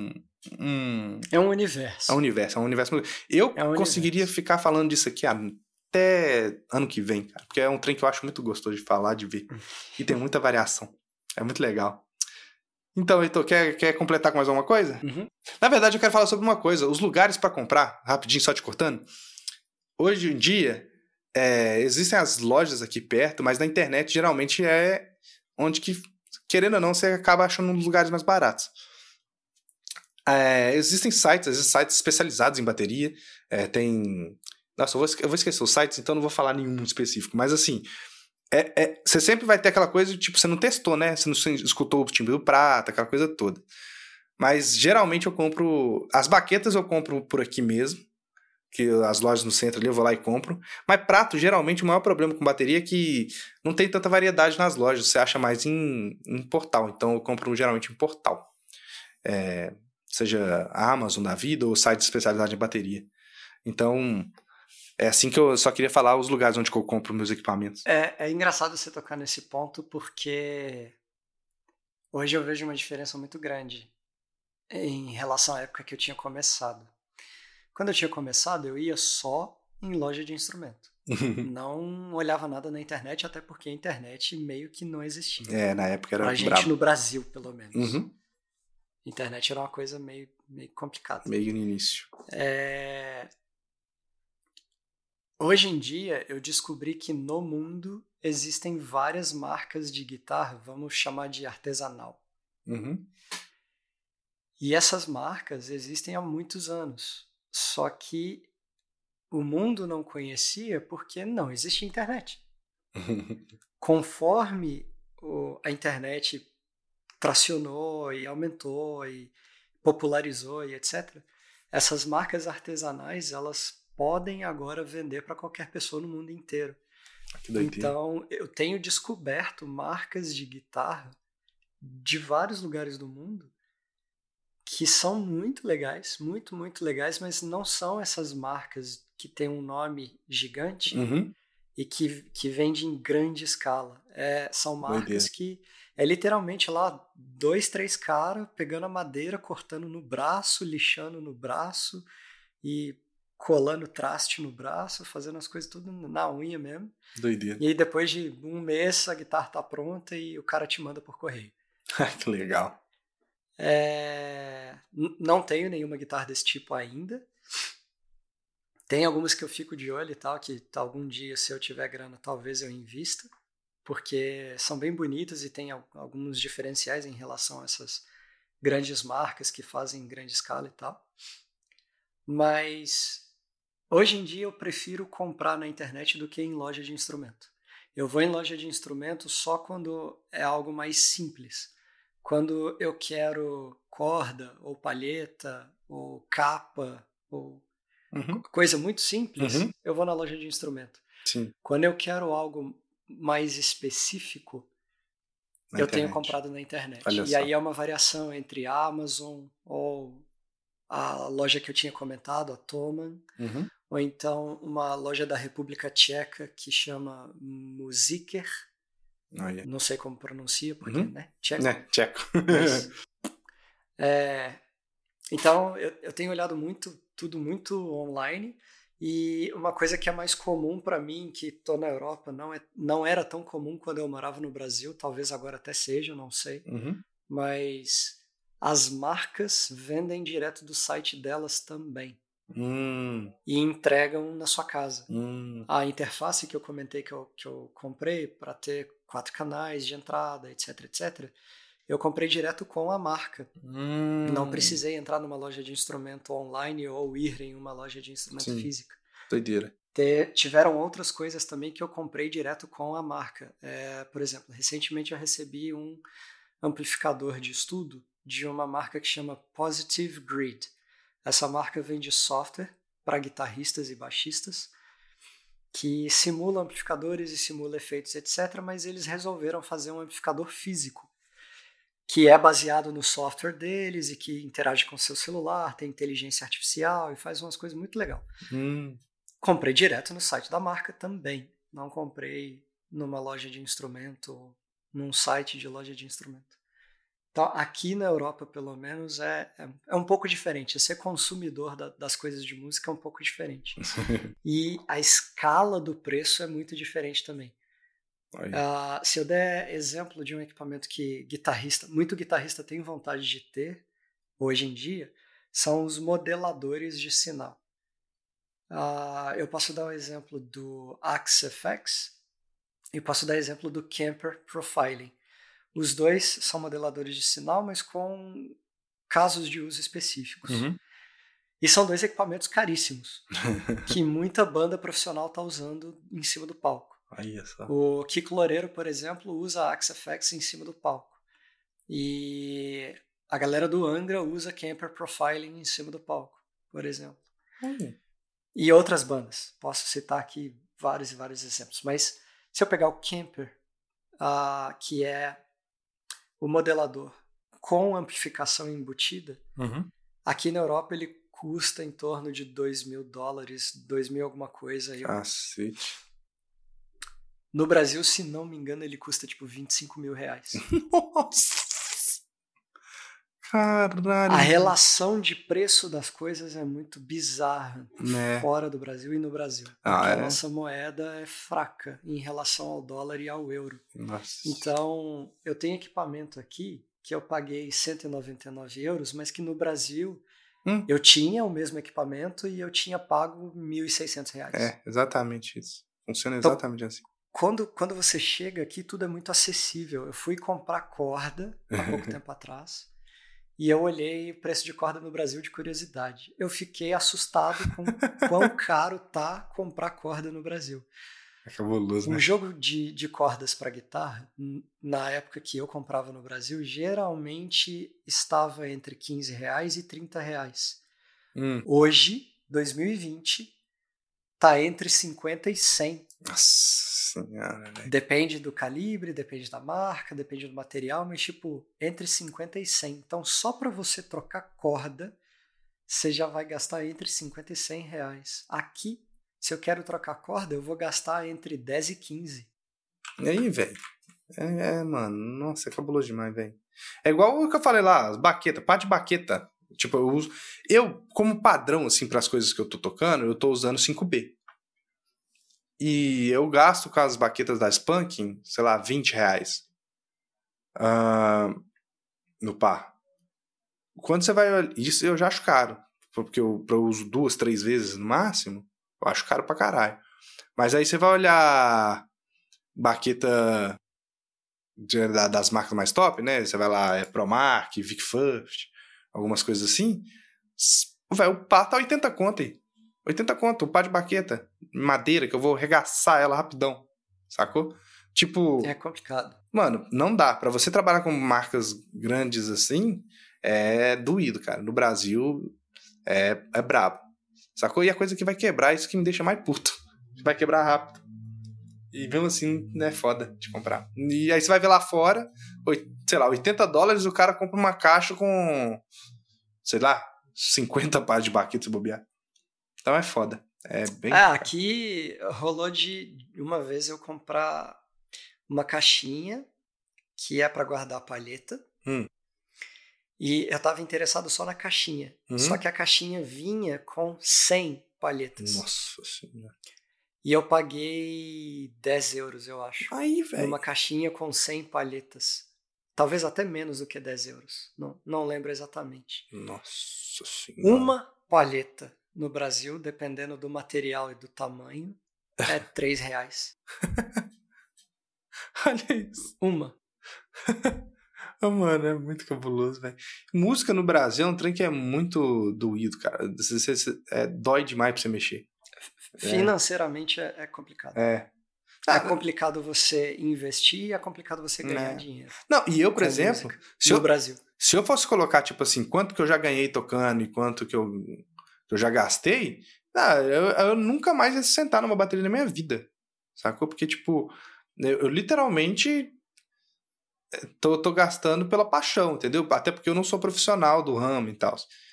É um universo. É um universo. Eu conseguiria ficar falando disso aqui até ano que vem, cara. Porque é um trem que eu acho muito gostoso de falar, de ver. E tem muita variação. É muito legal. Então, Heitor, quer completar com mais alguma coisa? Uhum. Na verdade, eu quero falar sobre uma coisa. Os lugares para comprar, rapidinho, só te cortando. Hoje em dia, existem as lojas aqui perto, mas na internet geralmente é onde que, querendo ou não, você acaba achando uns lugares mais baratos. Existem sites, às vezes sites especializados em bateria. Tem... Nossa, eu vou esquecer os sites, então não vou falar nenhum específico. Mas assim, você sempre vai ter aquela coisa de, tipo, você não testou, né? Você não escutou o timbre do prata, aquela coisa toda. Mas geralmente eu compro... As baquetas eu compro por aqui mesmo, que as lojas no centro ali eu vou lá e compro. Mas prato, geralmente, o maior problema com bateria é que não tem tanta variedade nas lojas. Você acha mais em portal. Então eu compro geralmente em portal. Seja a Amazon da vida ou site especializado em bateria. Então, é assim que eu só queria falar os lugares onde eu compro meus equipamentos. É engraçado você tocar nesse ponto, porque hoje eu vejo uma diferença muito grande em relação à época que eu tinha começado. Quando eu tinha começado, eu ia só em loja de instrumento. Não olhava nada na internet, até porque a internet meio que não existia. Na época era pra gente brabo. no Brasil, pelo menos. Uhum. Internet era uma coisa meio complicada. Meio no início. Hoje em dia, eu descobri que no mundo existem várias marcas de guitarra, vamos chamar de artesanal. Uhum. E essas marcas existem há muitos anos. Só que o mundo não conhecia porque não existia internet. Conforme a internet tracionou e aumentou e popularizou e etc., essas marcas artesanais, elas podem agora vender para qualquer pessoa no mundo inteiro. Que doideira. Então, eu tenho descoberto marcas de guitarra de vários lugares do mundo que são muito legais, muito, muito legais, mas não são essas marcas que têm um nome gigante e que vendem em grande escala. São marcas que é literalmente lá 2, 3 caras pegando a madeira, cortando no braço, lixando no braço e colando traste no braço, fazendo as coisas tudo na unha mesmo. Doideira. E aí depois de um mês a guitarra tá pronta e o cara te manda por correio. Que legal. Não tenho nenhuma guitarra desse tipo ainda. Tem algumas que eu fico de olho e tal, que algum dia, se eu tiver grana, talvez eu invista, porque são bem bonitas e tem alguns diferenciais em relação a essas grandes marcas que fazem em grande escala e tal. Mas hoje em dia eu prefiro comprar na internet do que em loja de instrumento. Eu vou em loja de instrumento só quando é algo mais simples. Quando eu quero corda, ou palheta, ou capa, ou coisa muito simples, eu vou na loja de instrumento. Sim. Quando eu quero algo mais específico, eu tenho comprado na internet. E aí é uma variação entre a Amazon ou a loja que eu tinha comentado, a Thomann, ou então uma loja da República Tcheca que chama Musiker. Não sei como pronuncia, porque, né? Tcheco. Tcheco. Mas, então, eu tenho olhado tudo muito online, e uma coisa que é mais comum para mim, que estou na Europa, não era tão comum quando eu morava no Brasil, talvez agora até seja, não sei, mas as marcas vendem direto do site delas também. E entregam na sua casa. A interface que eu comentei que eu comprei para ter 4 canais de entrada, etc, etc, eu comprei direto com a marca. Não precisei entrar numa loja de instrumento online ou ir em uma loja de instrumento física. Doideira. Tiveram outras coisas também que eu comprei direto com a marca. Por exemplo, recentemente eu recebi um amplificador de estudo de uma marca que chama Positive Grid. Essa marca vende software para guitarristas e baixistas que simula amplificadores e simula efeitos, etc., mas eles resolveram fazer um amplificador físico, que é baseado no software deles e que interage com o seu celular, tem inteligência artificial e faz umas coisas muito legais. Comprei direto no site da marca também. Não comprei numa loja de instrumento, num site de loja de instrumento. Então, aqui na Europa, pelo menos, é um pouco diferente. Ser consumidor das coisas de música é um pouco diferente. E a escala do preço é muito diferente também. Se eu der exemplo de um equipamento que muito guitarrista tem vontade de ter hoje em dia, são os modeladores de sinal. Eu posso dar o exemplo do Axe-FX e posso dar exemplo do Kemper Profiling. Os dois são modeladores de sinal, mas com casos de uso específicos. E são dois equipamentos caríssimos, que muita banda profissional está usando em cima do palco. O Kiko Loureiro, por exemplo, usa a Axe-FX em cima do palco. E a galera do Angra usa Kemper Profiling em cima do palco, por exemplo. E outras bandas. Posso citar aqui vários e vários exemplos. Mas se eu pegar o Kemper, que é o modelador com amplificação embutida, aqui na Europa ele custa em torno de $2.000, 2.000 alguma coisa. Cacete. No Brasil, se não me engano, ele custa tipo R$25.000. Nossa! Caralho! A relação de preço das coisas é muito bizarra, fora do Brasil e no Brasil. Porque a nossa moeda é fraca em relação ao dólar e ao euro. Nossa. Então, eu tenho equipamento aqui que eu paguei €199, mas que no Brasil eu tinha o mesmo equipamento e eu tinha pago R$1.600. É, exatamente isso. Funciona exatamente assim. Quando você chega aqui, tudo é muito acessível. Eu fui comprar corda há pouco tempo atrás e eu olhei o preço de corda no Brasil de curiosidade. Eu fiquei assustado com quão caro tá comprar corda no Brasil. É cabuloso, né? Um jogo de cordas para guitarra, na época que eu comprava no Brasil, geralmente estava entre R$15 e R$30. Hoje, 2020, tá entre 50 e 100. Nossa senhora, velho. Depende do calibre, depende da marca, depende do material, mas tipo, entre 50 e 100. Então, só para você trocar corda, você já vai gastar entre 50 e R$100. Aqui, se eu quero trocar corda, eu vou gastar entre 10 e 15. E aí, velho? Mano, nossa, é cabuloso demais, velho. É igual o que eu falei lá, as baquetas, pá de baqueta. Tipo, eu como padrão, assim, para as coisas que eu tô tocando, eu tô usando 5B. E eu gasto com as baquetas da Spanking, sei lá, R$20 no pá. Quando você vai... Isso eu já acho caro, porque eu uso 2, 3 vezes no máximo, eu acho caro pra caralho. Mas aí você vai olhar baqueta das marcas mais top, né? Você vai lá, ProMark, Vic First, algumas coisas assim. Véio, o pá tá 80 conto aí. 80 conto, o pá de baqueta. Madeira, que eu vou arregaçar ela rapidão. Sacou? Tipo... É complicado. Mano, não dá. Pra você trabalhar com marcas grandes assim, é doído, cara. No Brasil, é brabo. Sacou? E a coisa que vai quebrar, isso que me deixa mais puto. Vai quebrar rápido. E mesmo assim, é foda de comprar. E aí você vai ver lá fora, sei lá, $80, o cara compra uma caixa com, sei lá, 50 pares de baqueta se bobear. Então é foda. É bem... aqui rolou de uma vez eu comprar uma caixinha que é pra guardar a palheta. E eu tava interessado só na caixinha. Só que a caixinha vinha com 100 palhetas. Nossa senhora. E eu paguei €10, eu acho. Aí, velho. Numa caixinha com 100 palhetas. Talvez até menos do que €10. Não lembro exatamente. Nossa senhora. Uma palheta no Brasil, dependendo do material e do tamanho, é R$3. Olha isso. Uma. Mano, é muito cabuloso, velho. Música no Brasil é um trem que é muito doído, cara. Dói demais pra você mexer. Financeiramente é complicado. É complicado você investir e é complicado você ganhar dinheiro. Não, e eu, por exemplo, no Brasil. Se eu fosse colocar, tipo assim, quanto que eu já ganhei tocando e quanto que eu já gastei, eu nunca mais ia sentar numa bateria na minha vida. Sacou? Porque, tipo, eu literalmente tô gastando pela paixão, entendeu? Até porque eu não sou profissional do ramo e tal.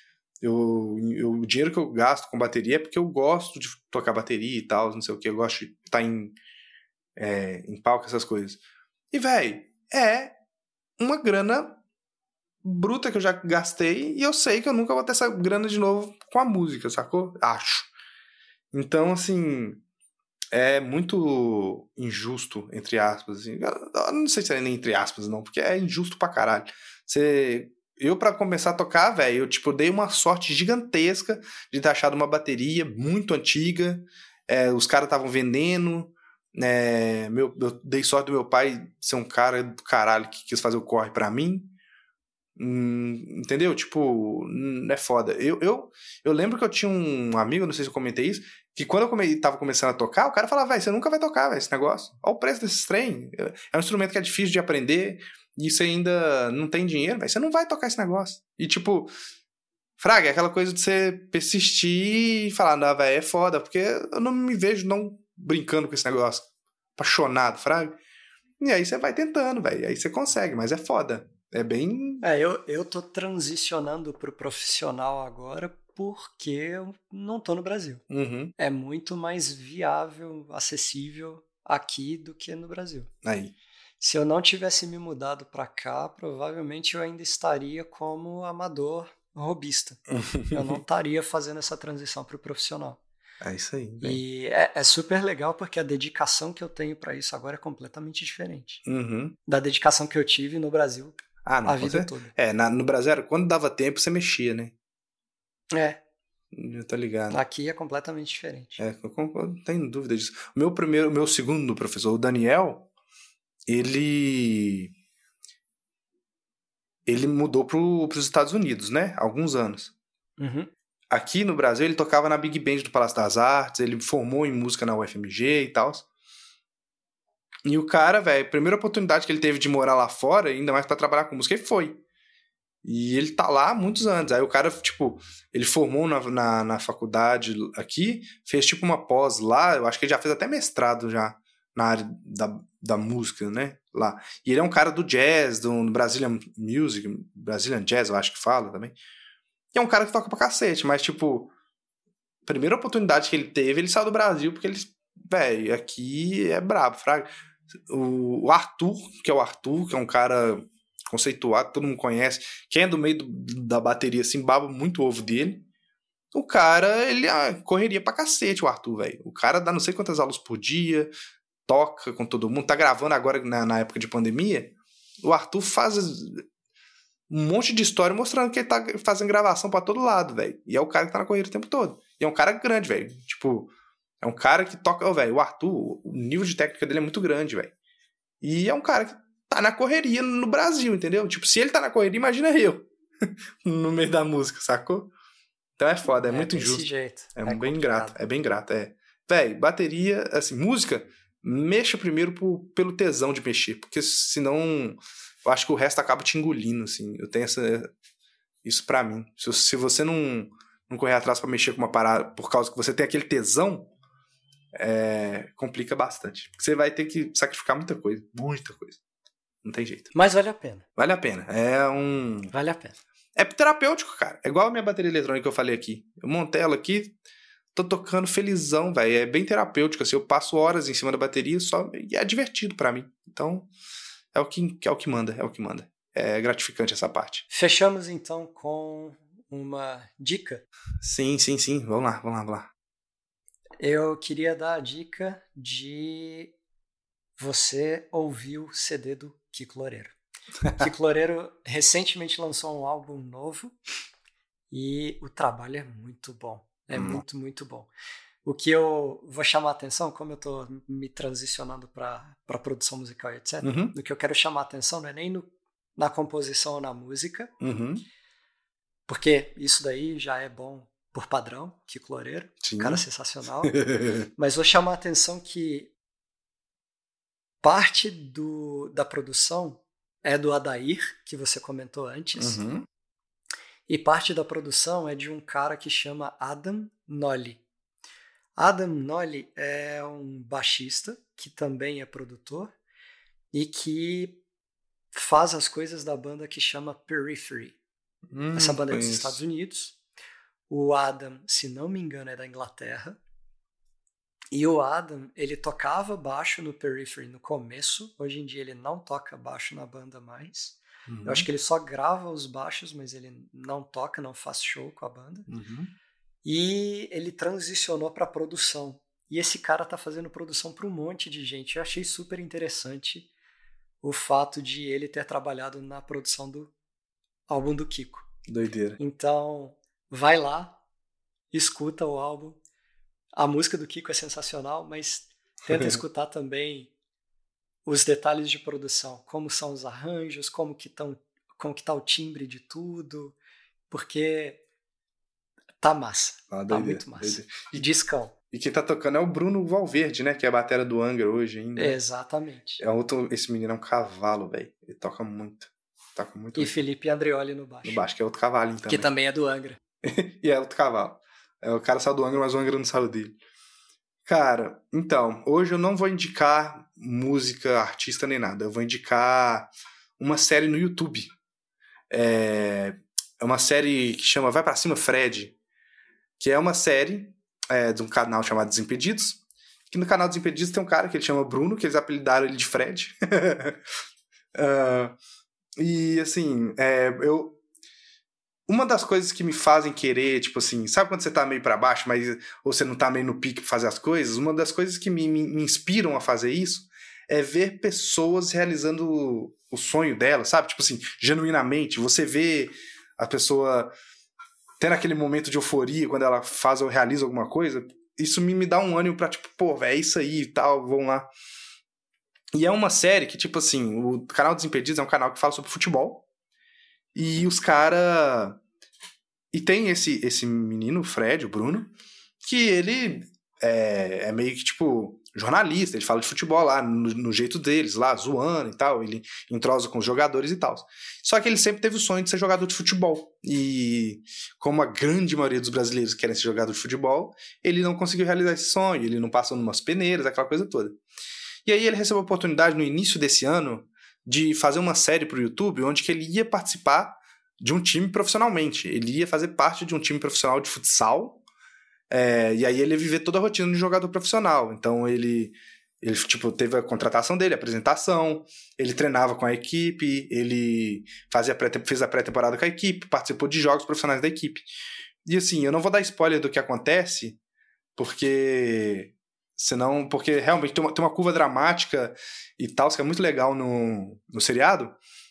O dinheiro que eu gasto com bateria é porque eu gosto de tocar bateria e tal, não sei o que, eu gosto de estar em palco, essas coisas. E, velho, é uma grana bruta que eu já gastei e eu sei que eu nunca vou ter essa grana de novo com a música, sacou? Acho. Então, assim, é muito injusto, entre aspas. Assim. Eu não sei se é nem entre aspas, não, porque é injusto pra caralho. Eu, pra começar a tocar, velho, eu, tipo, dei uma sorte gigantesca de ter achado uma bateria muito antiga. Os caras estavam vendendo. Eu dei sorte do meu pai ser um cara do caralho que quis fazer o corre pra mim. Entendeu? Tipo, é foda. Eu lembro que eu tinha um amigo, não sei se eu comentei isso, que quando eu tava começando a tocar, o cara falava, velho, você nunca vai tocar, velho, esse negócio. Olha o preço desse trem. É um instrumento que é difícil de aprender e você ainda não tem dinheiro, velho. Você não vai tocar esse negócio. E tipo, fraga, é aquela coisa de você persistir e falar, não, velho, é foda, porque eu não me vejo não brincando com esse negócio. Apaixonado, fraga. E aí você vai tentando, velho. Aí você consegue, mas é foda. É bem... eu tô transicionando pro profissional agora porque eu não tô no Brasil. Uhum. É muito mais viável, acessível aqui do que no Brasil. Aí. Se eu não tivesse me mudado para cá, provavelmente eu ainda estaria como amador robista. Eu não estaria fazendo essa transição para o profissional. É isso aí. Bem. E é super legal porque a dedicação que eu tenho para isso agora é completamente diferente da dedicação que eu tive no Brasil a vida toda. No Brasil, quando dava tempo, você mexia, né? Eu tô ligado. Aqui é completamente diferente. Eu não tenho dúvida disso. O meu segundo professor, o Daniel, ele mudou pros Estados Unidos, né? Há alguns anos. Aqui no Brasil, ele tocava na Big Band do Palácio das Artes, ele formou em música na UFMG e tal. E o cara, velho, a primeira oportunidade que ele teve de morar lá fora, ainda mais pra trabalhar com música, ele foi. E ele tá lá há muitos anos. Aí o cara, tipo, ele formou na faculdade aqui, fez tipo uma pós lá, eu acho que ele já fez até mestrado já na área da música, né? Lá. E ele é um cara do jazz, do Brazilian Music, Brazilian Jazz, eu acho que fala também. E é um cara que toca pra cacete, mas, tipo, a primeira oportunidade que ele teve, ele saiu do Brasil, porque ele, velho, aqui é brabo, fraga. O Arthur, que é um cara conceituado, todo mundo conhece, quem é do meio da bateria, assim, baba muito o ovo dele. O cara, ele correria pra cacete, o Arthur, velho. O cara dá não sei quantas aulas por dia, toca com todo mundo, tá gravando agora na época de pandemia. O Arthur faz um monte de história mostrando que ele tá fazendo gravação pra todo lado, velho. E é o cara que tá na corrida o tempo todo. E é um cara grande, velho. Tipo, é um cara que toca... velho, o Arthur, o nível de técnica dele é muito grande, velho. E é um cara que tá na correria no Brasil, entendeu? Tipo, se ele tá na correria, imagina eu. No meio da música, sacou? Então é foda, é muito injusto. Desse jeito. É bem ingrato, é bem ingrato, Velho, bateria, assim, música, mexa primeiro pelo tesão de mexer, porque senão... Eu acho que o resto acaba te engolindo, assim. Eu tenho isso pra mim. Se você não correr atrás pra mexer com uma parada por causa que você tem aquele tesão, complica bastante. Porque você vai ter que sacrificar muita coisa. Muita coisa. Não tem jeito. Mas vale a pena. Vale a pena. Vale a pena. É terapêutico, cara. É igual a minha bateria eletrônica que eu falei aqui. Eu montei ela aqui, tô tocando felizão, velho. É bem terapêutico, assim. Eu passo horas em cima da bateria e é divertido pra mim. Então... É o que manda. É gratificante essa parte. Fechamos então com uma dica. Sim. Vamos lá. Eu queria dar a dica de você ouvir o CD do Kiko Loureiro. Kiko Loureiro recentemente lançou um álbum novo e o trabalho é muito bom. É muito, muito bom. O que eu vou chamar a atenção, como eu estou me transicionando para produção musical e etc., o que eu quero chamar a atenção não é nem na composição ou na música, porque isso daí já é bom por padrão, Kiko Loureiro, um cara sensacional, mas vou chamar a atenção que parte da produção é do Adair, que você comentou antes, e parte da produção é de um cara que chama Adam Nolly. Adam Nolly é um baixista que também é produtor e que faz as coisas da banda que chama Periphery. Essa banda é dos Estados Unidos. O Adam, se não me engano, é da Inglaterra. E o Adam, ele tocava baixo no Periphery no começo. Hoje em dia ele não toca baixo na banda mais. Eu acho que ele só grava os baixos, mas ele não toca, não faz show com a banda. E ele transicionou para produção. E esse cara tá fazendo produção para um monte de gente. Eu achei super interessante o fato de ele ter trabalhado na produção do álbum do Kiko. Doideira. Então, vai lá, escuta o álbum. A música do Kiko é sensacional, mas tenta escutar também os detalhes de produção, como são os arranjos, como que tá o timbre de tudo, porque tá massa, tá muito massa. Doideira. E discão. E quem tá tocando é o Bruno Valverde, né, que é a batera do Angra hoje ainda. Exatamente. Esse menino é um cavalo, velho, ele toca muito. E Felipe Andreoli no baixo. No baixo, que é outro cavalinho também. Que também é do Angra. E é outro cavalo. O cara saiu do Angra, mas o Angra não saiu dele. Cara, então, hoje eu não vou indicar música, artista nem nada. Eu vou indicar uma série no YouTube. É uma série que chama Vai Pra Cima, Fred. Que é uma série de um canal chamado Desimpedidos. Que no canal Desimpedidos tem um cara que ele chama Bruno, que eles apelidaram ele de Fred. E assim, uma das coisas que me fazem querer, tipo assim, sabe quando você tá meio pra baixo, mas ou você não tá meio no pique pra fazer as coisas? Uma das coisas que me inspiram a fazer isso é ver pessoas realizando o sonho delas, sabe? Tipo assim, genuinamente, você vê a pessoa tendo aquele momento de euforia quando ela faz ou realiza alguma coisa, isso me dá um ânimo pra, tipo, pô, velho, é isso aí e tal, vamos lá. E é uma série que, tipo assim, o canal Desimpedidos é um canal que fala sobre futebol. E os caras... E tem esse menino, o Fred, o Bruno, que ele é meio que, tipo, jornalista. Ele fala de futebol lá, no jeito deles, lá, zoando e tal. Ele entrosa com os jogadores e tal. Só que ele sempre teve o sonho de ser jogador de futebol. E como a grande maioria dos brasileiros querem ser jogador de futebol, ele não conseguiu realizar esse sonho. Ele não passou numas peneiras, aquela coisa toda. E aí ele recebeu a oportunidade no início desse ano de fazer uma série pro YouTube onde que ele ia participar de um time profissionalmente. Ele ia fazer parte de um time profissional de futsal, e aí ele ia viver toda a rotina de jogador profissional. Então ele tipo, teve a contratação dele, a apresentação, ele treinava com a equipe, ele fez a pré-temporada com a equipe, participou de jogos profissionais da equipe. E assim, eu não vou dar spoiler do que acontece, porque realmente tem uma curva dramática e tal, que é muito legal no seriado.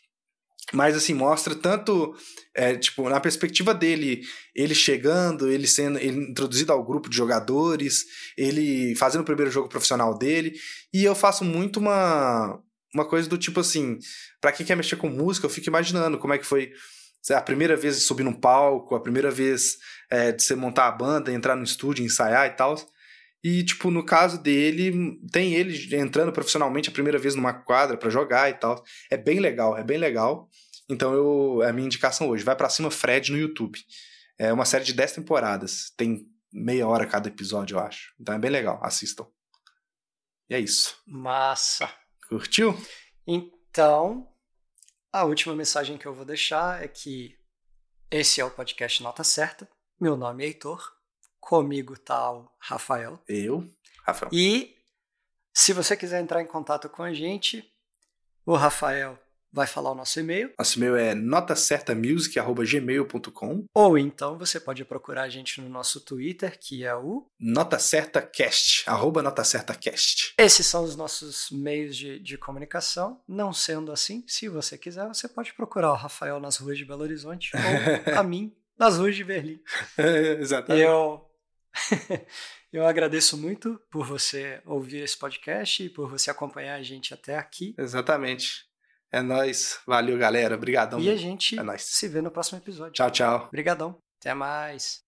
Mas assim, mostra tanto tipo, na perspectiva dele, ele chegando, ele introduzido ao grupo de jogadores, ele fazendo o primeiro jogo profissional dele. E eu faço muito uma coisa do tipo assim, pra quem quer mexer com música, eu fico imaginando como é que foi a primeira vez de subir num palco, a primeira vez de você montar a banda, entrar no estúdio, ensaiar e tal. E, tipo, no caso dele, tem ele entrando profissionalmente a primeira vez numa quadra pra jogar e tal. É bem legal, é bem legal. Então, é a minha indicação hoje. Vai Pra Cima, Fred, no YouTube. É uma série de 10 temporadas. Tem meia hora cada episódio, eu acho. Então é bem legal, assistam. E é isso. Massa. Curtiu? Então, a última mensagem que eu vou deixar é que esse é o podcast Nota Certa. Meu nome é Heitor. Comigo tá o Rafael. Rafael. E se você quiser entrar em contato com a gente, o Rafael vai falar o nosso e-mail. Nosso e-mail é notacertamusic@gmail.com. Ou então você pode procurar a gente no nosso Twitter, que é o NotaCertaCast, @NotaCertaCast. Esses são os nossos meios de comunicação. Não sendo assim, se você quiser, você pode procurar o Rafael nas ruas de Belo Horizonte ou a mim nas ruas de Berlim. Exatamente. Eu agradeço muito por você ouvir esse podcast e por você acompanhar a gente até aqui. Exatamente. É nóis. Valeu, galera. Obrigadão. E a gente se vê no próximo episódio. Tchau, tchau. Obrigadão. Até mais.